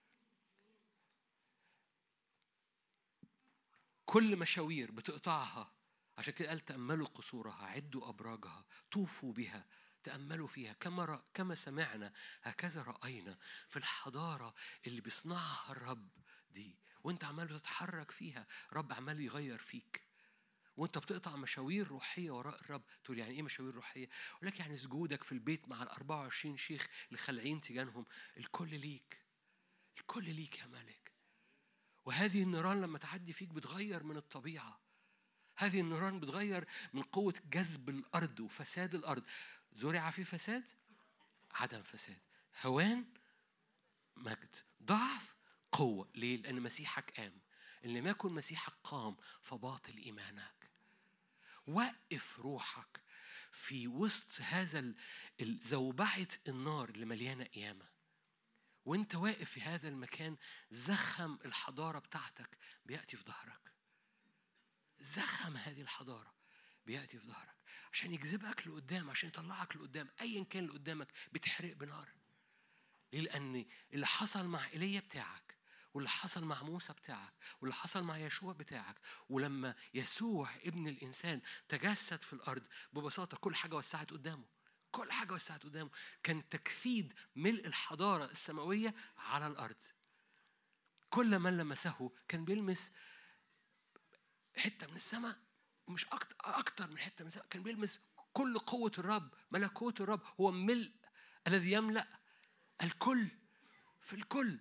كل مشاوير بتقطعها، عشان كده قال تأملوا قصورها، عدوا أبراجها، طوفوا بها، تأملوا فيها. كما سمعنا هكذا رأينا. في الحضارة اللي بيصنعها الرب دي، وانت عمال بتتحرك فيها، رب عمال يغير فيك، وانت بتقطع مشاوير روحية وراء الرب. تقول يعني ايه مشاوير روحية؟ اقول لك يعني سجودك في البيت مع 24 شيخ اللي خالعين تجانهم، الكل ليك، الكل ليك يا ملك. وهذه النيران لما تعدي فيك بتغير من الطبيعة. هذه النيران بتغير من قوة جذب الأرض وفساد الأرض. زرع في فساد، عدم فساد، هوان، مجد، ضعف، قوة. ليه؟ لأن مسيحك قام. إن لم يكن مسيحك قام فباطل إيمانك. وقف روحك في وسط هذا زوبعة النار اللي مليانة قيامة. وانت واقف في هذا المكان، زخم الحضارة بتاعتك بيأتي في ظهرك. زخم هذه الحضارة بيأتي في ظهرك عشان يجذبك لقدام، عشان يطلعك لقدام. أيا كان اللي قدامك بتحرق بنار. ليه؟ لأن اللي حصل مع إيليا بتاعك، واللي حصل مع موسى بتاعك، واللي حصل مع يشوع بتاعك، ولما يسوع ابن الإنسان تجسد في الأرض، ببساطة كل حاجة وسعت قدامه. كل حاجة وسعت قدامه. كان تجسيد ملء الحضارة السماوية على الأرض. كل من لمسه كان بيلمس حتة من السماء، مش أكتر من حتة من السماء. كان بيلمس كل قوة الرب، ملكوت الرب. هو ملء الذي يملأ الكل في الكل.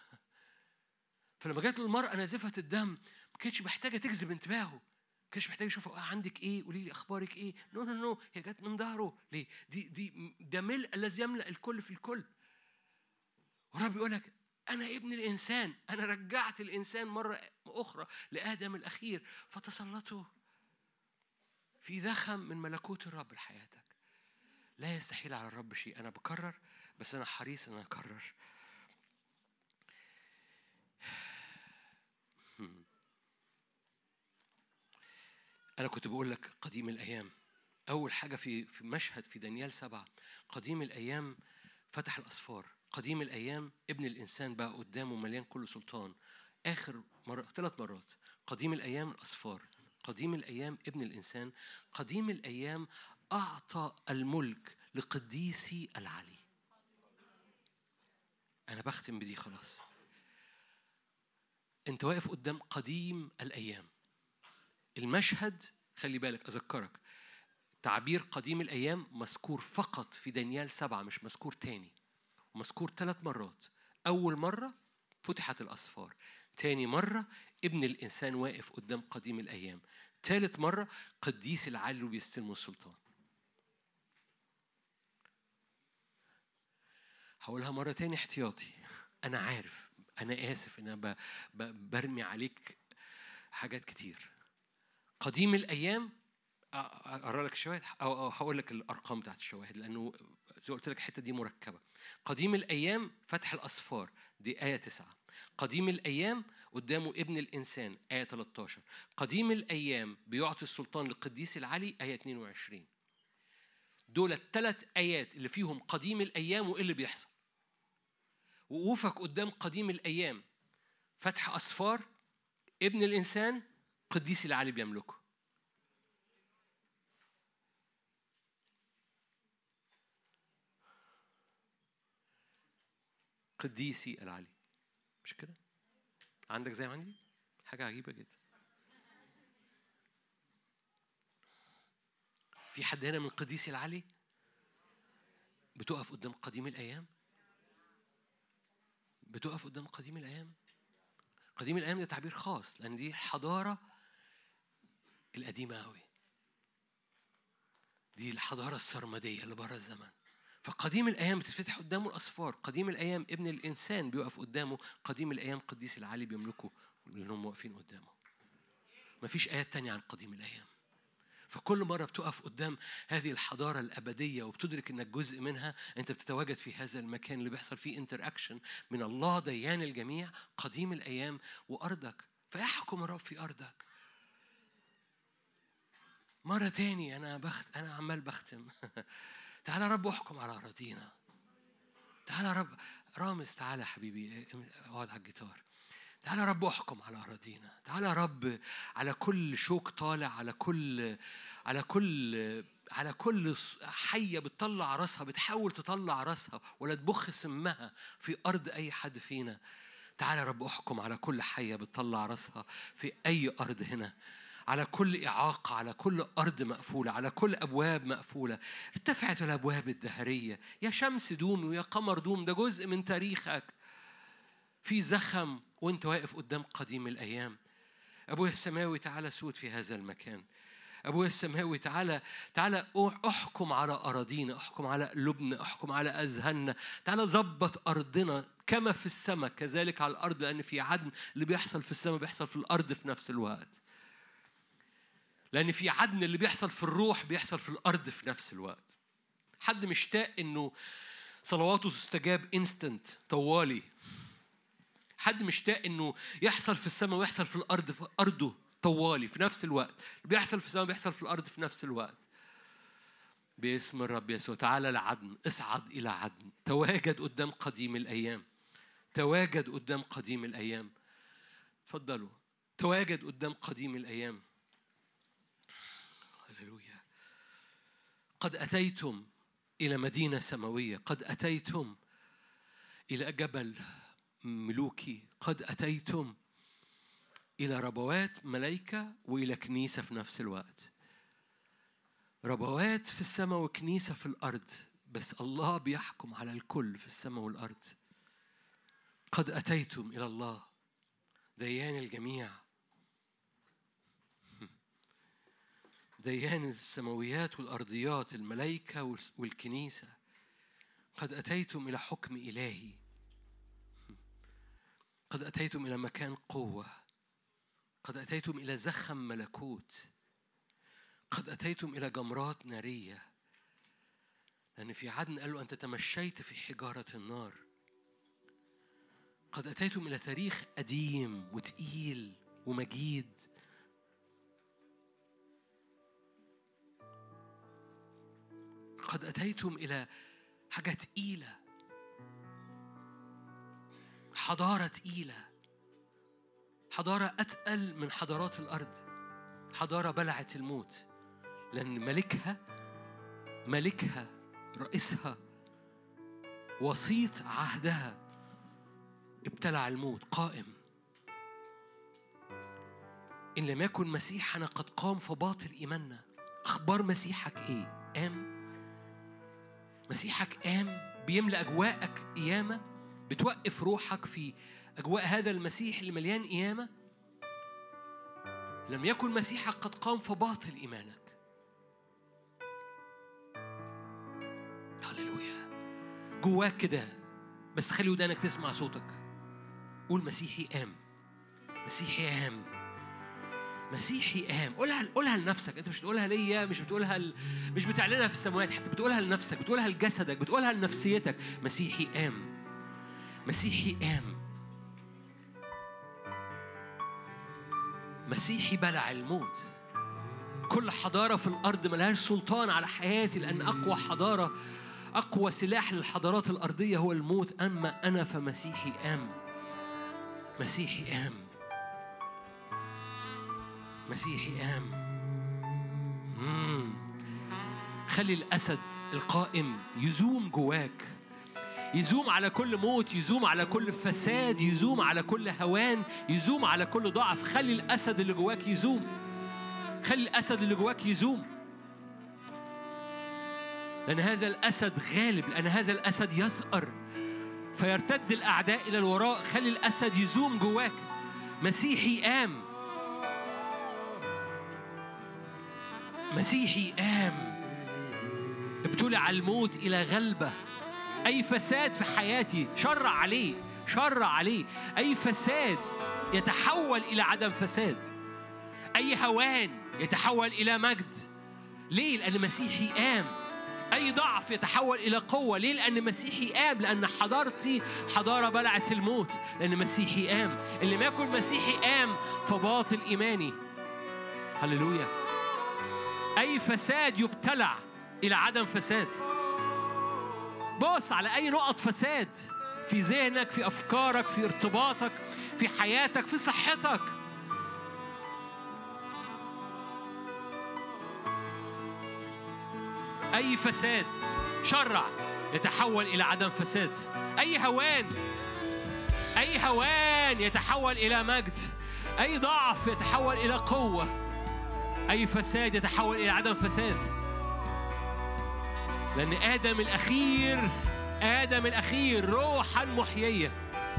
فلما جات له المرأة نازفة الدم ما كانتش محتاجة تجذب انتباهه، ما كانتش محتاجة يشوف عندك ايه، قولي لي اخبارك ايه. نو هي جت من ظهره. ليه؟ ده ملء الذي يملأ الكل في الكل. والرب يقول لك أنا ابن الإنسان، أنا رجعت الإنسان مرة أخرى لآدم الأخير فتسلطوا في ذخم من ملكوت الرب لحياتك. لا يستحيل على الرب شيء. أنا بكرر، بس أنا حريص أن أكرر. أنا كنت بقول لك قديم الأيام. أول حاجة في مشهد في دانيال 7، قديم الأيام فتح الأسفار. قديم الأيام ابن الإنسان بقى قدامه مليان كل سلطان. آخر مرة 3 مرات. قديم الأيام الأسفار، قديم الأيام ابن الإنسان، قديم الأيام أعطى الملك لقديسي العلي. أنا بختم بدي خلاص. أنت واقف قدام قديم الأيام. المشهد خلي بالك، أذكرك تعبير قديم الأيام مذكور فقط في دانيال 7، مش مذكور تاني. مذكور 3 مرات. أول مرة فتحت الأسفار، تاني مرة ابن الإنسان واقف قدام قديم الأيام، ثالث مرة قديس العلي بيستلموا السلطان. هقولها مرة تاني احتياطي. أنا عارف، أنا آسف إن أنا برمي عليك حاجات كتير. قديم الأيام أقرأ لك الشواهد أو هقول لك الأرقام بتاعت الشواهد، لأنه زي قلت لك الحتة دي مركبة. قديم الأيام فتح الأسفار، دي آية 9. قديم الأيام قدامه ابن الإنسان، آية 13. قديم الأيام بيعطي السلطان للقديس العلي، آية 22. دول ال3 آيات اللي فيهم قديم الأيام وإيه اللي بيحصل. وقوفك قدام قديم الأيام، فتح أسفار، ابن الإنسان، قديس العلي بيملكه. قديسي العلي، مش كده؟ عندك زي ما عندي؟ حاجة عجيبة جدا. في حد هنا من قديسي العلي بتقف قدام قديم الأيام؟ بتقف قدام قديم الأيام؟ قديم الأيام ده تعبير خاص، لأن دي الحضارة القديمة أوي، دي الحضارة السرمدية اللي بره الزمن. فقديم الأيام بتتفتح قدامه الأسفار. قديم الأيام ابن الإنسان بيقف قدامه. قديم الأيام قديس العلي بيملكه لأنهم واقفين قدامه. مفيش آيات تانية عن قديم الأيام. فكل مرة بتقف قدام هذه الحضارة الأبدية وبتدرك إنك جزء منها، أنت بتتواجد في هذا المكان اللي بيحصل فيه انتراكشن من الله ديان الجميع، قديم الأيام وأرضك. فيحكم الرب في أرضك. مرة تاني أنا عمال بختم. تعالى رب احكم على أراضينا. تعالى رب رامز، تعالى حبيبي اقعد على الجيتار. تعالى رب احكم على أراضينا. تعالى رب على كل شوك طالع، على كل حية بتطلع راسها، بتحاول تطلع راسها ولا تبخ سمها في أرض أي حد فينا. تعالى رب احكم على كل حية بتطلع راسها في أي أرض هنا، على كل إعاقة، على كل أرض مقفولة، على كل أبواب مقفولة. ارتفعت الأبواب الدهرية. يا شمس دوم ويا قمر دوم، ده جزء من تاريخك. في زخم وانت واقف قدام قديم الأيام. أبويا السماوي تعالى سود في هذا المكان. أبويا السماوي تعالى أحكم على أراضينا، أحكم على قلوبنا، أحكم على أذهاننا. تعالى ظبط أرضنا كما في السماء كذلك على الأرض، لأن في عدن اللي بيحصل في السماء بيحصل في الأرض في نفس الوقت. لأن في عدن اللي بيحصل في الروح بيحصل في الأرض في نفس الوقت. حد مشتاق إنه صلواته تستجاب إنستنت طوالي. حد مشتاق إنه يحصل في السماء ويحصل في الأرض في أرضه طوالي في نفس الوقت. بيحصل في السماء بيحصل في الأرض في نفس الوقت. باسم الرب يسوع تعالى لعدن، اصعد إلى عدن، تواجد قدام قديم الأيام، تواجد قدام قديم الأيام. تفضلوا تواجد قدام قديم الأيام. هللويا. قد أتيتم إلى مدينة سماوية. قد أتيتم إلى جبل ملوكي. قد أتيتم إلى ربوات ملائكة وإلى كنيسة في نفس الوقت. ربوات في السماء وكنيسة في الأرض، بس الله بيحكم على الكل في السماء والأرض. قد أتيتم إلى الله ديان الجميع، ديان السماويات والأرضيات، الملائكة والكنيسة. قد أتيتم إلى حكم إلهي. قد أتيتم إلى مكان قوة. قد أتيتم إلى زخم ملكوت. قد أتيتم إلى جمرات نارية، لأن في عدن قال له أنت تمشيت في حجارة النار. قد أتيتم إلى تاريخ قديم وتقيل ومجيد. قد أتيتم إلى حاجة تقيلة، حضارة تقيلة، حضارة أتقل من حضارات الأرض، حضارة بلعت الموت، لأن ملكها رئيسها وسيط عهدها ابتلع الموت قائم. إن لم يكن مسيحنا قد قام فباطل إيماننا. أخبار مسيحك إيه؟ قام؟ مسيحك قام بيملأ أجواءك قيامة، بتوقف روحك في أجواء هذا المسيح اللي مليان قيامة. لم يكن مسيحك قد قام فباطل إيمانك. هللويا. جواك كده، بس خلي ودانك تسمع صوتك. قول مسيحي قام، مسيحي قام، مسيحي قام. قولها لنفسك. انت مش بتقولها ليا، مش بتعلنها في السماوات، حتى بتقولها لنفسك، بتقولها لجسدك، بتقولها لنفسيتك. مسيحي قام، مسيحي قام. مسيحي بلع الموت. كل حضارة في الأرض ملهاش سلطان على حياتي، لأن أقوى حضارة، أقوى سلاح للحضارات الأرضية هو الموت. أما أنا فمسيحي قام، مسيحي قام، مسيحي قام. خلي الأسد القائم يزوم جواك، يزوم على كل موت، يزوم على كل فساد، يزوم على كل هوان، يزوم على كل ضعف. خلي الأسد اللي جواك يزوم، خلي الأسد اللي جواك يزوم، لأن هذا الأسد غالب، لأن هذا الأسد يثأر فيرتد الأعداء إلى الوراء. خلي الأسد يزوم جواك. مسيحي قام، مسيحي قام. ابتلع الموت إلى غلبة. أي فساد في حياتي شرع عليه، شرع عليه. أي فساد يتحول إلى عدم فساد، أي هوان يتحول إلى مجد. ليه؟ لأن مسيحي قام. أي ضعف يتحول إلى قوة. ليه؟ لأن مسيحي قام. لأن حضارتي حضارة بلعت الموت، لأن مسيحي قام. اللي ما يكون مسيحي قام فباطل إيماني. هللويا. أي فساد يبتلع إلى عدم فساد. بص على أي نقط فساد في ذهنك، في أفكارك، في ارتباطك، في حياتك، في صحتك. أي فساد شرع يتحول إلى عدم فساد. أي هوان يتحول إلى مجد. أي ضعف يتحول إلى قوة. أي فساد يتحول إلى عدم فساد. لأن آدم الأخير روحا محيية،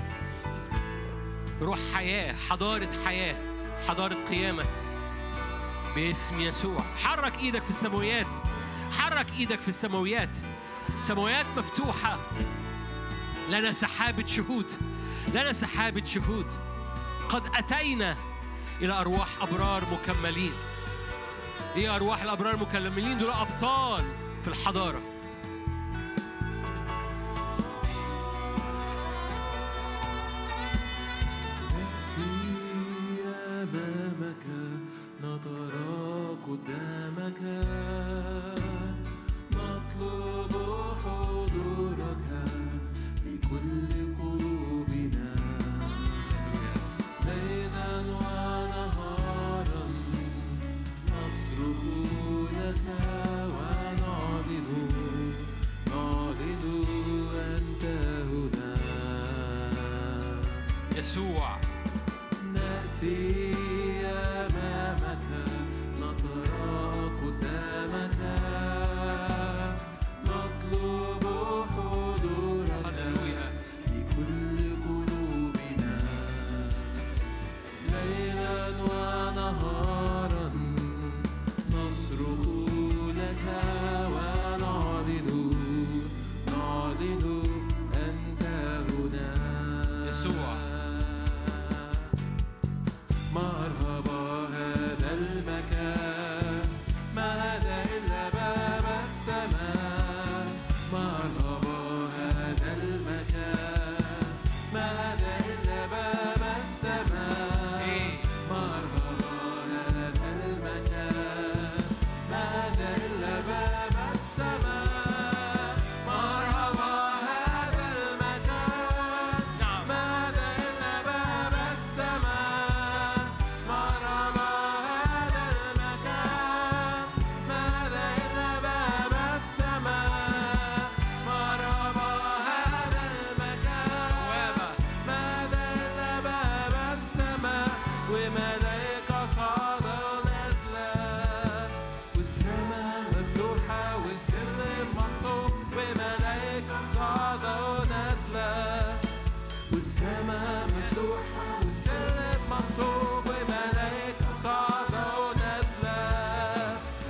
روح حياة، حضارة قيامة باسم يسوع. حرك إيدك في السماويات، حرك إيدك في السماويات. سماويات مفتوحة، لنا سحابة شهود، لنا سحابة شهود. قد أتينا إلى أرواح أبرار مكملين. إيه أرواح الأبرار مكملين؟ دول أبطال في الحضارة. أمامك نترى قدامك، نطلب حضورك بكل قلوبنا، ليلا ونهارا نصرخ لك ونعلن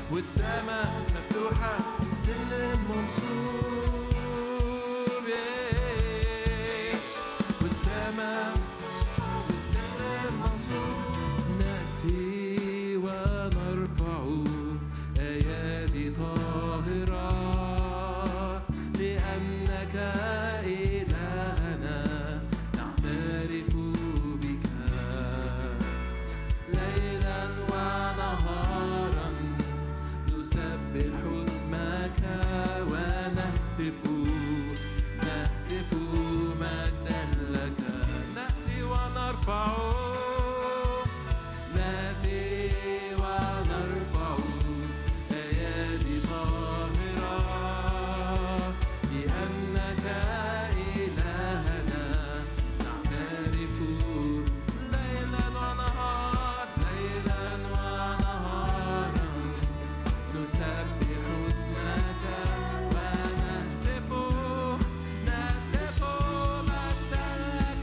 والسماء مفتوحة السلم منصوب والسماء والسلم منصوب نأتي ونرفع أيادي طاهرة لأنك إلهنا نعترف بك ليلا ونهارا نسبح اسمك ونهتف نهتف مجدا لك نأتي ونرفع نأتي ونرفع أيادي طاهرة لأنك إلهنا نعترف ليلا ونهارا نسبح اسمك ونهتف نهتف مجدا لك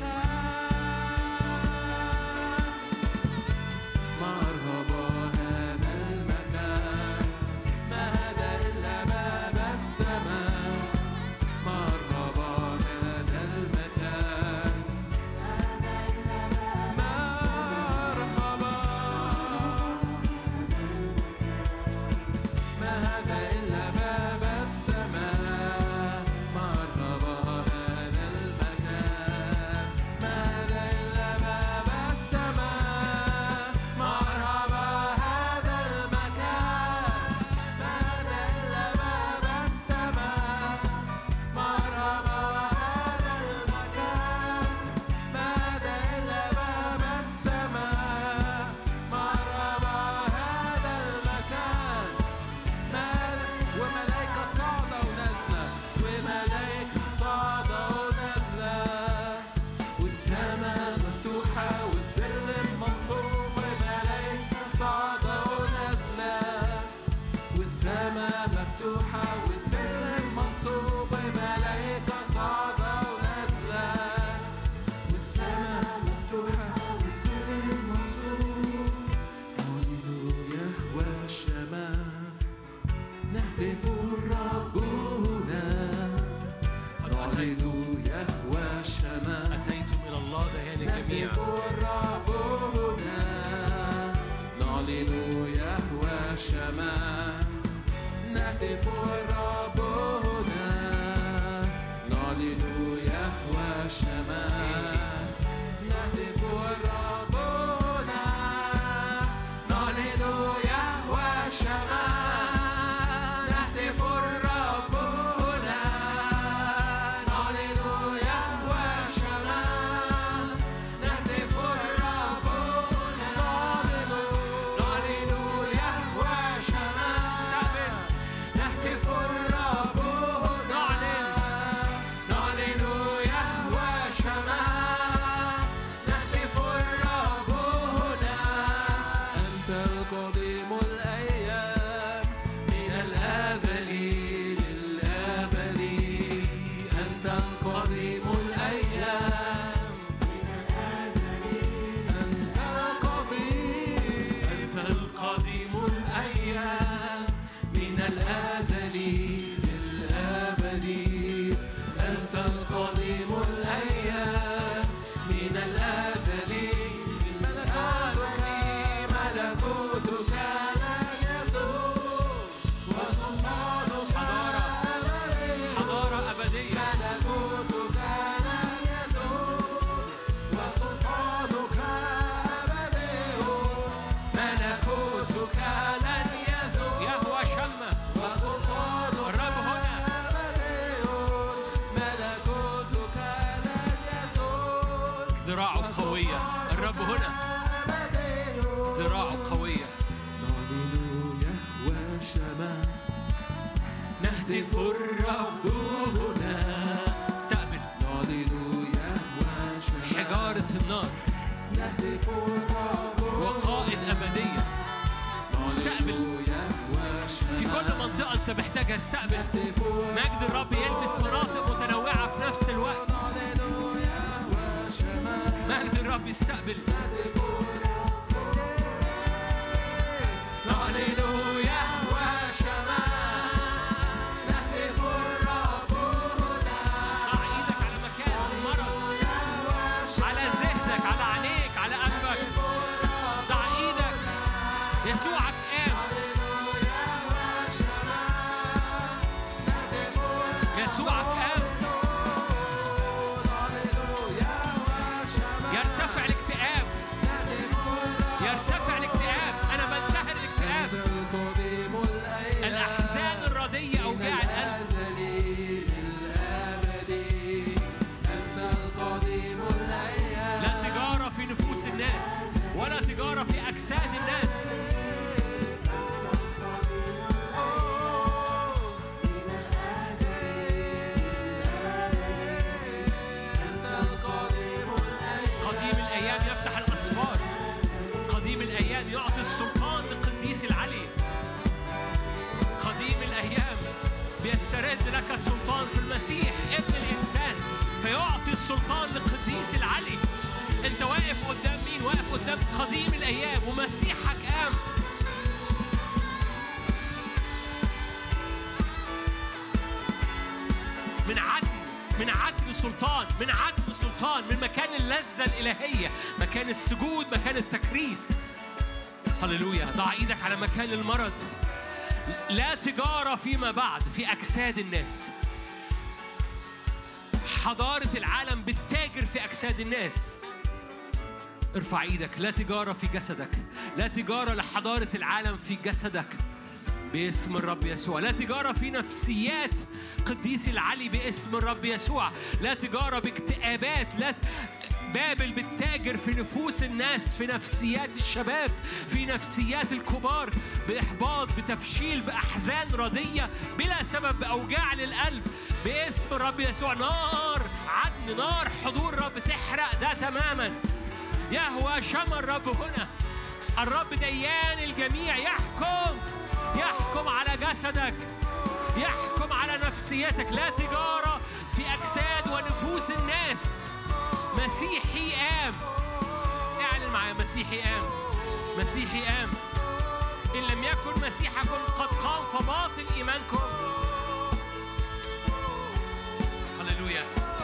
مرحبا هذا المكان ما هذا إلا باب السماء مرحبا هذا المكان مرحبا ما هذا إلا باب السماء مرحبا هذا المكان ما هذا إلا باب السماء مرحبا هذا المكان ما هذا إلا باب السماء مرحبا هذا المكان ما هذا إلا باب السماء مرحبا هذا المكان وملائكة صاعدة ونازلة وملائكة صاعدة ونازلة والسماء مفتوحة والسلم منصوب وملائكة صاعدة ونازلة والسماء مفتوحة والسلم منصوب وملائكة صاعدة ونازلة والسماء مفتوحة والسلم منصوب هللويا والشمال نهتف الرب هنا نعلن يهوى الشمال أتيتم إلى الله ديان الجميع نهتف الرب هنا نعلن يهوى الشمال نهتف الرب هنا نعلن يهوى الشمال نهتف الرب هنا نعلن يهوى الشمال نهتف الرب هنا نعلن يهوى الشمال نهتف الرب هنا نعلن يهوى الشمال نهتف الرب هنا نعلن يهوى الشمال نهتف الرب هنا أنت القديم الأيام من الأزل للأبد أنت القديم الأيام من الأزل أنت القديم الأيام من الأزل للأبد أنت القديم الأيام من الأزل ملكوتك لا يزول وسلطانك أبدي حضارة أبدية ملكوتك لا يزول وسلطانك أبدي ملكوتك لن يزول يهوى شمة وسلطانك الرب هنا أبدي ملكوتك لن يزول ذراعه قوية الرب هنا ذراعه قوية نعلن يهوى الشمال نهتف الرب هنا استقبل نعلن يهوى الشمال حجارة النار نهتف الرب وقائد أبدية استقبل يهوى الشمال في كل منطقة أنت محتاجها استقبل مجد الرب يلمس مناطق متنوعة في نفس الوقت نعلن يهوى الشمال مجد الرب يستقبل نهتف الرب نعلن يهوى السلطان في المسيح ابن الإنسان، فيعطي السلطان للقديس العلي. أنت واقف قدام مين؟ واقف قدام قديم الأيام ومسيحك قام. من عدل سلطان، من عدل سلطان، من مكان اللذة الإلهية، مكان السجود، مكان التكريس. هللويا. ضع ايدك على مكان المرض. لا تجارة فيما بعد في أجساد الناس. حضارة العالم بتتاجر في أجساد الناس. ارفع ايدك. لا تجارة في جسدك، لا تجارة لحضارة العالم في جسدك باسم الرب يسوع. لا تجارة في نفسيات قديس العلي باسم الرب يسوع. لا تجارة باكتئابات. لا بابل بتتاجر في نفوس الناس، في نفسيات الشباب، في نفسيات الكبار، بإحباط، بتفشيل، بأحزان ردية بلا سبب، بأوجاع للقلب باسم الرب يسوع. نار عدن، نار حضور الرب تحرق ده تماما. يهوى شمى الرب هنا. الرب ديان الجميع. يحكم على جسدك، يحكم على نفسيتك. لا تجارة في أجساد ونفوس الناس. مسيحي قام. اعلن معايا مسيحي قام. مسيحي قام. إن لم يكن مسيحكم قد قام فباطل إيمانكم. هللويا.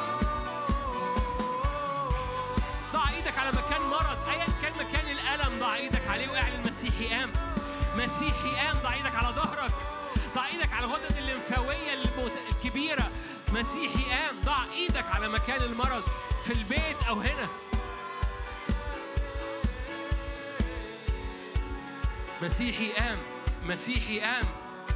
ضع ايدك على مكان مرض، ايا كان مكان الألم، ضع ايدك عليه واعلن مسيحي قام. مسيحي قام. ضع ايدك على ظهرك، ضع ايدك على الغدد الليمفاوية الكبيرة. مسيحي قام. ضع ايدك على مكان المرض في البيت أو هنا. مسيحي قام. مسيحي قام.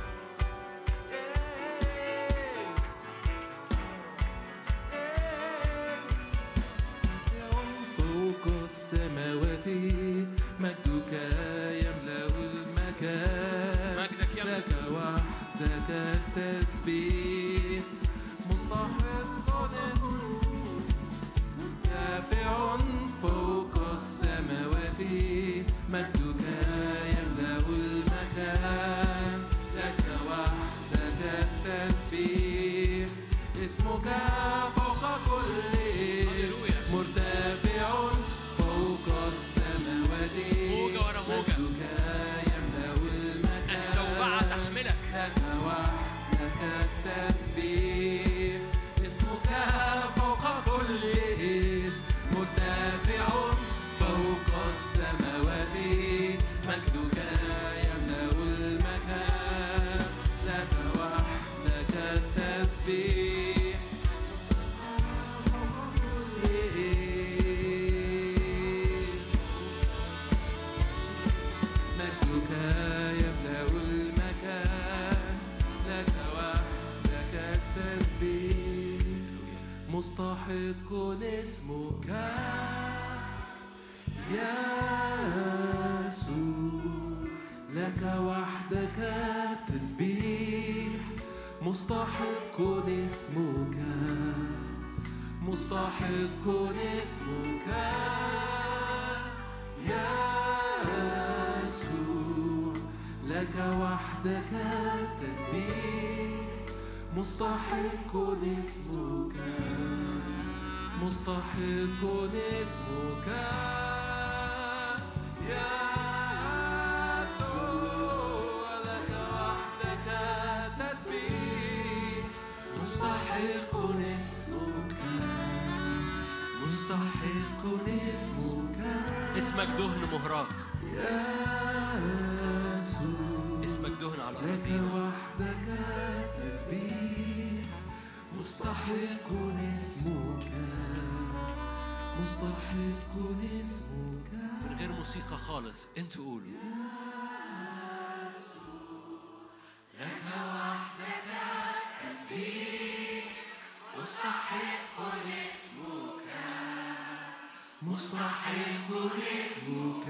فوق السماوات مجدك يملأ المكان. مجدك يملأ. لك وحدك التسبيح مستحق مرتفع فوق السماوات مجدك يملأ المكان. لك وحدك التسبيح اسمك فوق كل اسم مرتفع فوق السماوات مجدك يملأ المكان. الزوبعة تحملك. لك وحدك التسبيح اسمك فوق كل اسم مرتفع فوق السماوات مجدك يملأ المكان. لك وحدك التسبيح مجدك يملأ المكان. لك وحدك التسبيح مستحق اسمك يسوع. لك وحدك التسبيح مستحق اسمك. مستحق اسمك يسوع. لك وحدك التسبيح مستحق اسمك. مستحق اسمك يسوع. لك وحدك تسبيح مستحق اسمك. مستحق اسمك. اسمك دهن مهراق. يسوع. اسمك دهن على لك الأرض. وحدك تسبيح مستحق اسمك. مستحق اسمك. من غير موسيقى خالص انتوا قولوا. لك وحدك تسبيح مستحق اسمك. مستحق اسمك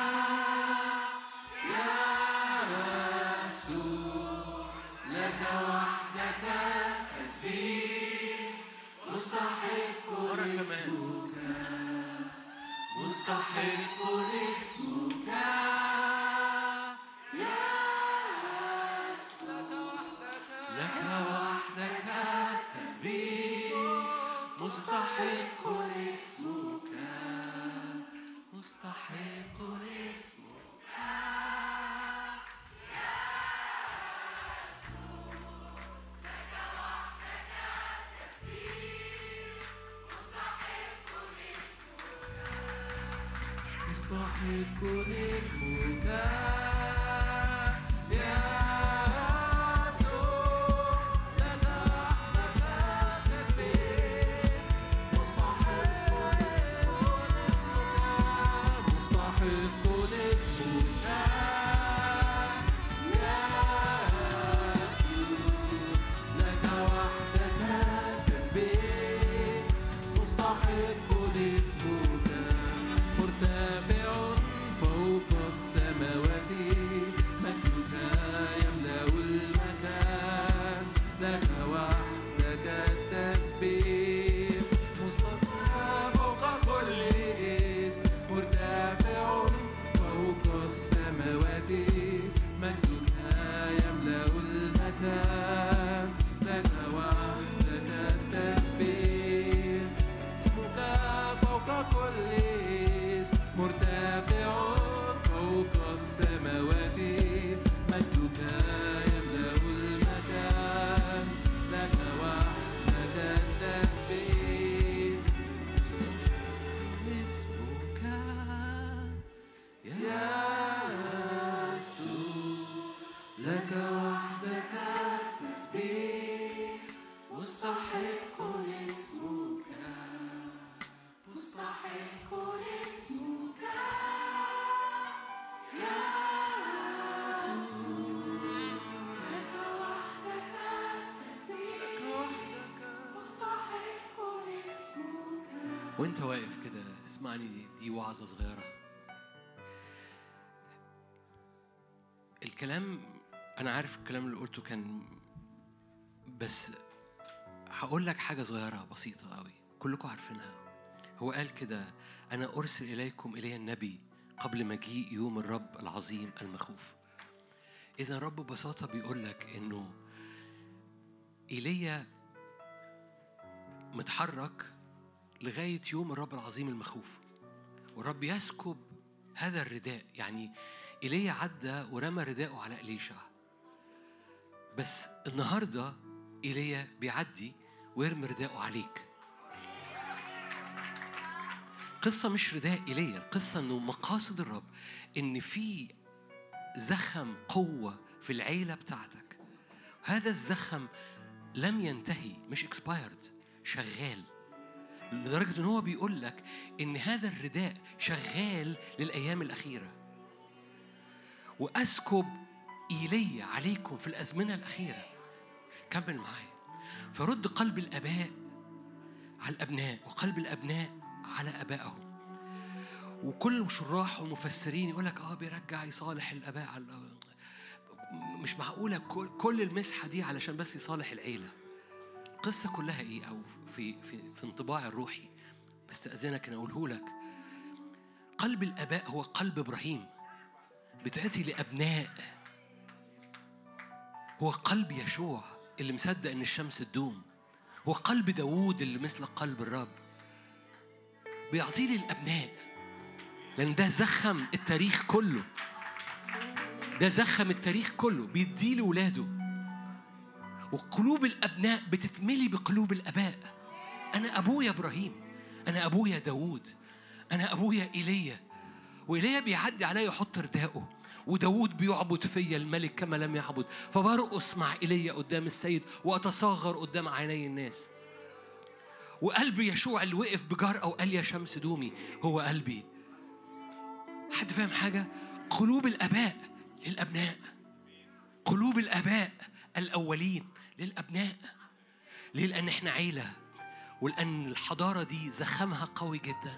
يسوع. لك وحدك تسبيح مستحق اسمك. مستحق اسمك يسوع. لك وحدك مستحق اسمك يا وانت واقف كده اسمعني، دي وعظة صغيرة. الكلام أنا عارف الكلام اللي قلته كان، بس هقول لك حاجة صغيرة بسيطة قوي كلكم عارفينها. هو قال كده: أنا أرسل إليكم إلي النبي قبل مجيء يوم الرب العظيم المخوف. إذا الرب ببساطة بيقول لك إنه إيليا متحرك لغاية يوم الرب العظيم المخوف، والرب يسكب هذا الرداء. يعني إيليا عدى ورمى رداءه على إليشع، بس النهاردة إيليا بيعدي ويرمي رداءه عليك. قصة مش رداء إيليا، القصة إنه مقاصد الرب إن في زخم قوة في العيلة بتاعتك. هذا الزخم لم ينتهي، مش expired، شغال، لدرجة إن هو بيقول لك إن هذا الرداء شغال للأيام الأخيرة. وأسكب إيليا عليكم في الأزمنة الأخيرة. كمل معايا. فرد قلب الآباء على الأبناء، وقلب الأبناء على آبائهم. وكل شراح ومفسرين يقول لك بيرجع يصالح الآباء على مش معقولة كل المسحة دي علشان بس يصالح العيلة. القصة كلها إيه؟ أو في انطباع الروحي بستأذنك أن أقوله لك. قلب الآباء هو قلب إبراهيم، بتأتي لأبناء. هو قلب يشوع اللي مصدق أن الشمس تدوم. هو قلب داود اللي مثل قلب الرب، بيعطيه للأبناء، لأن ده زخم التاريخ كله. ده زخم التاريخ كله، بيديه لولاده. وقلوب الأبناء بتتملي بقلوب الآباء. أنا أبويا إبراهيم، أنا أبويا داود، أنا أبويا إيليا. وإيليا بيعدي عليا يحط رداءه، وداود بيعبد فيا الملك كما لم يعبد. فبرقص مع إيليا قدام السيد وأتصاغر قدام عيني الناس. وقلب يشوع اللي وقف بجرأة وقال يا شمس دومي هو قلبي. حد فاهم حاجة؟ قلوب الآباء للأبناء، قلوب الآباء الأولين للأبناء. ليه؟ لأن إحنا عيلة، ولأن الحضارة دي زخمها قوي جدا.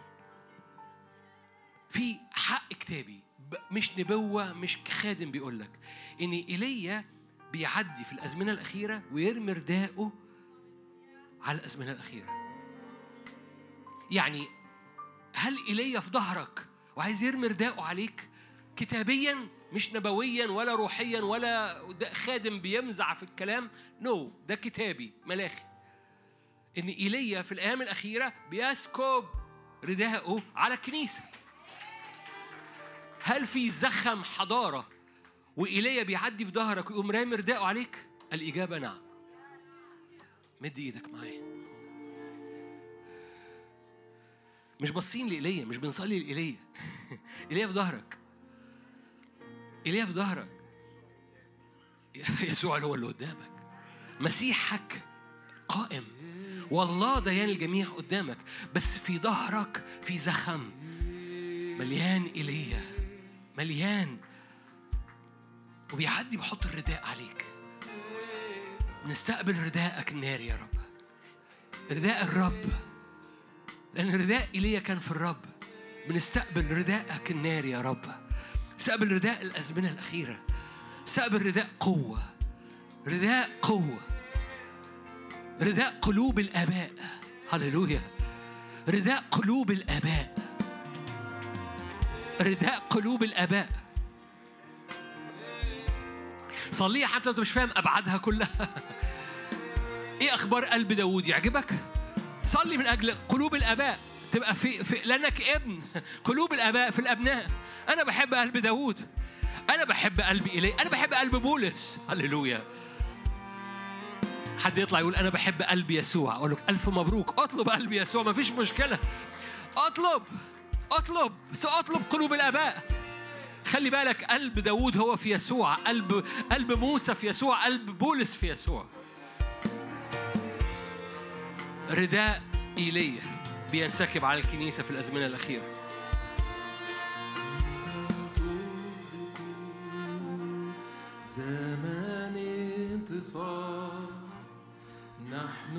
في حق كتابي، مش نبوة، مش خادم بيقولك إن إيليا بيعدي في الأزمنة الأخيرة ويرمي رداءه على الأزمنة الأخيرة. يعني هل إيليا في ظهرك وعايز يرمي رداءه عليك؟ كتابيا، مش نبويا ولا روحيا ولا خادم بيمزع في الكلام. نو، ده كتابي ملاخي. إن إيليا في الأيام الأخيرة بيسكب رداءه على الكنيسة. هل في زخم حضارة وإيليا بيعدي في ظهرك ويقوم رامي رداءه عليك؟ الإجابة نعم. مد إيدك معايا. مش باصين لإيليا، مش بنصلي لإيليا. إيليا في ظهرك، إيليا في ظهرك. يسوع هو اللي قدامك، مسيحك قائم، والله ديان الجميع قدامك، بس في ظهرك في زخم مليان إيليا، مليان، وبيعدي بيحط الرداء عليك. نستقبل رداءك الناري يا رب، رداء الرب، لأن رداء إيليا كان في الرب. بنستقبل رداءك الناري يا رب، نستقبل رداء الأزمنة الأخيرة، نستقبل رداء قوة، رداء قوة، رداء قلوب الآباء. هللويا، رداء قلوب الآباء، رداء قلوب الآباء. صليها حتى لو مش فاهم أبعادها كلها. إيه أخبار قلب داود؟ يعجبك؟ صلي من أجل قلوب الآباء تبقى في لأنك ابن. قلوب الآباء في الأبناء. أنا بحب قلب داود، أنا بحب قلب إيليا، أنا بحب قلب بولس. هللويا. حد يطلع يقول أنا بحب قلب يسوع، أقول لك ألف مبروك، أطلب قلب يسوع، ما فيش مشكلة، أطلب بس أطلب قلوب الآباء. خلي بالك قلب داود هو في يسوع، قلب موسى في يسوع، قلب بولس في يسوع. رداء إيليا بينسكب على الكنيسة في الأزمنة الأخيرة. زمان انتصار نحن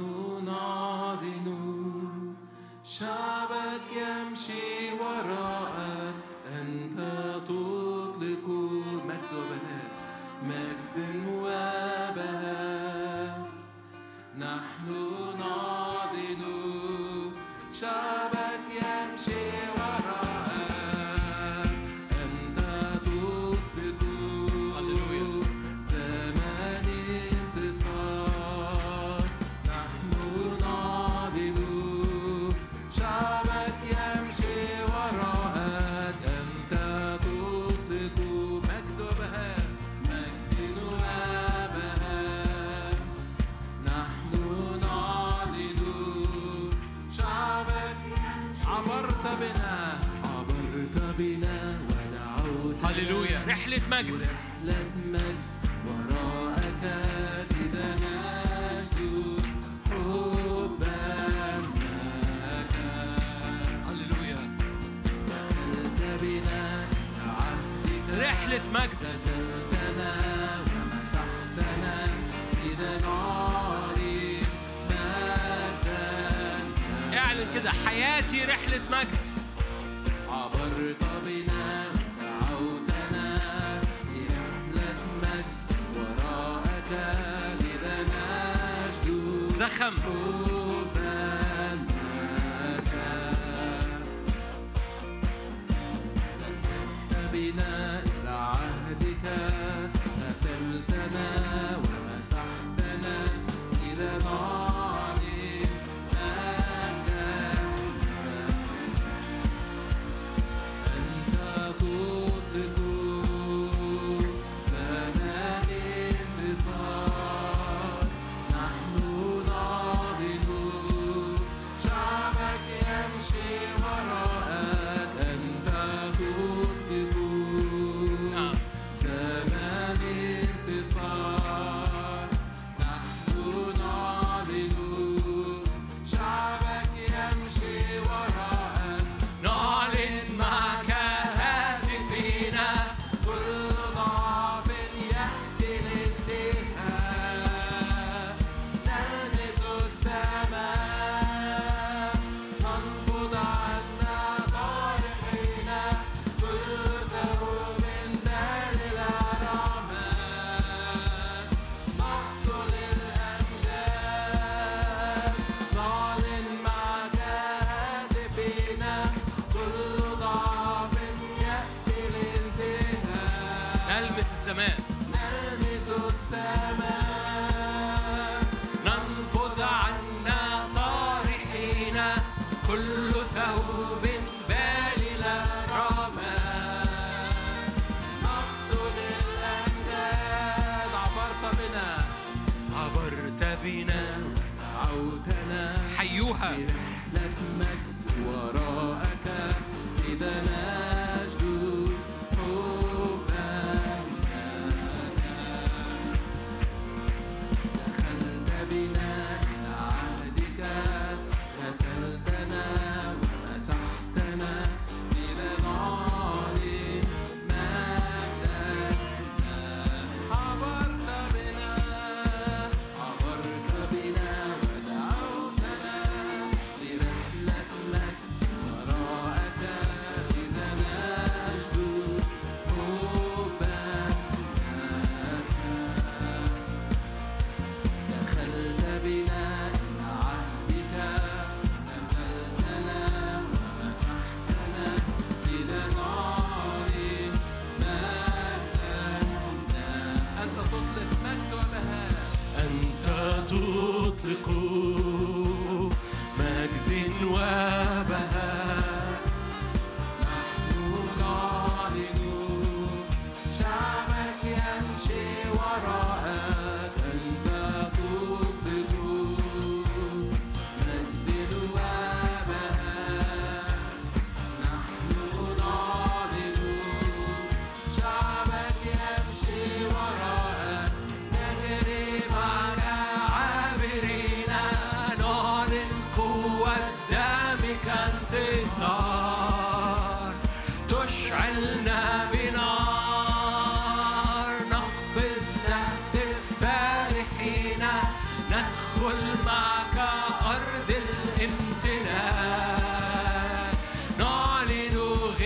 نعلن، شعبك يمشي وراءك، أنت تطلق مجد وبهاء، مجد وبهاء. نحن نعلن شعبك يمشي وراءك، أنت تطلق زمان انتصار. نحن نعلن شعبك يمشي وراءك، أنت تطلق مجد وبهاء، مجد وبهاء. نحن نعلن شعبك عبرت بنا ودعوت. هللويا. رحلة مجد، رحلة مجد وراءك، إذا نجد حبا لك. هللويا. دخلت بنا عهدك، رحلة مجد، غسلتنا ومسحتنا، إذا نعلن مجدك. اعلن كده حياتي رحلة مجد. عبرت بنا ودعوتنا لرحلة مجد وراءك، إذا نجد زخم حبا لك. غسلت بنا إلى عهدك، غسلتنا ومسحتنا، إذا نعلن مجدك. أنت تطلق زمان انتصار. نحن نعلن شعبك يمشي وراءك، أنت تطلق زمان انتصار. نحن نعلن شعبك يمشي وراءك، نعلن معك هاتفنا، كل ضعف يأتي الانتهاء. نلمس السماء، ننفض عنا طارحين، كل ثوب دال الأرامل، نقتل الأمجاد. نعلن معك هاتفنا، كل ضعف يأتي الانتهاء. نلمس السماء، نلمس السماء، ننفض عنا طارحين، كل ثوب بالل رماد. نقتل الأمجاد. عبرت بنا ودعوتنا حيوها برحلة مجد وراءك إذا نجد حبا لك. دخلت بنا إلى عهدك غسلتنا ومسحتنا إذا نعلن مجدك. عبرت بنا ودعوتنا لرحلة مجد وراءك إذا نجد حبا لك. دخلت بنا إلى عهدك غسلتنا ومسحتنا إذا نعلن مجدك. أنت تطلق مجد وبهاء، أنت تطلق مجد وبهاء. نحن نعلن شعبك يمشي وراءك. أنت تطلق مجد وبهاء. نحن نعلن شعبك يمشي وراءك. نجري معك عابرين نعلن قوة دمك انتصار. تشعلنا بنار نقفز نهتف فرحين. ندخل معك أرض الامتلاك. نعلن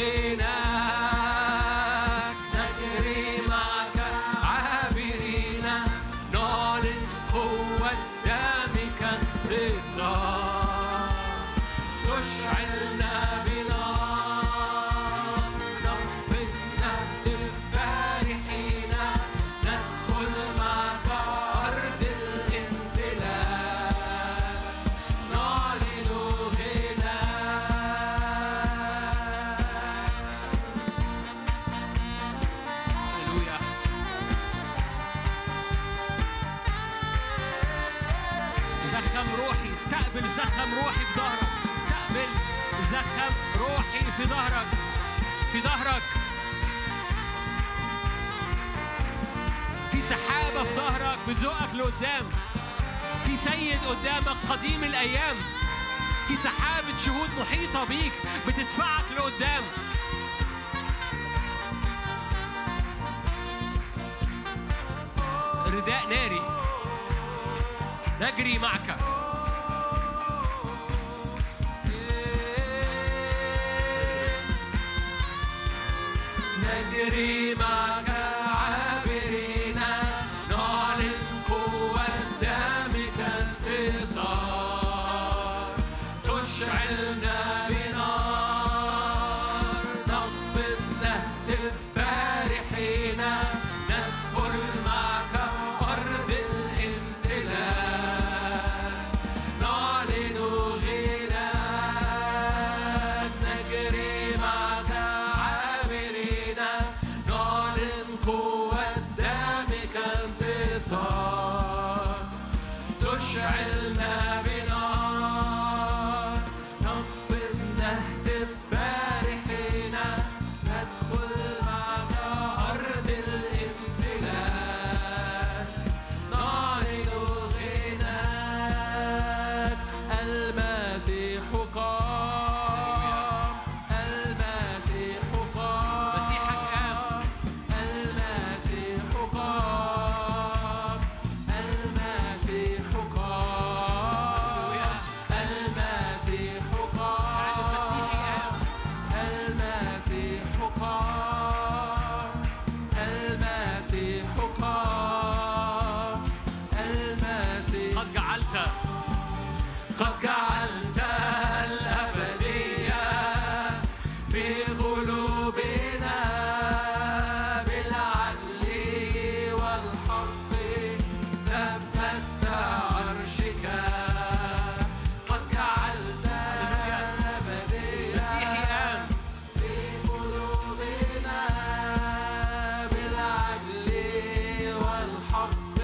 غناك. نجري معك عابرين. نعلن قوة دمك انتصار. تشعلنا بنار نقفز نهتف فرحين. ندخل معك أرض الامتلاك. نعلن غناك. هللويا. زخم روحي، استقبل زخم روحي في ظهرك. استقبل زخم روحي في ظهرك، في ظهرك. في سحابة في ظهرك بتزقك لقدام. في سيد قدامك قديم الأيام. في سحابة شهود محيطة بيك بتدفعك لقدام. رداء ناري نجري معك. نجري معك عابرين. نعلن قوة دمك انتصار. تشعلنا بنار نقفز نهتف فرحين. ندخل معك أرض الامتلاك. نعلن غناك. نجري معك عابرين. نعلن قوة دمك انتصار. تشعلنا بنار نقفز نهتف فرحين. ندخل معك أرض الامتلاك. نعلن غناك. المسيح قام. المسيح قام. مسيحك قام. المسيح قام. المسيح قام. المسيح قام. المسيح قام. المسيح قام. المسيح قد جعلت الأبدية في قلوبنا بالعدل والحق. ثبت عرشك. قد جعلت الأبدية في قلوبنا بالعدل والحق.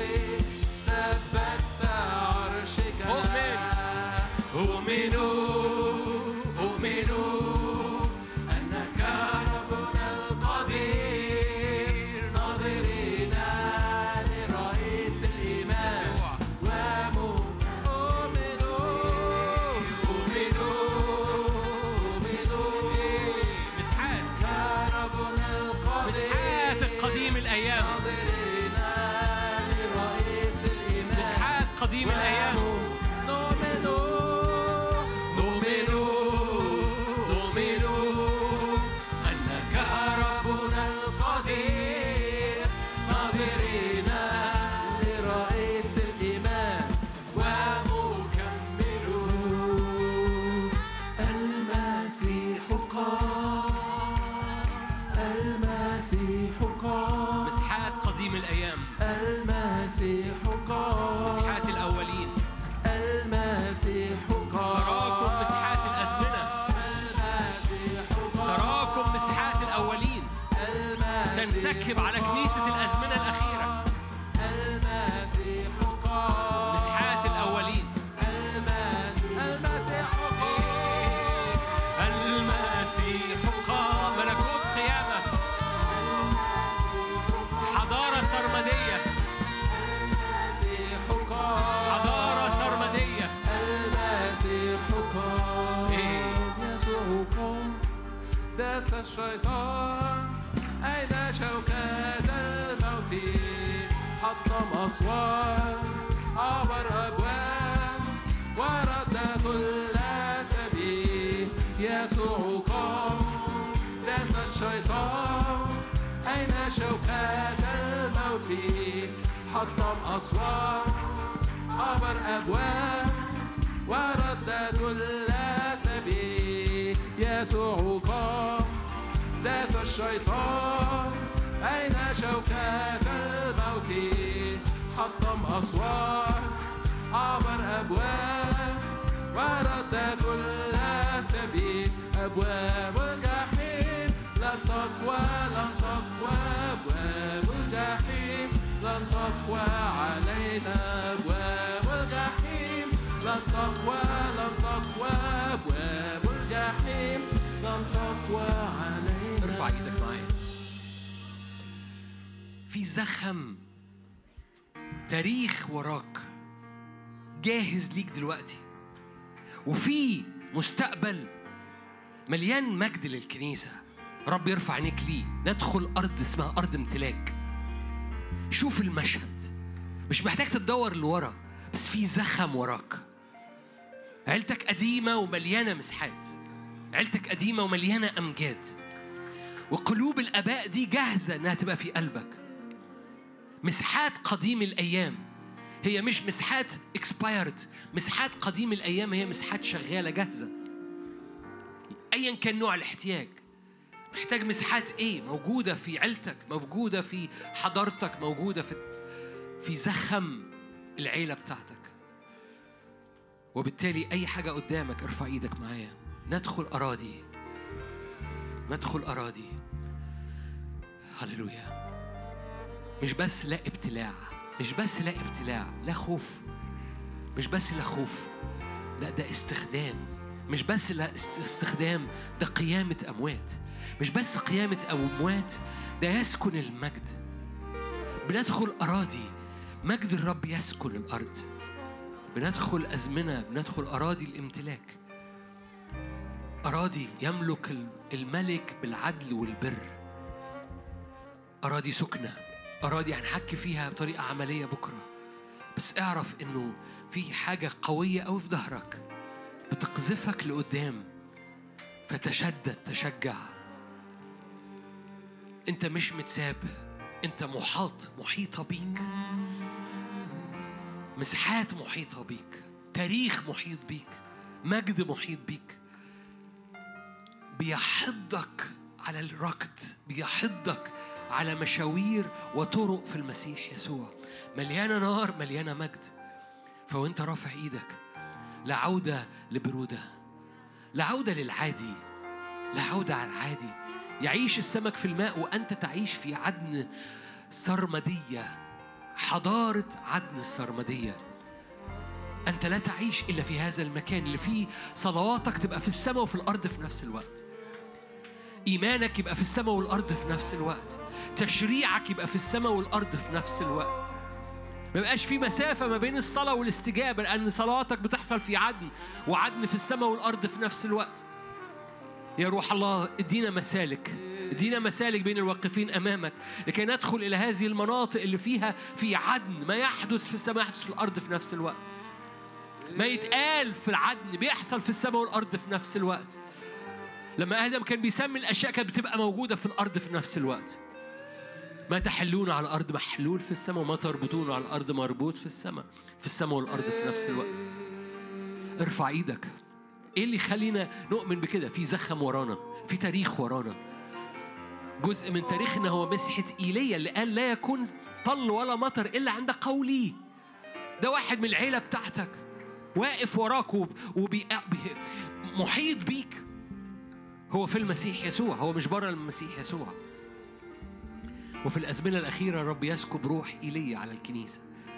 ثبت عرشك. أؤمن قديم الأيام. أنك ربنا القدير، ناظرين لرئيس الإيمان ومكمله المسيح قام، المسيح قام، مسحات قديم الأيام، المسيح قام، مسحات الأولين، المسيح قام، تراكم مسحات الأزمنة، تراكم مسحات الأولين تنسكب على كنيسة الأزمنة الأخيرة. المسيح قام، مسحات الأولين، المسيح قام، المسيح قام، ملكوت قيامة، حضارة سرمدية، المسيح قام، حضارة سرمدية. المسيح قام، يسوع قام، داس الشيطان، أين شوكات الموت، حطم أسوار، عبر أبواب، ورد كل سبيل. يسوع قام، داس الشيطان، أين شوكات الموت، حطم أسوار، عبر أبواب، ورد كل سبيل. يسوع قام، داس الشيطان، أين شوكات الموت، حطم أسوار، عبر أبواب، ورد كل سبيل. أبواب الجحيم لن تقوى، لن تقوى، أبواب الجحيم لن تقوى علينا، أبواب الجحيم لن تقوى، لن تقوى، أبواب الجحيم لن تقوى علينا. ارفع ايدك معايا. في زخم تاريخ وراك جاهز ليك دلوقتي، وفي مستقبل مليان مجد للكنيسة. رب يرفع عينيك ليه. ندخل أرض اسمها أرض امتلاك. شوف المشهد، مش محتاج تدور لورا، بس في زخم وراك. عيلتك قديمة ومليانة مسحات، عيلتك قديمة ومليانة أمجاد، وقلوب الآباء دي جاهزة إنها تبقى في قلبك. مسحات قديم الأيام هي مش مسحات expired. مسحات قديم الأيام هي مسحات شغالة جاهزة. أيا كان نوع الاحتياج، محتاج مسحات إيه؟ موجودة في عيلتك، موجودة في حضارتك، موجودة في زخم العيلة بتاعتك. وبالتالي أي حاجة قدامك ارفع إيدك معايا. ندخل أراضي، ندخل أراضي. هللويا. مش بس لا ابتلاع، مش بس لا ابتلاع، لا خوف، مش بس لا خوف، لا ده استخدام. مش بس لا استخدام، ده قيامة أموات. مش بس قيامة أموات، ده يسكن المجد. بندخل أراضي، مجد الرب يسكن الأرض. بندخل أزمنة، بندخل أراضي الامتلاك، أراضي يملك الملك بالعدل والبر، أراضي سكنة، أراضي هنحكي فيها بطريقة عملية بكرة. بس اعرف إنه في حاجة قوية أوي في ظهرك بتقذفك لقدام، فتشدد، تشجع. أنت مش متساب، أنت محيطة بيك، مسحات محيطة بيك، تاريخ محيط بيك، مجد محيط بيك. بيحضك على الركض، بيحضك على مشاوير وطرق في المسيح يسوع، مليانة نار، مليانة مجد. فوانت رافع ايدك، لا عودة لبرودة، لا عودة للعادي، لا عودة على العادي. يعيش السمك في الماء وأنت تعيش في عدن سرمدية، حضارة عدن السرمدية. أنت لا تعيش إلا في هذا المكان اللي فيه صلواتك تبقى في السماء وفي الأرض في نفس الوقت، إيمانك يبقى في السماء والأرض في نفس الوقت، تشريعك يبقى في السماء والأرض في نفس الوقت. ما يبقاش في مسافة ما بين الصلاة والاستجابة، لأن صلاتك بتحصل في عدن، وعدن في السماء والأرض في نفس الوقت. يا روح الله ادينا مسالك ادينا مسالك بين الواقفين أمامك لكي ندخل إلى هذه المناطق اللي فيها في عدن، ما يحدث في السماء يحدث في الأرض في نفس الوقت. ما يتقال في العدن بيحصل في السماء والأرض في نفس الوقت. لما آدم كان بيسمي الأشياء كانت بتبقى موجودة في الأرض في نفس الوقت. ما تحلون على الأرض محلول في السماء، وما تربطون على الأرض مربوط في السماء، في السماء والأرض في نفس الوقت. ارفع ايدك. ايه اللي يخلينا نؤمن بكده؟ في زخم ورانا، في تاريخ ورانا. جزء من تاريخنا هو مسحة إيليا اللي قال لا يكون طل ولا مطر إلا عند قولي. ده واحد من العيلة بتاعتك واقف وراك محيط بيك. هو في المسيح يسوع، هو مش بره المسيح يسوع. وفي الأزمنة الأخيرة الرب يسكب روح إيليا على الكنيسة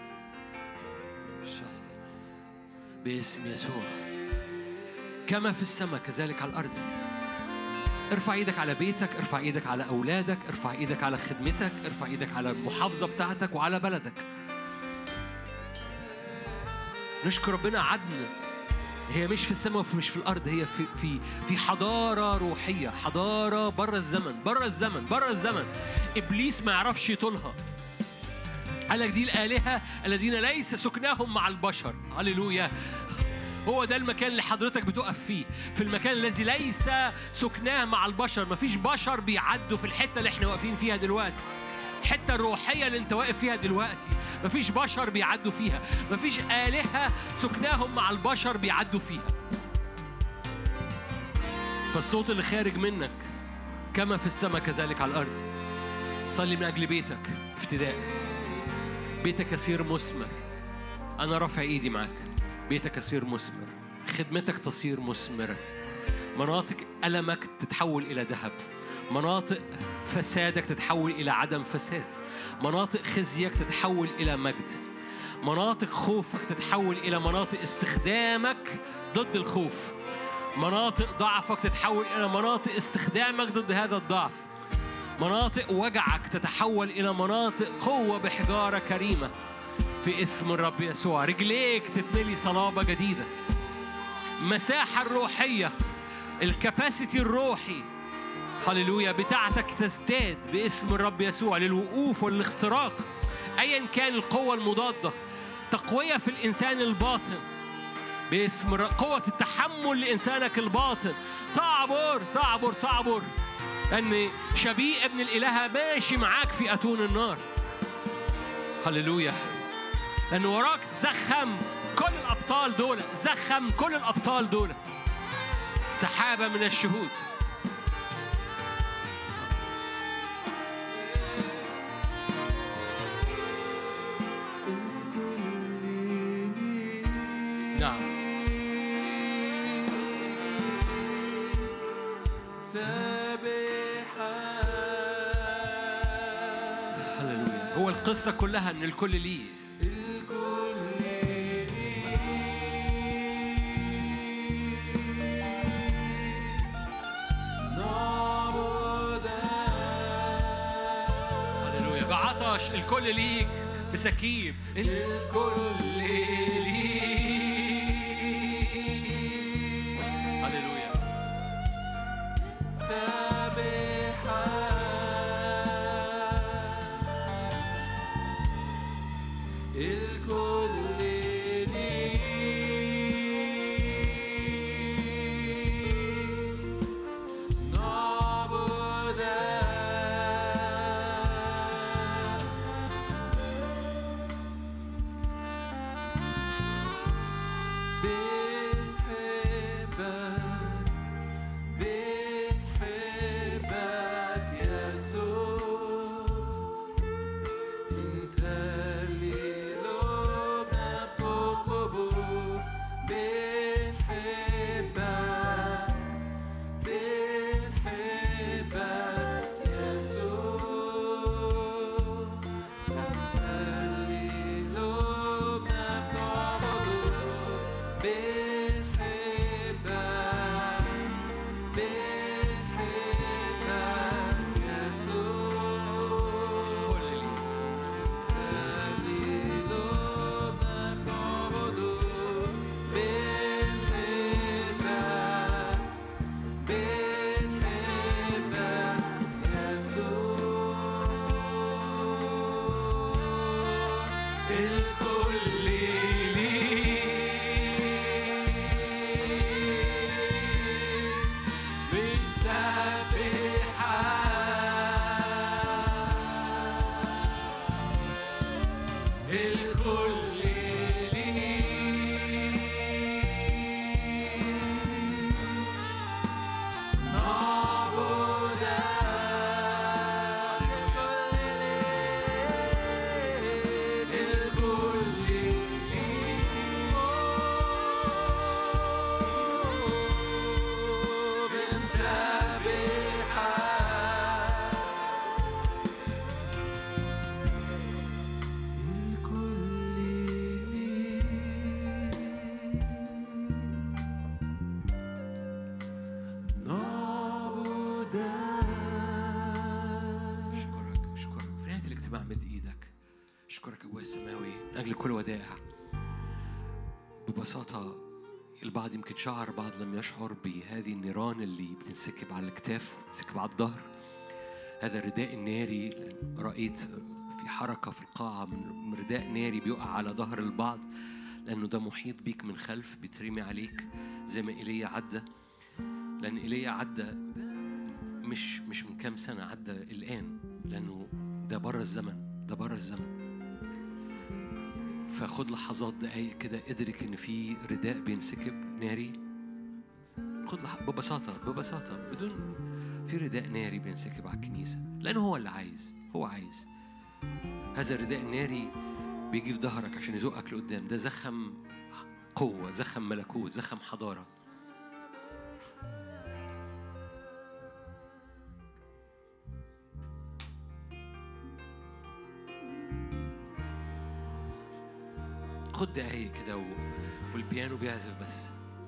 باسم يسوع. كما في السماء كذلك على الأرض. ارفع ايدك على بيتك، ارفع ايدك على أولادك، ارفع ايدك على خدمتك، ارفع ايدك على المحافظة بتاعتك وعلى بلدك. نشكر ربنا. عدن هي مش في السماء ومش في الأرض، هي في حضارة روحية، حضارة بره الزمن، بره الزمن، بره الزمن. إبليس ما يعرفش يطولها. قال لك دي الآلهة الذين ليس سكناهم مع البشر. هللويا. هو ده المكان اللي حضرتك بتقف فيه، في المكان الذي ليس سكناه مع البشر. مفيش بشر بيعدوا في الحتة اللي احنا واقفين فيها دلوقتي، الحتة الروحية اللي انت واقف فيها دلوقتي. مفيش بشر بيعدوا فيها، مفيش آلهة سكناهم مع البشر بيعدوا فيها. فالصوت اللي خارج منك كما في السماء كذلك على الأرض. صلي من أجل بيتك افتداء. بيتك يصير مثمر. أنا رافع إيدي معاك. بيتك يصير مثمر، خدمتك تصير مثمرة. مناطق ألمك تتحول إلى ذهب، مناطق فسادك تتحول إلى عدم فساد، مناطق خزيك تتحول إلى مجد، مناطق خوفك تتحول إلى مناطق استخدامك ضد الخوف، مناطق ضعفك تتحول إلى مناطق استخدامك ضد هذا الضعف، مناطق وجعك تتحول إلى مناطق قوة بحجارة كريمة في اسم الرب يسوع. رجليك تتملي صلابة جديدة. مساحة الروحية، الكاباسيتي الروحي هللويا بتاعتك تزداد باسم الرب يسوع للوقوف والاختراق أيا كان القوة المضادة. تقوية في الإنسان الباطن باسم قوة التحمل لإنسانك الباطن. تعبر تعبر تعبر، أن شبيه ابن الإله ماشي معاك في أتون النار. هللويا. لأن وراك زخم كل الأبطال دول، زخم كل الأبطال دول. سحابة من الشهود. نعم. هللويا. هو القصة كلها أن الكل ليه. بعطش الكل ليك بسكيب. الكل ليك. هللويا. سابحة الكل ليك. أجل كل ودائع. ببساطة البعض يمكن شعر، بعض لم يشعر بهذه النيران اللي بتنسكب على الكتاف وتنسكب على الظهر. هذا الرداء الناري، رأيت في حركة في القاعة من رداء ناري بيقع على ظهر البعض، لأنه ده محيط بيك من خلف، بيترمي عليك زي ما إيليا عدى. لأن إيليا عدى مش من كام سنة، عدى الآن، لأنه ده بره الزمن، ده بره الزمن. فخد لحظات، دقايق كده، ادرك إن في رداء بينسكب ناري. خد ببساطة بدون، في رداء ناري بينسكب على الكنيسة، لأنه هو اللي عايز، هو عايز. هذا الرداء الناري بيجي في ظهرك عشان يزقك لقدام. ده زخم قوة، زخم ملكوت، زخم حضارة. خد دقايق كده والبيانو بيعزف بس.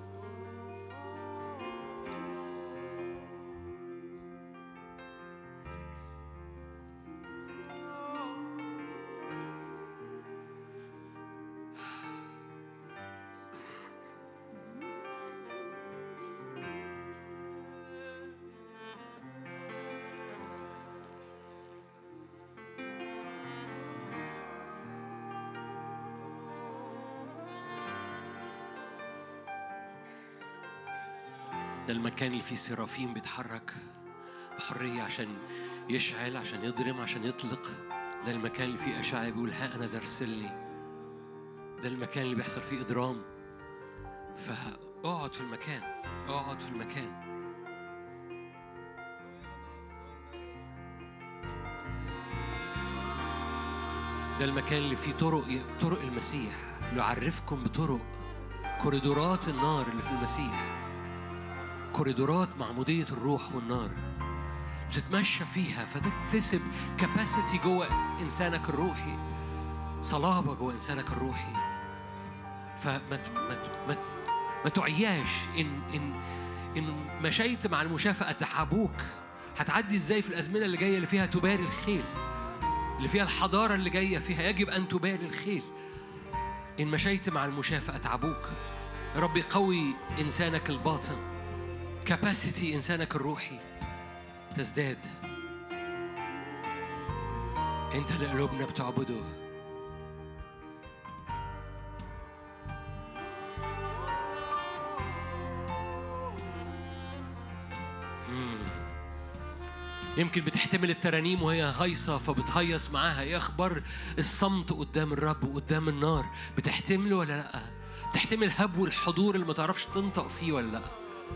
ده المكان اللي فيه سرافيم بيتحرك بحرية عشان يشعل، عشان يضرم، عشان يطلق. ده المكان اللي فيه أشعة بيقول ها أنا ذا ارسلني. ده المكان اللي بيحصل فيه إضرام. فاقعد في المكان، اقعد في المكان. ده المكان اللي فيه طرق المسيح، يعرفكم بطرق كوريدورات النار اللي في المسيح، كوريدورات معمودية الروح والنار بتتمشى فيها، فتكتسب كاباسيتي جوه إنسانك الروحي، صلابة جوه إنسانك الروحي. ما تعياش إن مشيت مع المشافقة تحابوك. هتعدي إزاي في الأزمنة اللي جاية اللي فيها تباري الخيل، اللي فيها الحضارة اللي جاية فيها يجب أن تباري الخيل. إن مشيت مع المشافقة تعبوك. رب يقوي إنسانك الباطن، كاباسيتي إنسانك الروحي تزداد. أنت اللي قلوبنا بتعبده. يمكن بتحتمل الترانيم وهي هايصة فبتهيص معاها. ايه اخبار الصمت قدام الرب وقدام النار؟ بتحتمله ولا لا؟ بتحتمل هبو الحضور اللي ما تعرفش تنطق فيه ولا لا؟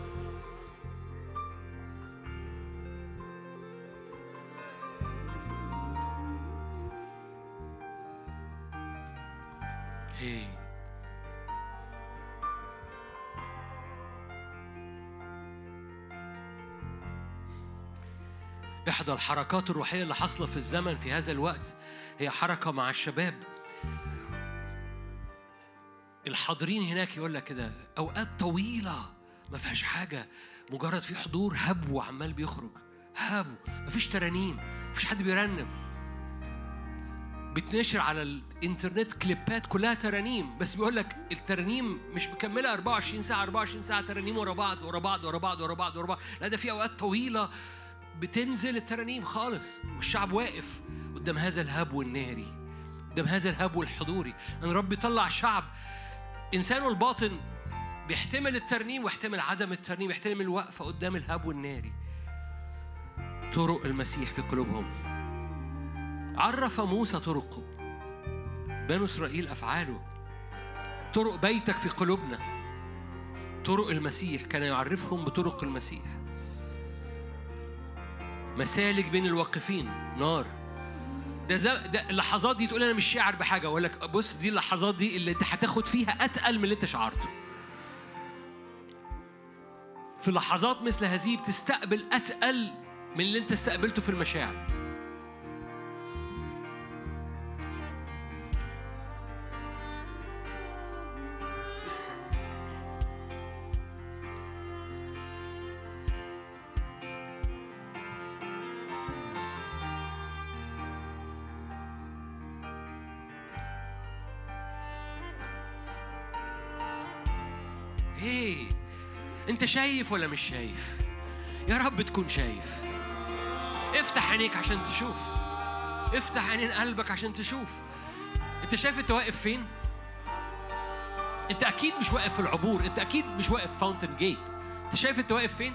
إحدى الحركات الروحية اللي حصلت في الزمن في هذا الوقت هي حركة مع الشباب الحاضرين هناك. يقول لك كده أوقات طويلة ما فيهاش حاجة، مجرد في حضور هبو عمال بيخرج، هبو، ما فيش ترانيم، ما فيش حد بيرنم. بتنشر على الانترنت كليبات كلها ترانيم، بس بيقول لك الترانيم مش مكملة 24 ساعة 24 ساعة ترانيم ورا بعض ورا بعض ورا بعض ورا بعض ورا بعض. لا، ده في أوقات طويلة بتنزل الترانيم خالص والشعب واقف قدام هذا الهبو الناري، قدام هذا الهبو الحضوري. أن رب يطلع شعب إنسانه الباطن بيحتمل الترنيم ويحتمل عدم الترنيم، يحتمل الوقفة قدام الهبو الناري. طرق المسيح في قلوبهم. عرف موسى طرقه، بنو إسرائيل أفعاله. طرق بيتك في قلوبنا، طرق المسيح كان يعرفهم بطرق المسيح. مسالك بين الواقفين نار. ده اللحظات دي تقول أنا مش شاعر بحاجة، أقول لك بص دي اللحظات دي اللي أنت هتاخد فيها أتقل من اللي أنت شعرته. في لحظات مثل هذه بتستقبل أتقل من اللي أنت استقبلته في المشاعر. ايه انت شايف ولا مش شايف؟ يا رب تكون شايف. افتح عينيك عشان تشوف، افتح عينين قلبك عشان تشوف. انت شايف انت واقف فين؟ انت اكيد مش واقف في العبور، انت اكيد مش واقف فاونتن جيت. انت شايف انت واقف فين؟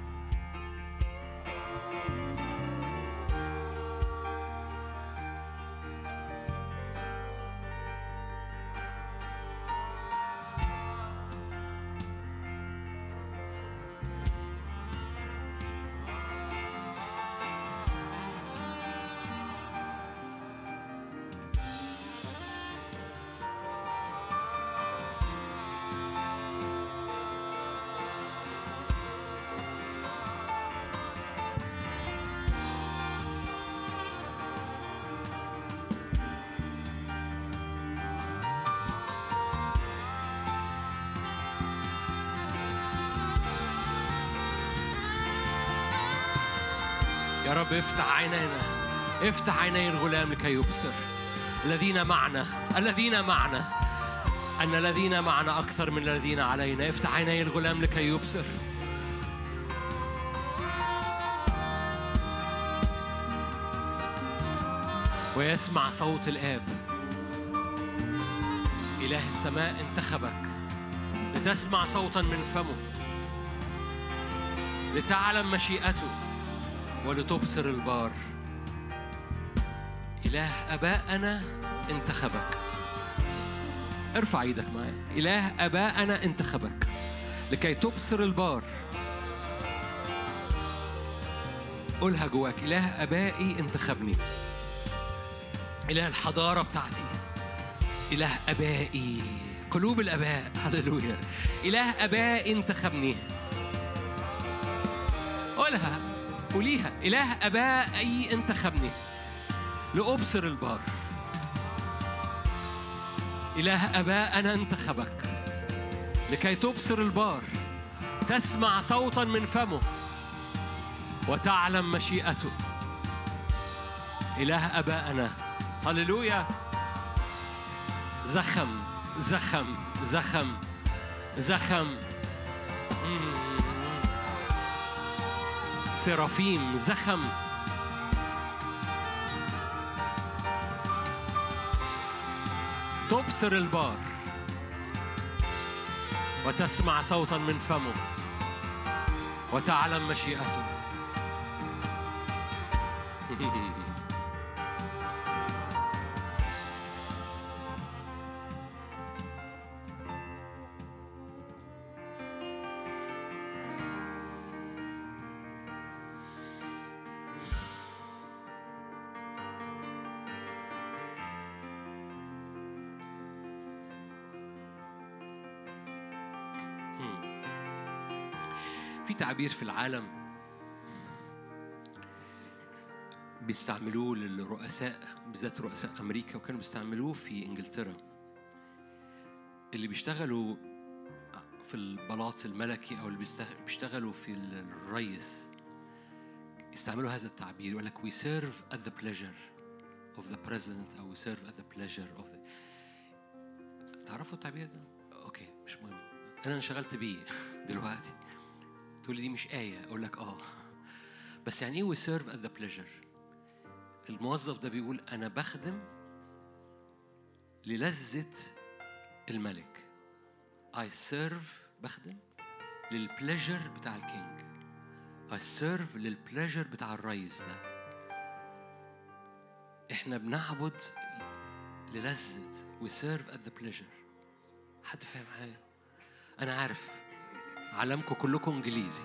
يا رب افتح عينينا، افتح عيني الغلام لكي يبصر. الذين معنا، الذين معنا، أن الذين معنا أكثر من الذين علينا. افتح عيني الغلام لكي يبصر. ويسمع صوت الآب. إله السماء انتخبك لتسمع صوتا من فمه، لتعلم مشيئته ولتبصر البار. إله آبائنا انتخبك. ارفع ايدك معايا. إله آبائنا انتخبك لكي تبصر البار. قولها جواك. إله آبائي انتخبني. إله الحضارة بتاعتي. إله آبائي، قلوب الآباء. هللويا. إله آبائي انتخبني. قولها، قوليها. إله آبائي انتخبني لأبصر البار. إله آبائنا انتخبك لكي تبصر البار، تسمع صوتا من فمه وتعلم مشيئته. إله آبائنا. هللويا. زخم زخم زخم زخم. سرافيم زخم. تبصر البار وتسمع صوتا من فمه وتعلم مشيئته. في تعبير في العالم بيستعملوه للرؤساء، بالذات رؤساء أمريكا، وكانوا بيستعملوه في إنجلترا. اللي بيشتغلوا في البلاط الملكي أو اللي بيشتغلوا في الرئيس يستعملوا هذا التعبير. يقول لك we serve at the pleasure of the president أو we serve at the pleasure of the... تعرفوا التعبير ده؟ أوكي مش مهم، أنا انشغلت بيه دلوقتي. تقول لي دي مش آية، أقول لك بس يعني إيه we serve at the pleasure؟ الموظف ده بيقول أنا بخدم للذة الملك. I serve، بخدم للبليجر بتاع الكينج. I serve للبليجر بتاع الرئيس ده. إحنا بنعبد للذة. we serve at the pleasure. حد فاهم حاجة؟ أنا عارف عالمكم كلكم إنجليزي.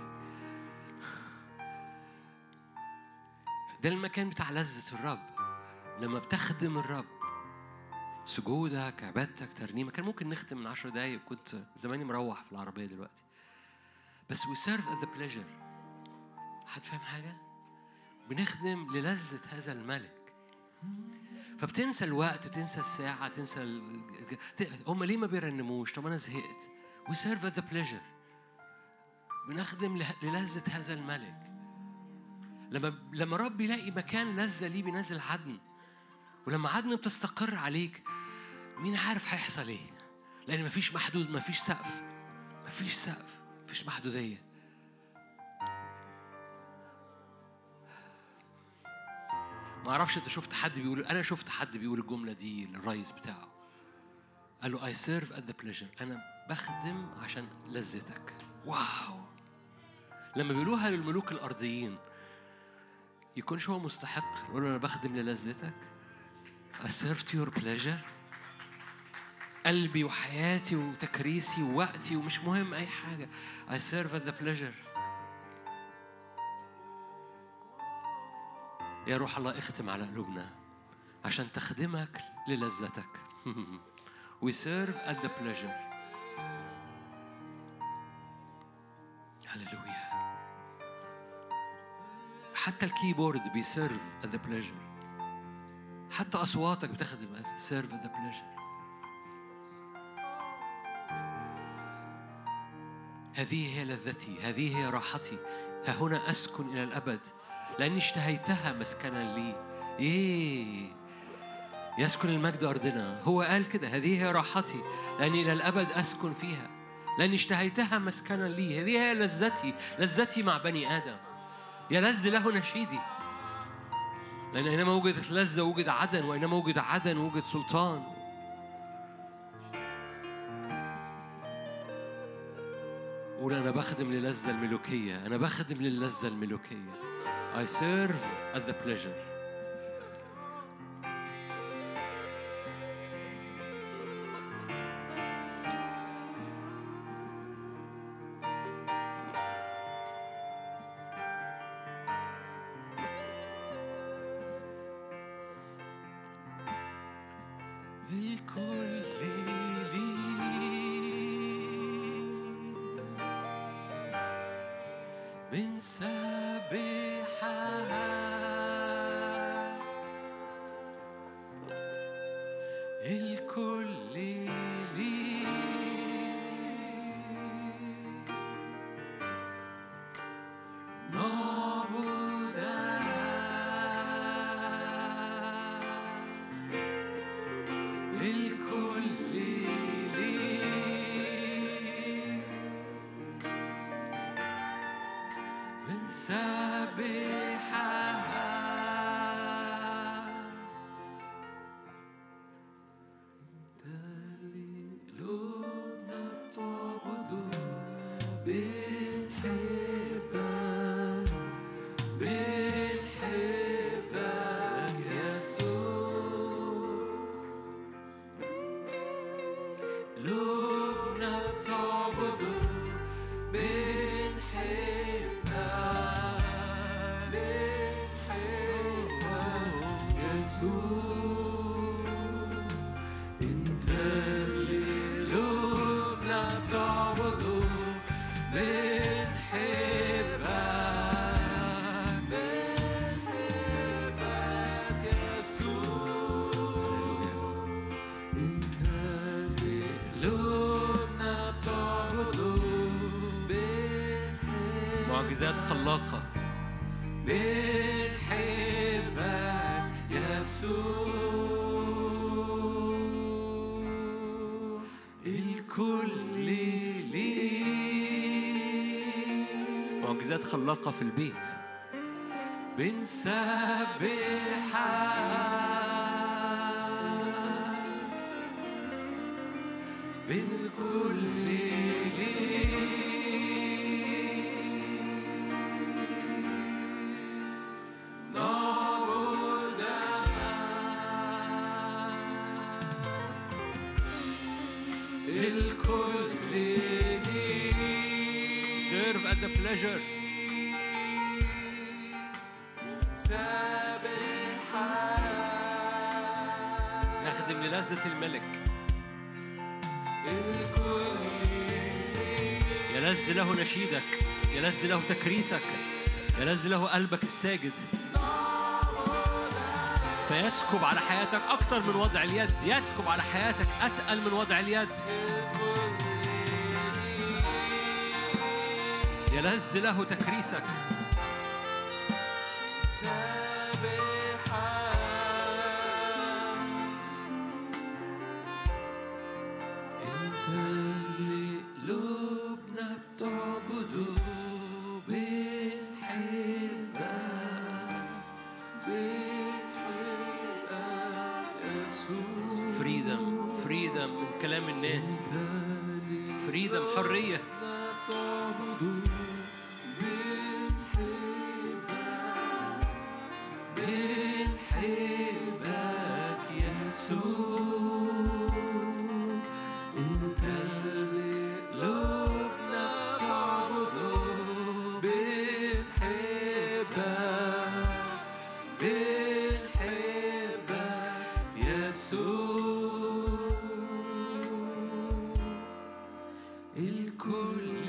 ده المكان بتاع لذة الرب. لما بتخدم الرب، سجودك، عبادتك، ترنيمة. كان ممكن نختم من 10 دقايق، كنت زماني مروح في العربية دلوقتي. بس we serve at the pleasure. حد فاهم حاجة؟ بنخدم للذة هذا الملك. فبتنسى الوقت، تنسى الساعة، تنسى هم ليه ما بيرنموش؟ طب أنا زهقت. we serve at the pleasure. بنخدم للذة هذا الملك. لما رب يلاقي مكان لذة ليه بينزل عدن. ولما عدن بتستقر عليك، مين عارف هيحصل ايه؟ لأن مفيش محدود، مفيش سقف، مفيش سقف، مفيش محدودية. ما اعرفش انت شفت حد بيقول، انا شفت حد بيقول الجملة دي للرئيس بتاعه، قال له I serve at the pleasure، انا بخدم عشان لذتك. واو. لما بيقولوها للملوك الارضيين يكونش هو مستحق يقول له انا بخدم للذتك؟ I serve your pleasure. قلبي وحياتي وتكريسي ووقتي ومش مهم أي حاجة. I serve at the pleasure. يا روح الله اختم على قلوبنا عشان تخدمك للذتك. We serve at the pleasure. هللويا. حتى الكيبورد بيسيرف at the pleasure. حتى أصواتك بتخدم serve at the pleasure. هذه هي لذتي، هذه هي راحتي، ها هنا أسكن إلى الأبد لأني اشتهيتها مسكنا لي. يسكن المجد أرضنا. هو قال كده هذه هي راحتي لأني إلى الأبد أسكن فيها لأني اشتهيتها مسكنا لي. هذه هي لذتي، لذتي مع بني آدم. يلذ له نشيدي، لأن أينما وجدت لذة وجد عدن، وأينما وجد عدن وجد سلطان. قول أنا بخدم للذة الملوكية، أنا بخدم للذة الملوكية. I serve at the pleasure. معجزات خلاقة بنحبك يسوع، الكل ليه. معجزات خلاقة في البيت بنسبحك بالكل ليه. Serve at the pleasure. نخدم للذة الملك. يلذ له نشيدك، يلذ له تكريسك، يلذ له قلبك الساجد، فيسكب على حياتك أكتر من وضع اليد، يسكب على حياتك أتقل من وضع اليد. يلذ له تكريسك. انت لقلوبنا فريدم، حرية. بنحبك يسوع، انت قلوبنا تعبده. بنحبك يسوع، الكل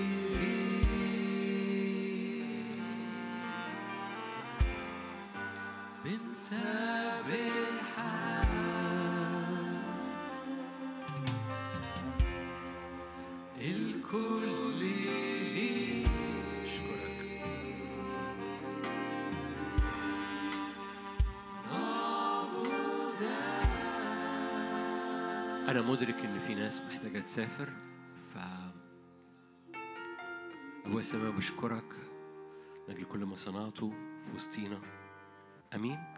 بنسبحك، الكل اشكرك. أنا مدرك إن في ناس محتاجة تسافر، أبويا السماوي بشكرك لأجل كل ما صنعته في وسطينا. آمين.